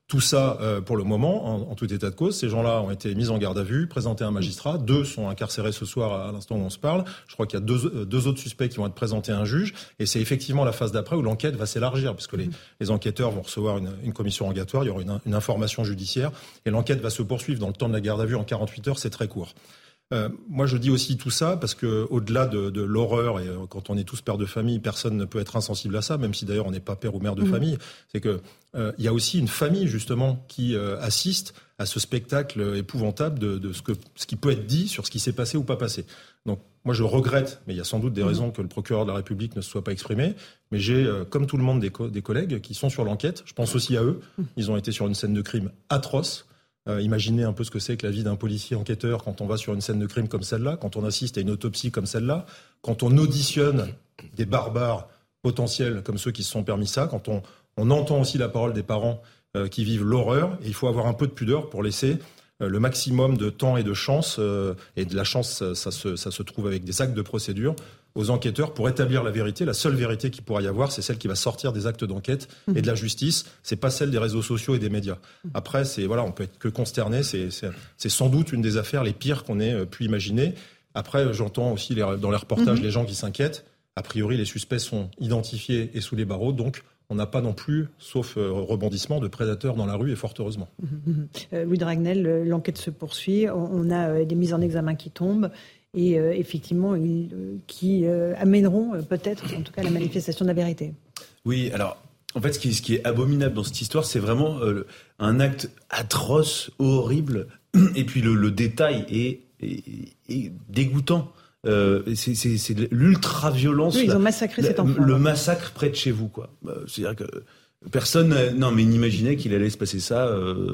Speaker 26: Tout ça, euh, pour le moment, en, en tout état de cause, ces gens-là ont été mis en garde à vue, présentés à un magistrat. Deux sont incarcérés ce soir à l'instant où on se parle. Je crois qu'il y a deux, euh, deux autres suspects qui vont être présentés à un juge. Et c'est effectivement la phase d'après où l'enquête va s'élargir, puisque les, les enquêteurs vont recevoir une, une commission rogatoire, il y aura une, une information judiciaire, et l'enquête va se poursuivre. Dans le temps de la garde à vue, en quarante-huit heures, c'est très court. Euh, moi, je dis aussi tout ça parce que, au-delà de, de l'horreur, et euh, quand on est tous pères de famille, personne ne peut être insensible à ça, même si d'ailleurs on n'est pas père ou mère de mmh. famille. C'est que euh, il y a aussi une famille justement qui euh, assiste à ce spectacle épouvantable de, de ce que ce qui peut être dit sur ce qui s'est passé ou pas passé. Donc, moi, je regrette, mais il y a sans doute des mmh. raisons que le procureur de la République ne se soit pas exprimé. Mais j'ai, euh, comme tout le monde, des, co- des collègues qui sont sur l'enquête. Je pense aussi à eux. Ils ont été sur une scène de crime atroce. Euh, imaginez un peu ce que c'est que la vie d'un policier enquêteur quand on va sur une scène de crime comme celle-là, quand on assiste à une autopsie comme celle-là, quand on auditionne des barbares potentiels comme ceux qui se sont permis ça, quand on, on entend aussi la parole des parents euh, qui vivent l'horreur. Et il faut avoir un peu de pudeur pour laisser euh, le maximum de temps et de chance, euh, et de la chance, ça, ça, se, ça se trouve avec des actes de procédure, aux enquêteurs pour établir la vérité. La seule vérité qu'il pourra y avoir, c'est celle qui va sortir des actes d'enquête et de la justice. C'est pas celle des réseaux sociaux et des médias. Après, c'est voilà, on peut être que consterné. C'est, c'est, c'est sans doute une des affaires les pires qu'on ait pu imaginer. Après, j'entends aussi les, dans les reportages mm-hmm. les gens qui s'inquiètent. A priori, les suspects sont identifiés et sous les barreaux, donc on n'a pas non plus, sauf euh, rebondissement, de prédateurs dans la rue, et fort heureusement.
Speaker 2: Mmh. Euh, Louis Dragnel, l'enquête se poursuit. On a euh, des mises en examen qui tombent. Et euh, effectivement, ils, euh, qui euh, amèneront euh, peut-être, en tout cas, la manifestation de la vérité.
Speaker 3: Oui, alors, en fait, ce qui, ce qui est abominable dans cette histoire, c'est vraiment euh, un acte atroce, horrible, et puis le, le détail est, est, est dégoûtant. Euh, c'est, c'est, c'est l'ultra-violence.
Speaker 2: Oui, ils ont massacré
Speaker 3: la,
Speaker 2: cet enfant.
Speaker 3: Le massacre près de chez vous, quoi. C'est-à-dire que personne, non, mais n'imaginait qu'il allait se passer ça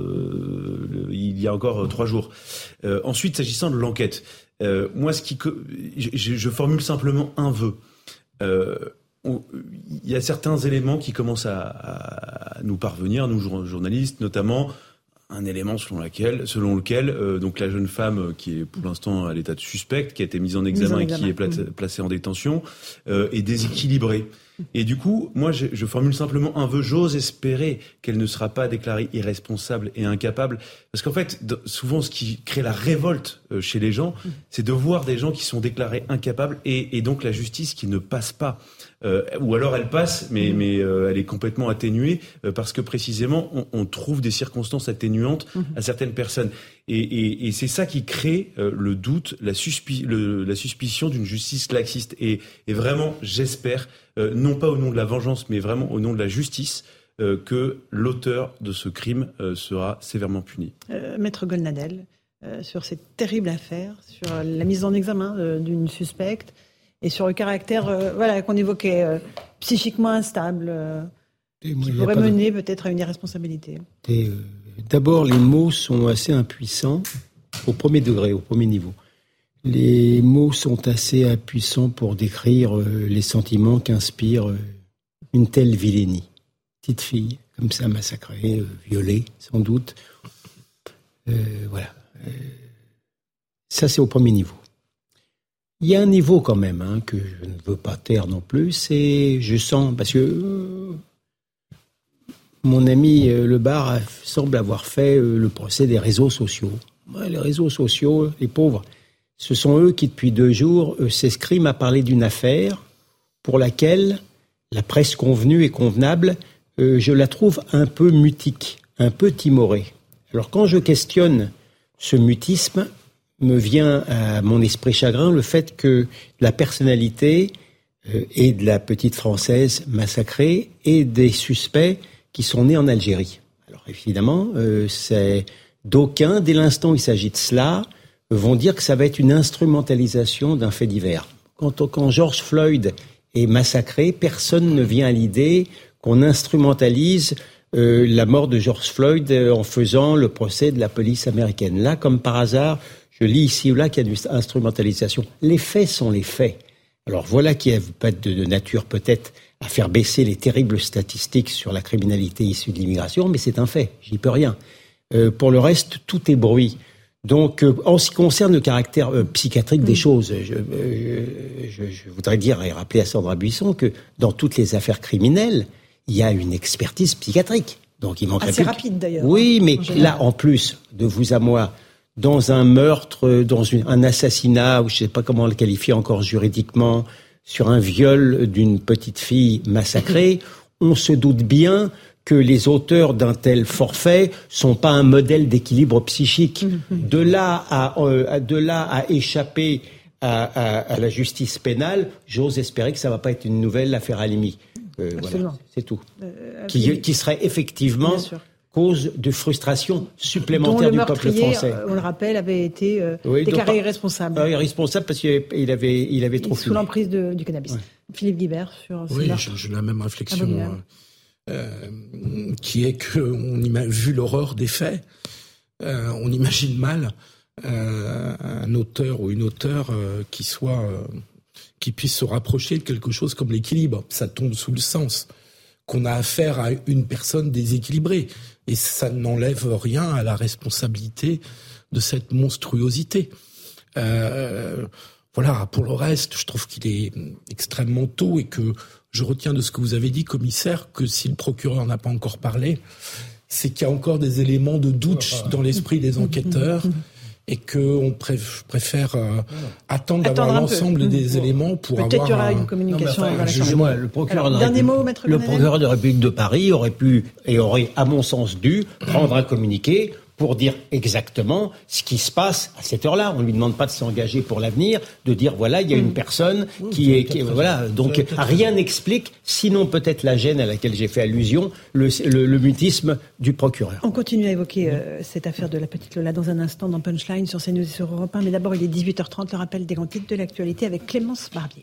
Speaker 3: euh, il y a encore trois jours. Euh, ensuite, s'agissant de l'enquête, euh, moi, ce qui, je, je formule simplement un vœu. Euh, on, il y a certains éléments qui commencent à, à nous parvenir, nous journalistes, notamment un élément selon laquelle, selon lequel, euh, donc la jeune femme qui est pour l'instant à l'état de suspecte, qui a été mise en examen, mise en examen. et qui est placée, placée en détention, euh, est déséquilibrée. Et du coup, moi, je, je formule simplement un vœu. J'ose espérer qu'elle ne sera pas déclarée irresponsable et incapable, parce qu'en fait, souvent, ce qui crée la révolte chez les gens, c'est de voir des gens qui sont déclarés incapables et, et donc la justice qui ne passe pas. Euh, ou alors elle passe, mais, mais euh, elle est complètement atténuée euh, parce que précisément on, on trouve des circonstances atténuantes mmh. à certaines personnes. Et, et, et c'est ça qui crée euh, le doute, la, suspi- le, la suspicion d'une justice laxiste. Et, et vraiment, j'espère, euh, non pas au nom de la vengeance, mais vraiment au nom de la justice, euh, que l'auteur de ce crime euh, sera sévèrement puni.
Speaker 2: Euh, Maître Golnadel, euh, sur cette terrible affaire, sur la mise en examen euh, d'une suspecte, et sur le caractère euh, voilà, qu'on évoquait, euh, psychiquement instable, euh, moi, qui pourrait mener de... peut-être à une irresponsabilité.
Speaker 14: Et, euh, d'abord, les mots sont assez impuissants au premier degré, au premier niveau. Les mots sont assez impuissants pour décrire euh, les sentiments qu'inspire euh, une telle vilainie. Petite fille, comme ça, massacrée, euh, violée, sans doute. Euh, voilà. Euh, ça, c'est au premier niveau. Il y a un niveau quand même hein, que je ne veux pas taire non plus, c'est, je sens, parce que euh, mon ami euh, Lebar a, semble avoir fait euh, le procès des réseaux sociaux. Ouais, les réseaux sociaux, les pauvres, ce sont eux qui depuis deux jours euh, s'escriment à parler d'une affaire pour laquelle la presse convenue et convenable, euh, je la trouve un peu mutique, un peu timorée. Alors quand je questionne ce mutisme, me vient à mon esprit chagrin le fait que la personnalité euh, et de la petite Française massacrée et des suspects qui sont nés en Algérie. Alors évidemment, euh, c'est d'aucuns, dès l'instant où il s'agit de cela, vont dire que ça va être une instrumentalisation d'un fait divers. Quand, quand George Floyd est massacré, personne ne vient à l'idée qu'on instrumentalise euh, la mort de George Floyd en faisant le procès de la police américaine. Là, comme par hasard, je lis ici ou là qu'il y a une instrumentalisation. Les faits sont les faits. Alors voilà qui peut être de nature peut-être à faire baisser les terribles statistiques sur la criminalité issue de l'immigration, mais c'est un fait, j'y peux rien. Euh, pour le reste, tout est bruit. Donc, euh, en ce qui concerne le caractère euh, psychiatrique des choses, je, euh, je, je voudrais dire et rappeler à Sandra Buisson que dans toutes les affaires criminelles, il y a une expertise psychiatrique. Donc il manquerait
Speaker 2: assez
Speaker 14: plus
Speaker 2: rapide
Speaker 14: que...
Speaker 2: d'ailleurs.
Speaker 14: Oui,
Speaker 2: hein,
Speaker 14: mais
Speaker 2: en
Speaker 14: là, en plus, de vous à moi, dans un meurtre, dans une, un assassinat, ou je ne sais pas comment le qualifier encore juridiquement, sur un viol d'une petite fille massacrée, on se doute bien que les auteurs d'un tel forfait sont pas un modèle d'équilibre psychique. De là à, euh, de là à échapper à, à, à la justice pénale, j'ose espérer que ça va pas être une nouvelle affaire Halimi. Euh, voilà, c'est tout. Euh, qui, qui serait effectivement cause de frustration supplémentaire du peuple français.
Speaker 2: On le rappelle, avait été euh, oui, déclaré donc, irresponsable.
Speaker 14: Euh, irresponsable parce qu'il avait, il avait, il avait trop
Speaker 2: sous
Speaker 14: fumé.
Speaker 2: l'emprise de, du cannabis. Ouais. Philippe Guibert sur.
Speaker 13: Oui, j'ai la même réflexion. Euh, qui est que on ima- vu l'horreur des faits, euh, on imagine mal euh, un auteur ou une auteure euh, qui soit euh, qui puisse se rapprocher de quelque chose comme l'équilibre. Ça tombe sous le sens qu'on a affaire à une personne déséquilibrée et ça n'enlève rien à la responsabilité de cette monstruosité. Euh, voilà. Pour le reste, je trouve qu'il est extrêmement tôt et que je retiens de ce que vous avez dit, commissaire, que si le procureur n'a pas encore parlé, c'est qu'il y a encore des éléments de doute dans l'esprit des enquêteurs et qu'on préfère euh, attendre d'avoir l'ensemble mmh. des éléments pour
Speaker 2: Peut-être
Speaker 13: avoir...
Speaker 2: Peut-être qu'il y aura une communication.
Speaker 14: Non, enfin, jugez-moi, le procureur,
Speaker 2: Alors,
Speaker 14: de,
Speaker 2: dernier
Speaker 14: République,
Speaker 2: mot, Maître
Speaker 14: le
Speaker 2: Gonel
Speaker 14: procureur de la République de Paris aurait pu, et aurait, à mon sens, dû prendre un communiqué pour dire exactement ce qui se passe à cette heure-là. On ne lui demande pas de s'engager pour l'avenir, de dire voilà, il y a une personne qui est... Qui est voilà, donc rien n'explique, sinon peut-être la gêne à laquelle j'ai fait allusion, le, le, le mutisme du procureur.
Speaker 2: On continue à évoquer euh, cette affaire de la petite Lola dans un instant dans Punchline sur CNews et sur Europe un, mais d'abord il est dix-huit heures trente, le rappel des grands titres de l'actualité avec Clémence Barbier.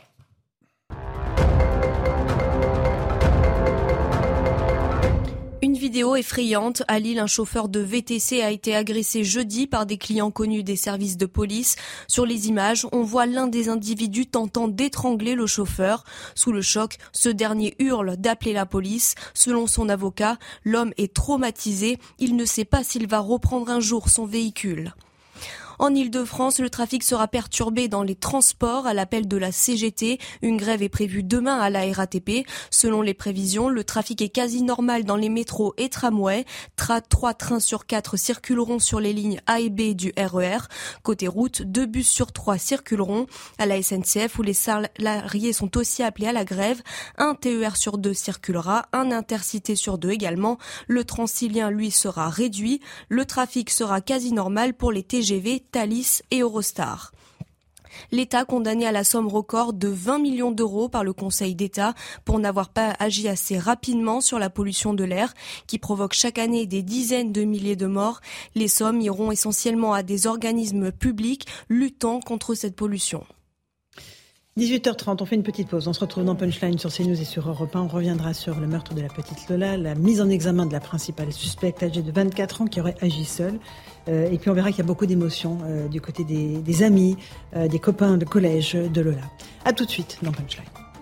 Speaker 1: Une vidéo effrayante. À Lille, un chauffeur de V T C a été agressé jeudi par des clients connus des services de police. Sur les images, on voit l'un des individus tentant d'étrangler le chauffeur. Sous le choc, ce dernier hurle d'appeler la police. Selon son avocat, l'homme est traumatisé. Il ne sait pas s'il va reprendre un jour son véhicule. En Île-de-France, le trafic sera perturbé dans les transports à l'appel de la C G T. Une grève est prévue demain à la R A T P. Selon les prévisions, le trafic est quasi normal dans les métros et tramways. Tra- trois trains sur quatre circuleront sur les lignes A et B du R E R. Côté route, deux bus sur trois circuleront. À la S N C F, où les salariés sont aussi appelés à la grève, un T E R sur deux circulera, un Intercité sur deux également. Le Transilien, lui, sera réduit. Le trafic sera quasi normal pour les T G V, Thalys et Eurostar. L'État condamné à la somme record de vingt millions d'euros par le Conseil d'État pour n'avoir pas agi assez rapidement sur la pollution de l'air qui provoque chaque année des dizaines de milliers de morts. Les sommes iront essentiellement à des organismes publics luttant contre cette pollution.
Speaker 2: dix-huit heures trente, on fait une petite pause. On se retrouve dans Punchline sur CNews et sur Europe un. On reviendra sur le meurtre de la petite Lola, la mise en examen de la principale suspecte âgée de vingt-quatre ans qui aurait agi seule. Euh, et puis on verra qu'il y a beaucoup d'émotions euh, du côté des, des amis, euh, des copains de collège de Lola. À tout de suite dans Punchline.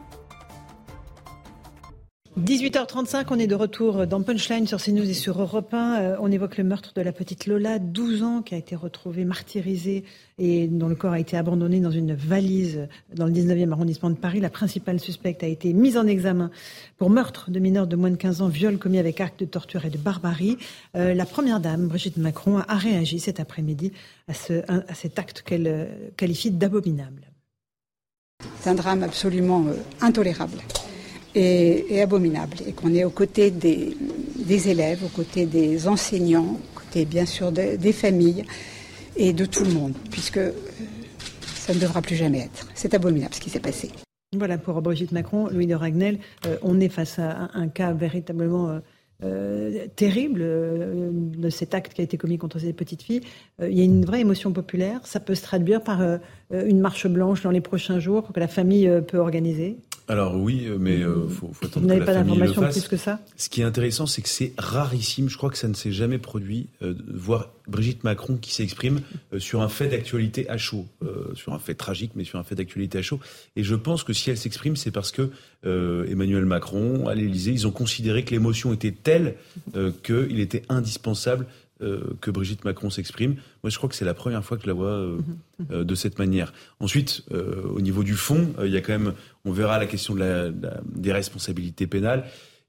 Speaker 2: dix-huit heures trente-cinq, on est de retour dans Punchline sur CNews et sur Europe un. Euh, on évoque le meurtre de la petite Lola, douze ans, qui a été retrouvée martyrisée et dont le corps a été abandonné dans une valise dans le dix-neuvième arrondissement de Paris. La principale suspecte a été mise en examen pour meurtre de mineurs de moins de quinze ans, viol commis avec acte de torture et de barbarie. Euh, la première dame, Brigitte Macron, a réagi cet après-midi à, ce, à cet acte qu'elle euh, qualifie d'abominable.
Speaker 4: C'est un drame absolument euh, intolérable. Et, et abominable, et qu'on est aux côtés des, des élèves, aux côtés des enseignants, aux côtés bien sûr de, des familles et de tout le monde, puisque ça ne devra plus jamais être. C'est abominable ce qui s'est passé.
Speaker 2: Voilà pour Brigitte Macron. Louis de Ragnel, euh, on est face à un, un cas véritablement euh, euh, terrible euh, de cet acte qui a été commis contre ces petites filles. Euh, il y a une vraie émotion populaire. Ça peut se traduire par euh, une marche blanche dans les prochains jours que la famille euh, peut organiser.
Speaker 3: Alors oui, mais euh, faut, faut attendre
Speaker 2: Vous n'avez
Speaker 3: que
Speaker 2: pas
Speaker 3: la famille le
Speaker 2: d'informations
Speaker 3: fasse.
Speaker 2: plus que ça ?
Speaker 3: Ce qui est intéressant, c'est que c'est rarissime. Je crois que ça ne s'est jamais produit euh, de voir Brigitte Macron qui s'exprime euh, sur un fait d'actualité à chaud, euh, sur un fait tragique, mais sur un fait d'actualité à chaud. Et je pense que si elle s'exprime, c'est parce que euh, Emmanuel Macron, à l'Élysée, ils ont considéré que l'émotion était telle euh, qu'il était indispensable Euh, que Brigitte Macron s'exprime. Moi, je crois que c'est la première fois que je la vois euh, euh, de cette manière. Ensuite, euh, au niveau du fond, il euh, y a quand même, on verra la question de la, de la, des responsabilités pénales.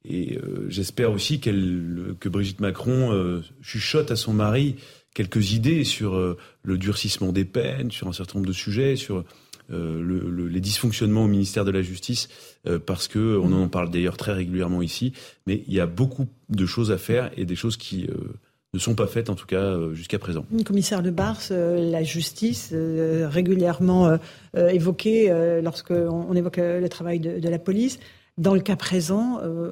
Speaker 3: et euh, j'espère aussi qu'elle, que Brigitte Macron euh, chuchote à son mari quelques idées sur euh, le durcissement des peines, sur un certain nombre de sujets, sur euh, le, le, les dysfonctionnements au ministère de la Justice, euh, parce que on en parle d'ailleurs très régulièrement ici, mais il y a beaucoup de choses à faire et des choses qui euh, ne sont pas faites, en tout cas euh, jusqu'à présent.
Speaker 2: Commissaire Lebars, euh, la justice, euh, régulièrement euh, euh, évoquée euh, lorsqu'on on évoque euh, le travail de, de la police. Dans le cas présent, euh,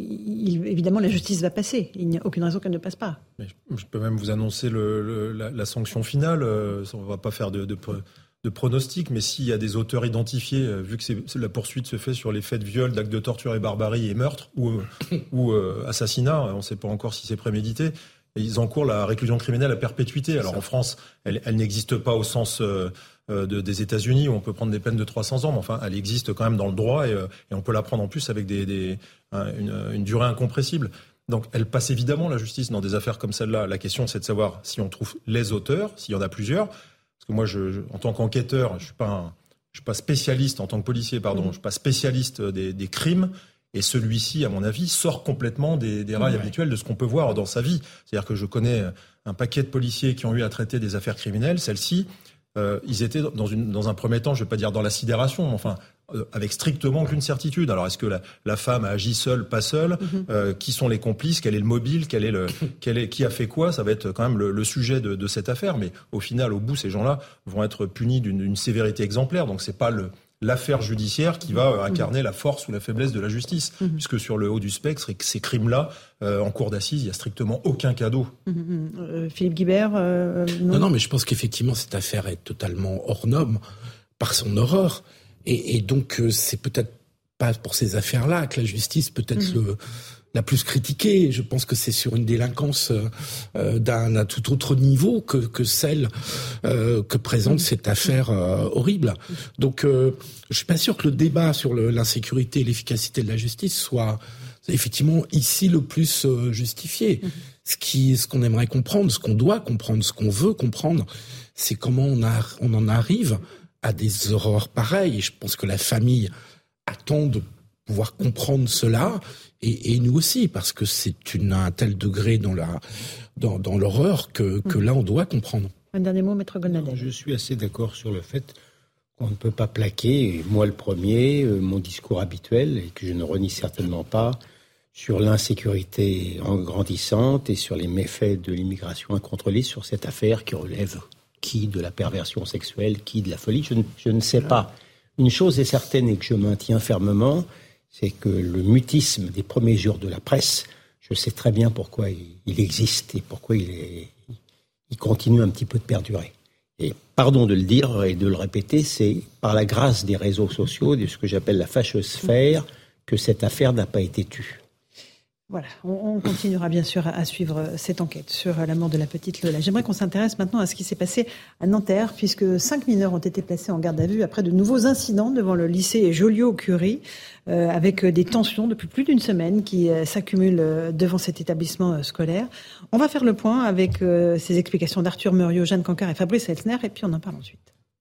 Speaker 2: il, évidemment, la justice va passer. Il n'y a aucune raison qu'elle ne passe pas.
Speaker 26: Mais je peux même vous annoncer le, le, la, la sanction finale. Euh, on ne va pas faire de, de, de pronostic, mais s'il y a des auteurs identifiés, euh, vu que c'est, la poursuite se fait sur les faits de viol, d'actes de torture et barbarie et meurtre, ou, ou euh, assassinat, on ne sait pas encore si c'est prémédité, et ils encourent la réclusion criminelle à perpétuité. Alors en France, elle, elle n'existe pas au sens... Euh, De, des États-Unis où on peut prendre des peines de trois cents ans, mais enfin, elle existe quand même dans le droit et, et on peut la prendre en plus avec des, des, une, une durée incompressible. Donc, elle passe évidemment la justice dans des affaires comme celle-là. La question, c'est de savoir si on trouve les auteurs, s'il y en a plusieurs. Parce que moi, je, je, en tant qu'enquêteur, je suis pas, un, je suis pas spécialiste en tant que policier, pardon, mmh. je suis pas spécialiste des, des crimes. Et celui-ci, à mon avis, sort complètement des, des rails ouais. habituels de ce qu'on peut voir dans sa vie. C'est-à-dire que je connais un paquet de policiers qui ont eu à traiter des affaires criminelles. Celle-ci, Euh, ils étaient dans, une, dans un premier temps, je ne vais pas dire dans la sidération, mais enfin, euh, avec strictement aucune certitude. Alors, est-ce que la, la femme a agi seule, pas seule mm-hmm. euh, Qui sont les complices? Quel est le mobile? Quel est le, quel est, qui a fait quoi? Ça va être quand même le, le sujet de, de cette affaire. Mais au final, au bout, ces gens-là vont être punis d'une, d'une sévérité exemplaire. Donc, c'est pas le... l'affaire judiciaire qui va incarner la force ou la faiblesse de la justice. Mmh. Puisque sur le haut du spectre, ces crimes-là, euh, en cour d'assises, il n'y a strictement aucun cadeau.
Speaker 2: Mmh. Euh, Philippe Guibert euh, non.
Speaker 13: non, non, mais je pense qu'effectivement, cette affaire est totalement hors norme par son horreur. Et, et donc, euh, c'est peut-être pas pour ces affaires-là que la justice peut être mmh. le... la plus critiquée. Je pense que c'est sur une délinquance euh, d'un, d'un tout autre niveau que, que celle euh, que présente cette affaire euh, horrible. Donc, euh, je suis pas sûr que le débat sur le, l'insécurité et l'efficacité de la justice soit effectivement ici le plus euh, justifié. Mmh. Ce qui, ce qu'on aimerait comprendre, ce qu'on doit comprendre, ce qu'on veut comprendre, c'est comment on, a, on en arrive à des horreurs pareilles. Et je pense que la famille attend de pouvoir comprendre cela. Et, et nous aussi, parce que c'est une, un tel degré dans, la, dans, dans l'horreur que, que là, on doit comprendre.
Speaker 2: Un dernier mot, Maître Golnadel.
Speaker 14: Je suis assez d'accord sur le fait qu'on ne peut pas plaquer, et moi le premier, euh, mon discours habituel, et que je ne renie certainement pas, sur l'insécurité grandissante et sur les méfaits de l'immigration incontrôlée sur cette affaire qui relève qui de la perversion sexuelle, qui de la folie, je ne, je ne sais pas. Une chose est certaine et que je maintiens fermement, c'est que le mutisme des premiers jours de la presse, je sais très bien pourquoi il, il existe et pourquoi il, est, il continue un petit peu de perdurer. Et pardon de le dire et de le répéter, c'est par la grâce des réseaux sociaux, de ce que j'appelle la fâchosphère, que cette affaire n'a pas été tue.
Speaker 2: Voilà, on, on continuera bien sûr à, à suivre cette enquête sur la mort de la petite Lola. J'aimerais qu'on s'intéresse maintenant à ce qui s'est passé à Nanterre, puisque cinq mineurs ont été placés en garde à vue après de nouveaux incidents devant le lycée Joliot-Curie, euh, avec des tensions depuis plus d'une semaine qui euh, s'accumulent devant cet établissement euh, scolaire. On va faire le point avec euh, ces explications d'Arthur Muriot, Jeanne Cancard et Fabrice Elsner, et puis on en parle ensuite.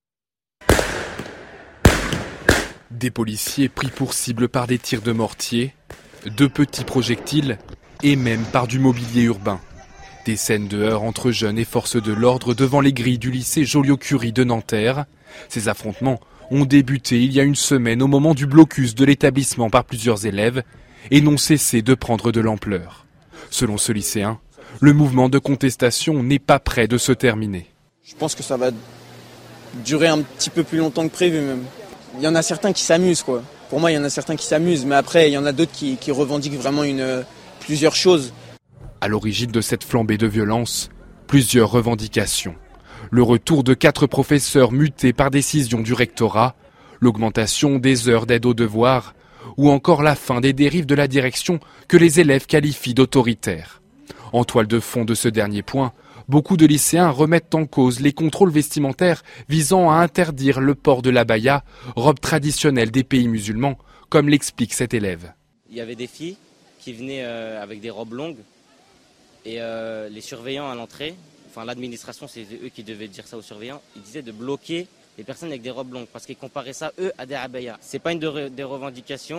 Speaker 8: Des policiers pris pour cible par des tirs de mortier, de petits projectiles et même par du mobilier urbain. Des scènes de heurts entre jeunes et forces de l'ordre devant les grilles du lycée Joliot-Curie de Nanterre. Ces affrontements ont débuté il y a une semaine au moment du blocus de l'établissement par plusieurs élèves et n'ont cessé de prendre de l'ampleur. Selon ce lycéen, le mouvement de contestation n'est pas près de se terminer.
Speaker 5: Je pense que ça va durer un petit peu plus longtemps que prévu même. Il y en a certains qui s'amusent, quoi. Pour moi, il y en a certains qui s'amusent, mais après, il y en a d'autres qui, qui revendiquent vraiment une, plusieurs choses.
Speaker 8: À l'origine de cette flambée de violence, plusieurs revendications. Le retour de quatre professeurs mutés par décision du rectorat, l'augmentation des heures d'aide aux devoirs, ou encore la fin des dérives de la direction que les élèves qualifient d'autoritaires. En toile de fond de ce dernier point, beaucoup de lycéens remettent en cause les contrôles vestimentaires visant à interdire le port de l'abaya, robe traditionnelle des pays musulmans, comme l'explique cet élève.
Speaker 6: Il y avait des filles qui venaient euh, avec des robes longues et euh, les surveillants à l'entrée, enfin l'administration, c'est eux qui devaient dire ça aux surveillants, ils disaient de bloquer les personnes avec des robes longues parce qu'ils comparaient ça, eux, à des abayas. C'est pas une de re- des revendications,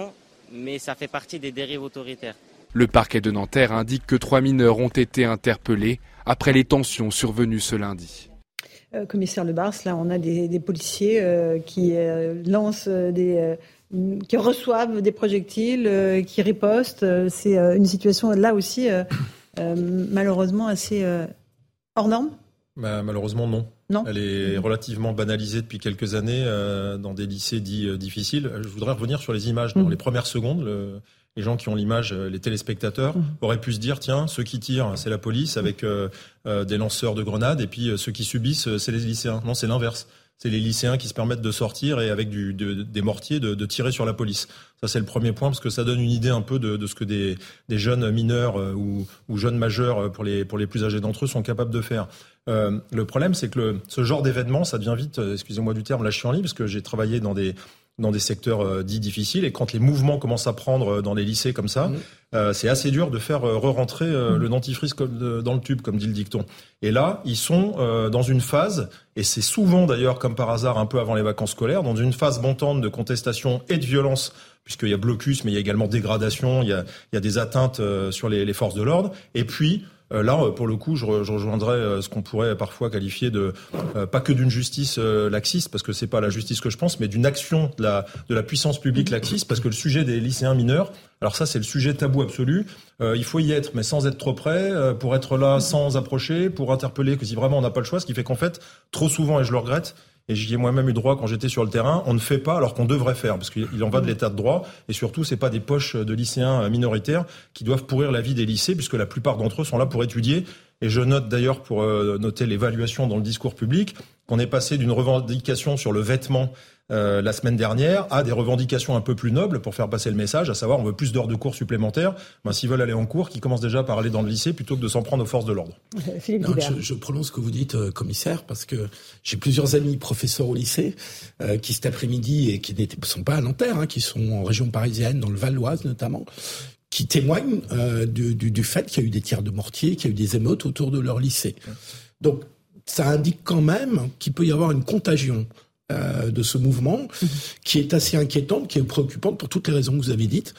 Speaker 6: mais ça fait partie des dérives autoritaires.
Speaker 8: Le parquet de Nanterre indique que trois mineurs ont été interpellés après les tensions survenues ce lundi.
Speaker 2: Euh, commissaire Lebars, là on a des, des policiers euh, qui euh, lancent des... Euh, qui reçoivent des projectiles, euh, qui ripostent. Euh, c'est euh, une situation là aussi euh, euh, malheureusement assez euh, hors norme.
Speaker 26: Bah, malheureusement non.
Speaker 2: Non.
Speaker 26: Elle est relativement banalisée depuis quelques années euh, dans des lycées dits euh, difficiles. Je voudrais revenir sur les images. Dans mmh. les premières secondes, le, les gens qui ont l'image, les téléspectateurs, mmh. auraient pu se dire, tiens, ceux qui tirent, c'est la police avec euh, euh, des lanceurs de grenades, et puis euh, ceux qui subissent, euh, c'est les lycéens. Non, c'est l'inverse. C'est les lycéens qui se permettent de sortir et avec du, de, des mortiers de, de tirer sur la police. Ça, c'est le premier point, parce que ça donne une idée un peu de, de ce que des, des jeunes mineurs euh, ou, ou jeunes majeurs, pour les, pour les plus âgés d'entre eux, sont capables de faire. Euh, le problème, c'est que le, ce genre d'événement, ça devient vite, euh, excusez-moi du terme, la chienlit, parce que j'ai travaillé dans des, dans des secteurs euh, dits difficiles, et quand les mouvements commencent à prendre euh, dans les lycées comme ça, mmh. euh, c'est assez dur de faire euh, re-rentrer euh, mmh. le dentifrice comme de, dans le tube, comme dit le dicton. Et là, ils sont euh, dans une phase, et c'est souvent d'ailleurs, comme par hasard, un peu avant les vacances scolaires, dans une phase montante de contestation et de violence, puisqu'il y a blocus, mais il y a également dégradation, il y a, il y a des atteintes euh, sur les, les forces de l'ordre, et puis là, pour le coup, je rejoindrais ce qu'on pourrait parfois qualifier de, euh, pas que d'une justice euh, laxiste, parce que c'est pas la justice que je pense, mais d'une action de la, de la puissance publique laxiste, parce que le sujet des lycéens mineurs, alors ça, c'est le sujet tabou absolu. Euh, il faut y être, mais sans être trop près, euh, pour être là sans approcher, pour interpeller, que si vraiment on n'a pas le choix, ce qui fait qu'en fait, trop souvent, et je le regrette, et j'y ai moi-même eu droit quand j'étais sur le terrain, on ne fait pas alors qu'on devrait faire, parce qu'il en va de l'état de droit, et surtout, c'est pas des poches de lycéens minoritaires qui doivent pourrir la vie des lycées, puisque la plupart d'entre eux sont là pour étudier. Et je note d'ailleurs, pour euh, noter l'évaluation dans le discours public, qu'on est passé d'une revendication sur le vêtement euh, la semaine dernière à des revendications un peu plus nobles pour faire passer le message, à savoir on veut plus d'heures de cours supplémentaires. Ben, s'ils veulent aller en cours, qu'ils commencent déjà par aller dans le lycée plutôt que de s'en prendre aux forces de l'ordre.
Speaker 13: Non, je, je prolonge ce que vous dites, euh, commissaire, parce que j'ai plusieurs amis professeurs au lycée euh, qui cet après-midi, et qui ne sont pas à Nanterre, hein, qui sont en région parisienne, dans le Val d'Oise notamment, qui témoignent euh, du, du, du fait qu'il y a eu des tirs de mortier, qu'il y a eu des émeutes autour de leur lycée. Donc, ça indique quand même qu'il peut y avoir une contagion euh, de ce mouvement, mmh. qui est assez inquiétante, qui est préoccupante pour toutes les raisons que vous avez dites,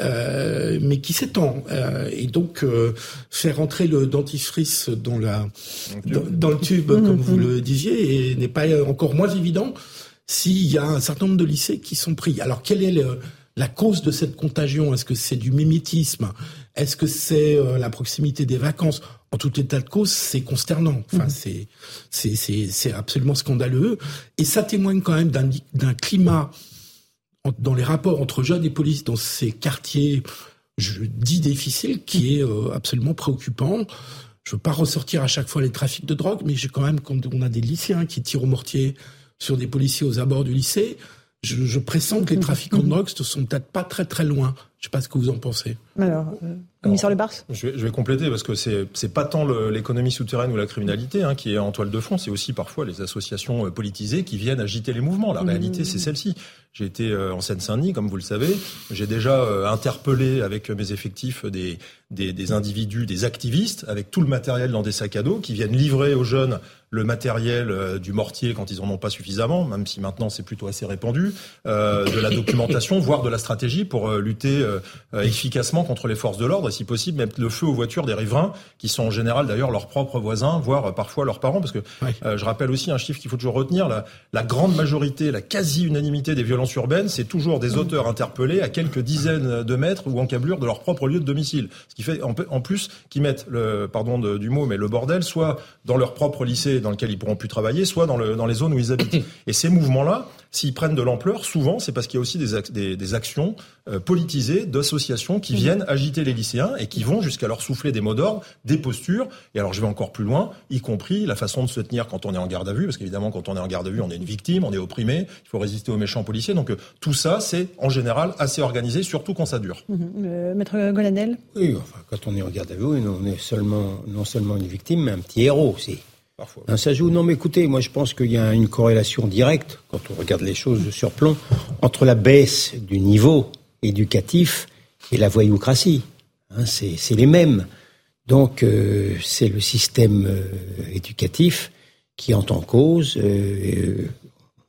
Speaker 13: euh, mais qui s'étend. Euh, et donc, euh, faire entrer le dentifrice dans, la, dans, dans le tube, mmh. comme vous le disiez, et n'est pas encore moins évident s'il y a un certain nombre de lycées qui sont pris. Alors, quel est le... la cause de cette contagion? Est-ce que c'est du mimétisme? Est-ce que c'est euh, la proximité des vacances? En tout état de cause, c'est consternant. Enfin, mmh. c'est, c'est, c'est, c'est absolument scandaleux. Et ça témoigne quand même d'un, d'un climat en, dans les rapports entre jeunes et police dans ces quartiers, je dis difficiles, qui est euh, absolument préoccupant. Je veux pas ressortir à chaque fois les trafics de drogue, mais j'ai quand même, quand on a des lycéens qui tirent au mortier sur des policiers aux abords du lycée, Je, je pressens que les trafiquants de drogue ne sont peut-être pas très très loin. Je ne sais pas ce que vous en pensez.
Speaker 2: Alors, euh, commissaire Lebars.
Speaker 26: Je vais, je vais compléter, parce que c'est c'est pas tant le, l'économie souterraine ou la criminalité hein, qui est en toile de fond, c'est aussi parfois les associations politisées qui viennent agiter les mouvements. La mmh. réalité, c'est celle-ci. J'ai été euh, en Seine-Saint-Denis, comme vous le savez. J'ai déjà euh, interpellé avec mes effectifs des, des, des individus, des activistes, avec tout le matériel dans des sacs à dos, qui viennent livrer aux jeunes le matériel euh, du mortier quand ils en ont pas suffisamment, même si maintenant c'est plutôt assez répandu, euh, de la documentation, voire de la stratégie pour euh, lutter euh, efficacement contre les forces de l'ordre, et si possible mettre le feu aux voitures des riverains, qui sont en général d'ailleurs leurs propres voisins, voire euh, parfois leurs parents, parce que oui. euh, je rappelle aussi un chiffre qu'il faut toujours retenir, la, la grande majorité, la quasi-unanimité des violences urbaines, c'est toujours des auteurs interpellés à quelques dizaines de mètres ou encablures de leur propre lieu de domicile, ce qui fait en, en plus qu'ils mettent, le, pardon de, du mot, mais le bordel, soit dans leur propre lycée dans lequel ils pourront plus travailler, soit dans, le, dans les zones où ils habitent. Et ces mouvements-là, s'ils prennent de l'ampleur, souvent, c'est parce qu'il y a aussi des, des, des actions euh, politisées d'associations qui viennent agiter les lycéens et qui vont jusqu'à leur souffler des mots d'ordre, des postures. Et alors, je vais encore plus loin, y compris la façon de se tenir quand on est en garde à vue, parce qu'évidemment, quand on est en garde à vue, on est une victime, on est opprimé, il faut résister aux méchants policiers. Donc, euh, tout ça, c'est en général assez organisé, surtout quand ça dure.
Speaker 2: Mmh. Euh, Maître Golanel ?
Speaker 14: Oui, enfin, quand on est en garde à vue, on est seulement, non seulement une victime, mais un petit héros aussi. Parfois. Non, ça joue. Non, mais écoutez, moi je pense qu'il y a une corrélation directe, quand on regarde les choses de surplomb, entre la baisse du niveau éducatif et la voyoucratie. Hein, c'est, c'est les mêmes. Donc, euh, c'est le système euh, éducatif qui entre en cause. Euh,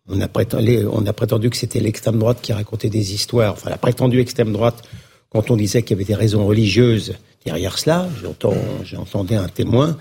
Speaker 14: On a prétendu, on a prétendu que c'était l'extrême droite qui racontait des histoires. Enfin, la prétendue extrême droite, quand on disait qu'il y avait des raisons religieuses derrière cela, j'entends, j'entendais un témoin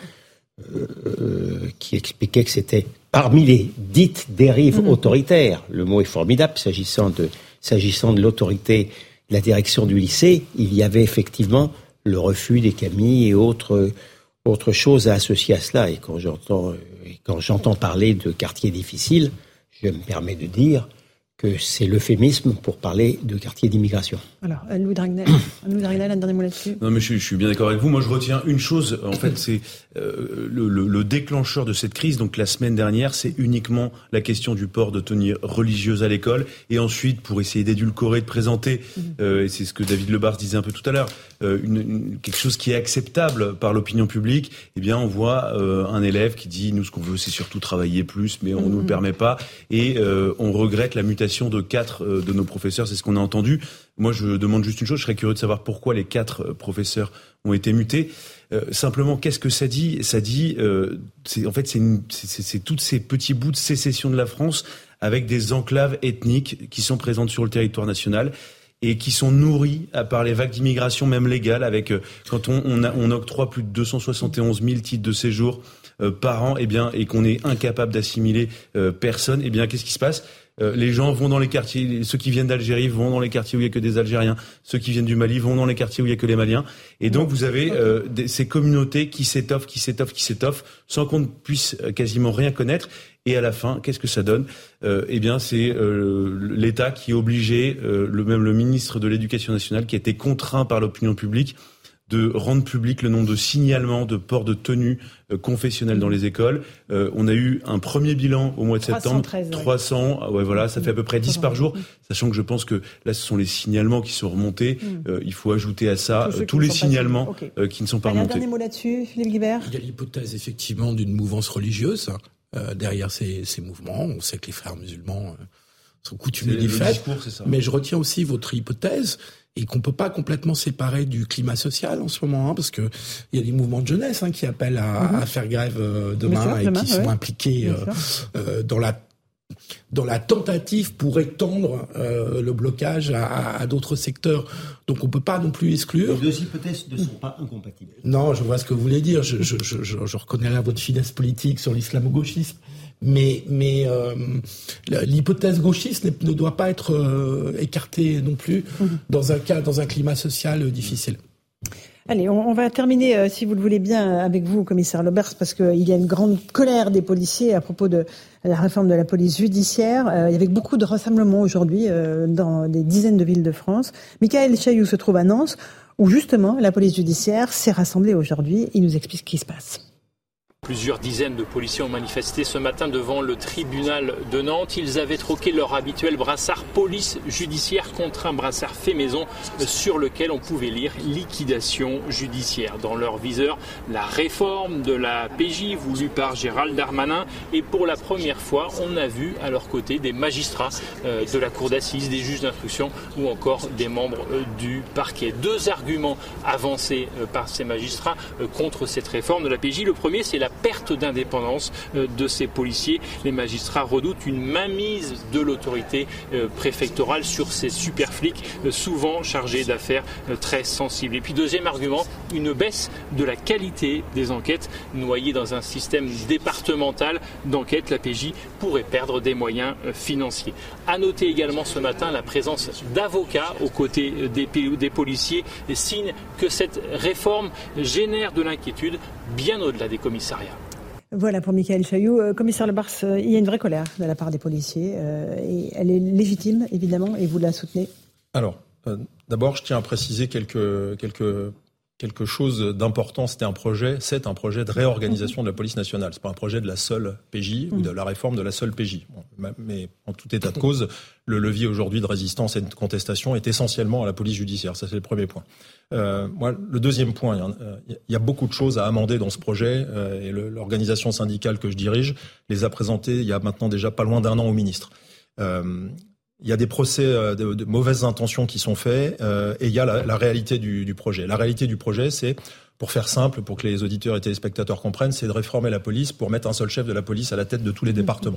Speaker 14: euh, qui expliquait que c'était parmi les dites dérives mmh. autoritaires. Le mot est formidable s'agissant de, s'agissant de l'autorité, de la direction du lycée. Il y avait effectivement le refus des camis et autres, autres choses à associer à cela. Et quand j'entends, et quand j'entends parler de quartiers difficiles, je me permets de dire que c'est l'euphémisme pour parler de quartier d'immigration.
Speaker 2: Alors, Louis Dragnel, Louis Dragnel, un dernier mot là-dessus.
Speaker 3: Non, mais je, je suis bien d'accord avec vous. Moi, je retiens une chose. En fait, c'est euh, le, le, le déclencheur de cette crise. Donc, la semaine dernière, c'est uniquement la question du port de tenue religieuse à l'école. Et ensuite, pour essayer d'édulcorer, de présenter, mmh. euh, et c'est ce que David Lebars disait un peu tout à l'heure, euh, une, une, quelque chose qui est acceptable par l'opinion publique. Eh bien, on voit euh, un élève qui dit, nous, ce qu'on veut, c'est surtout travailler plus, mais on mmh. nous le permet pas. Et euh, on regrette la mutation de quatre euh, de nos professeurs. C'est ce qu'on a entendu. Moi, je demande juste une chose. Je serais curieux de savoir pourquoi les quatre euh, professeurs ont été mutés. Euh, simplement, qu'est-ce que ça dit ? Ça dit, euh, c'est, en fait, c'est, une, c'est, c'est, c'est toutes ces petits bouts de sécession de la France avec des enclaves ethniques qui sont présentes sur le territoire national et qui sont nourries par les vagues d'immigration, même légales, avec euh, quand on, on, a, on octroie plus de deux cent soixante et onze mille titres de séjour euh, par an, eh bien, et qu'on est incapable d'assimiler euh, personne, eh bien, qu'est-ce qui se passe ? Euh, les gens vont dans les quartiers, ceux qui viennent d'Algérie vont dans les quartiers où il y a que des Algériens, ceux qui viennent du Mali vont dans les quartiers où il y a que les Maliens. Et donc vous avez euh, des, ces communautés qui s'étoffent, qui s'étoffent, qui s'étoffent, sans qu'on ne puisse quasiment rien connaître. Et à la fin, qu'est-ce que ça donne ? euh, Eh bien, c'est euh, l'État qui est obligé, euh, le même le ministre de l'Éducation nationale, qui a été contraint par l'opinion publique de rendre public le nombre de signalements de port de tenue euh, confessionnelle dans les écoles. Euh, on a eu un premier bilan au mois de septembre. trois cents, ouais, voilà, ça fait à peu près dix par jour, sachant que je pense que là, ce sont les signalements qui sont remontés. Mm. Euh, il faut ajouter à ça tous, euh, tous les signalements okay. euh, qui ne sont pas
Speaker 2: Allez,
Speaker 3: remontés.
Speaker 2: Un dernier mot là-dessus, Philippe Guibert.
Speaker 13: Il y a l'hypothèse, effectivement, d'une mouvance religieuse euh, derrière ces, ces mouvements. On sait que les frères musulmans euh, sont coutumiers du fait. Mais je retiens aussi votre hypothèse et qu'on peut pas complètement séparer du climat social en ce moment, hein, parce que il y a des mouvements de jeunesse hein, qui appellent à, mm-hmm. à faire grève euh, demain sûr, et demain, qui ouais. sont impliqués euh, euh, dans la dans la tentative pour étendre euh, le blocage à, à, à d'autres secteurs. Donc on peut pas non plus exclure.
Speaker 14: Les deux hypothèses ne sont pas incompatibles.
Speaker 13: Non, je vois ce que vous voulez dire. Je, je, je, je, je reconnais là votre finesse politique sur l'islamo-gauchisme. Mais, mais euh, l'hypothèse gauchiste ne doit pas être euh, écartée non plus mmh. dans un cas, dans un climat social euh, difficile.
Speaker 2: Allez, on, on va terminer, euh, si vous le voulez bien, avec vous, commissaire Lebers, parce qu'il y a une grande colère des policiers à propos de la réforme de la police judiciaire. Euh, il y avait beaucoup de rassemblements aujourd'hui euh, dans des dizaines de villes de France. Michael Chailloux se trouve à Nantes, où justement la police judiciaire s'est rassemblée aujourd'hui. Il nous explique ce qui se passe.
Speaker 7: Plusieurs dizaines de policiers ont manifesté ce matin devant le tribunal de Nantes. Ils avaient troqué leur habituel brassard police judiciaire contre un brassard fait maison sur lequel on pouvait lire liquidation judiciaire. Dans leur viseur, la réforme de la P J voulue par Gérald Darmanin. Et pour la première fois, on a vu à leur côté des magistrats de la cour d'assises, des juges d'instruction ou encore des membres du parquet. Deux arguments avancés par ces magistrats contre cette réforme de la P J. Le premier, c'est la perte d'indépendance de ces policiers. Les magistrats redoutent une mainmise de l'autorité préfectorale sur ces super flics, souvent chargés d'affaires très sensibles. Et puis deuxième argument, une baisse de la qualité des enquêtes. Noyées dans un système départemental d'enquête, la P J pourrait perdre des moyens financiers. À noter également ce matin la présence d'avocats aux côtés des, des policiers, signe que cette réforme génère de l'inquiétude bien au-delà des commissariats.
Speaker 2: Voilà pour Michael Chailloux. Euh, commissaire Lebars, euh, il y a une vraie colère de la part des policiers euh, et elle est légitime évidemment et vous la soutenez.
Speaker 26: Alors, euh, d'abord je tiens à préciser quelques, quelques, quelque chose d'important. C'était un projet, c'est un projet de réorganisation de la police nationale. C'est pas un projet de la seule P J ou de la réforme de la seule P J. Bon, mais en tout état de cause, le levier aujourd'hui de résistance et de contestation est essentiellement à la police judiciaire. Ça c'est le premier point. Euh, moi, le deuxième point, il y, a, il y a beaucoup de choses à amender dans ce projet euh, et le, l'organisation syndicale que je dirige les a présentées il y a maintenant déjà pas loin d'un an au ministre. Euh, il y a des procès euh, de, de mauvaises intentions qui sont faits euh, et il y a la, la réalité du, du projet. La réalité du projet, c'est, pour faire simple, pour que les auditeurs et téléspectateurs comprennent, c'est de réformer la police pour mettre un seul chef de la police à la tête de tous les départements.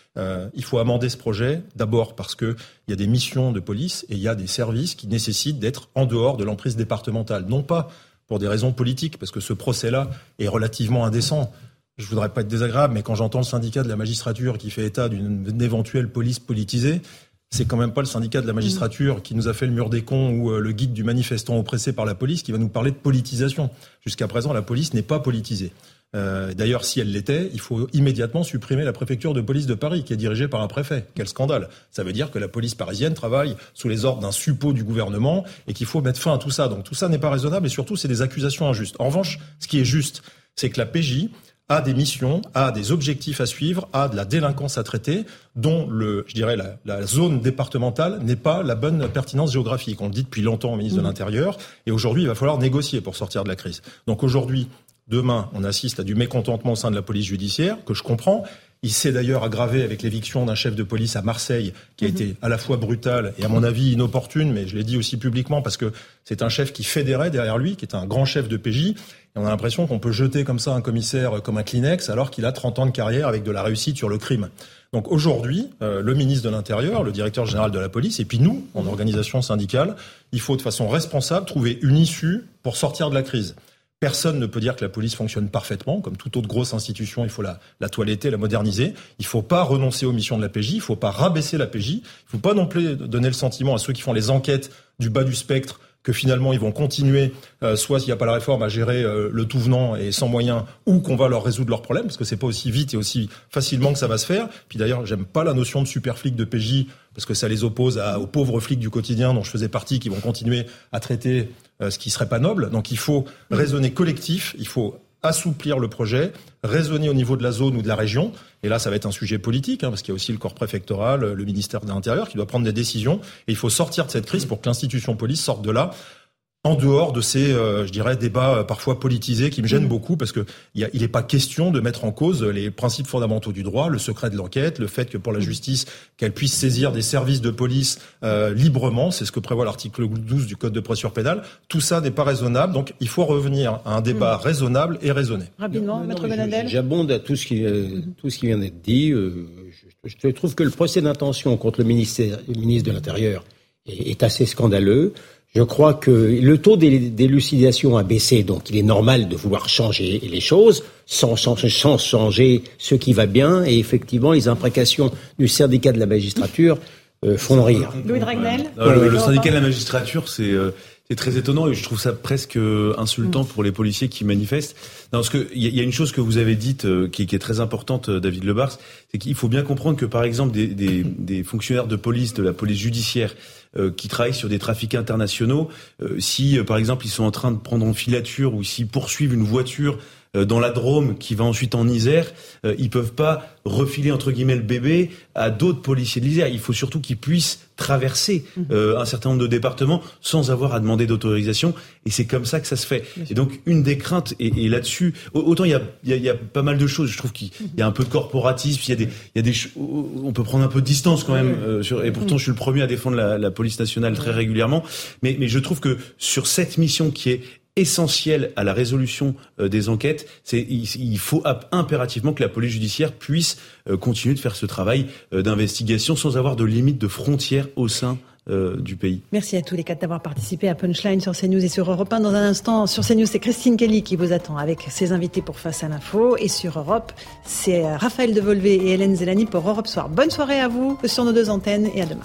Speaker 26: Euh, il faut amender ce projet, d'abord parce qu'il y a des missions de police et il y a des services qui nécessitent d'être en dehors de l'emprise départementale. Non pas pour des raisons politiques, parce que ce procès-là est relativement indécent. Je voudrais pas être désagréable, mais quand j'entends le syndicat de la magistrature qui fait état d'une, d'une éventuelle police politisée, c'est quand même pas le syndicat de la magistrature qui nous a fait le mur des cons ou le guide du manifestant oppressé par la police qui va nous parler de politisation. Jusqu'à présent, la police n'est pas politisée. Euh, d'ailleurs, si elle l'était, il faut immédiatement supprimer la préfecture de police de Paris, qui est dirigée par un préfet. Quel scandale! Ça veut dire que la police parisienne travaille sous les ordres d'un suppôt du gouvernement et qu'il faut mettre fin à tout ça. Donc tout ça n'est pas raisonnable et surtout, c'est des accusations injustes. En revanche, ce qui est juste, c'est que la P J a des missions, a des objectifs à suivre, a de la délinquance à traiter, dont le, je dirais, la, la zone départementale n'est pas la bonne pertinence géographique. On le dit depuis longtemps au ministre mmh. de l'Intérieur, et aujourd'hui, il va falloir négocier pour sortir de la crise. Donc aujourd'hui, demain, on assiste à du mécontentement au sein de la police judiciaire, que je comprends. Il s'est d'ailleurs aggravé avec l'éviction d'un chef de police à Marseille, qui a mmh. été à la fois brutal et à mon avis inopportune, mais je l'ai dit aussi publiquement parce que c'est un chef qui fédérait derrière lui, qui est un grand chef de P J. Et on a l'impression qu'on peut jeter comme ça un commissaire comme un Kleenex alors qu'il a trente ans de carrière avec de la réussite sur le crime. Donc aujourd'hui, euh, le ministre de l'Intérieur, le directeur général de la police, et puis nous, en organisation syndicale, il faut de façon responsable trouver une issue pour sortir de la crise. Personne ne peut dire que la police fonctionne parfaitement. Comme toute autre grosse institution, il faut la, la toiletter, la moderniser. Il ne faut pas renoncer aux missions de la P J. Il ne faut pas rabaisser la P J. Il ne faut pas non plus donner le sentiment à ceux qui font les enquêtes du bas du spectre que finalement ils vont continuer, euh, soit s'il n'y a pas la réforme, à gérer euh, le tout venant et sans moyens, ou qu'on va leur résoudre leurs problèmes, parce que c'est pas aussi vite et aussi facilement que ça va se faire. Puis d'ailleurs, j'aime pas la notion de super flic de P J, parce que ça les oppose à, aux pauvres flics du quotidien dont je faisais partie, qui vont continuer à traiter euh, ce qui serait pas noble. Donc il faut raisonner collectif, il faut assouplir le projet, raisonner au niveau de la zone ou de la région. Et là, ça va être un sujet politique, hein, parce qu'il y a aussi le corps préfectoral, le ministère de l'Intérieur qui doit prendre des décisions. Et il faut sortir de cette crise pour que l'institution police sorte de là, en dehors de ces, euh, je dirais, débats euh, parfois politisés qui me gênent mmh. beaucoup, parce que il n'est pas question de mettre en cause les principes fondamentaux du droit, le secret de l'enquête, le fait que pour la justice, qu'elle puisse saisir des services de police euh, librement, c'est ce que prévoit l'article douze du Code de procédure pénale. Tout ça n'est pas raisonnable, donc il faut revenir à un débat mmh. raisonnable et raisonné.
Speaker 2: Rapidement, Maître Benadel.
Speaker 14: J'abonde à tout ce qui, euh, mmh. tout ce qui vient d'être dit. Euh, je, je trouve que le procès d'intention contre le, ministère, le ministre de l'Intérieur est, est assez scandaleux. Je crois que le taux d'élucidation a baissé, donc il est normal de vouloir changer les choses sans, sans, sans changer ce qui va bien. Et effectivement, les imprécations du syndicat de la magistrature euh, font rire.
Speaker 2: Louis Dragnel.
Speaker 3: Non, le, le syndicat de la magistrature, c'est... Euh, C'est très étonnant et je trouve ça presque insultant pour les policiers qui manifestent. Non, parce que il y a une chose que vous avez dite euh, qui, qui est très importante, David Lebars, c'est qu'il faut bien comprendre que par exemple des, des, des fonctionnaires de police, de la police judiciaire, euh, qui travaillent sur des trafics internationaux, euh, si euh, par exemple ils sont en train de prendre en filature ou s'ils poursuivent une voiture euh, dans la Drôme qui va ensuite en Isère, euh, ils peuvent pas refiler entre guillemets le bébé à d'autres policiers de l'Isère. Il faut surtout qu'ils puissent traverser euh, un certain nombre de départements sans avoir à demander d'autorisation, et c'est comme ça que ça se fait. Et donc une des craintes, et, et là-dessus, autant il y a, il y, a, il y a pas mal de choses, je trouve qu'il y a un peu de corporatisme, il y a des, il y a des, on peut prendre un peu de distance quand même, euh, sur, et pourtant je suis le premier à défendre la, la police nationale très régulièrement, mais, mais je trouve que sur cette mission qui est essentiel à la résolution euh, des enquêtes, c'est il, il faut impérativement que la police judiciaire puisse euh, continuer de faire ce travail euh, d'investigation sans avoir de limite de frontières au sein euh, du pays.
Speaker 2: Merci à tous les quatre d'avoir participé à Punchline sur CNews et sur Europe un. Dans un instant, sur CNews, c'est Christine Kelly qui vous attend avec ses invités pour Face à l'info, et sur Europe, c'est Raphaël Devolvé et Hélène Zélani pour Europe Soir. Bonne soirée à vous sur nos deux antennes et à demain.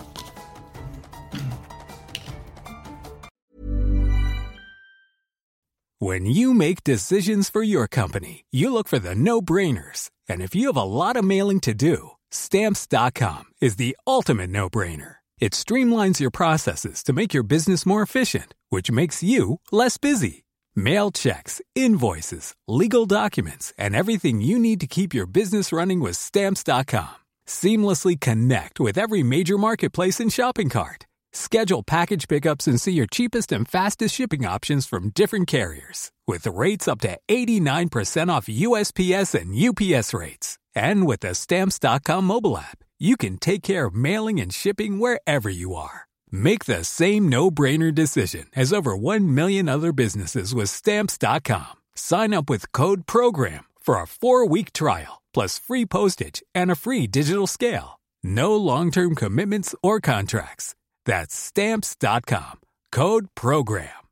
Speaker 9: When you make decisions for your company, you look for the no-brainers. And if you have a lot of mailing to do, Stamps dot com is the ultimate no-brainer. It streamlines your processes to make your business more efficient, which makes you less busy. Mail checks, invoices, legal documents, and everything you need to keep your business running with Stamps dot com. Seamlessly connect with every major marketplace and shopping cart. Schedule package pickups and see your cheapest and fastest shipping options from different carriers. With rates up to eighty-nine percent off U S P S and U P S rates. And with the Stamps dot com mobile app, you can take care of mailing and shipping wherever you are. Make the same no-brainer decision as over one million other businesses with Stamps dot com. Sign up with code PROGRAM for a four-week trial, plus free postage and a free digital scale. No long-term commitments or contracts. That's Stamps dot com. Code PROGRAM.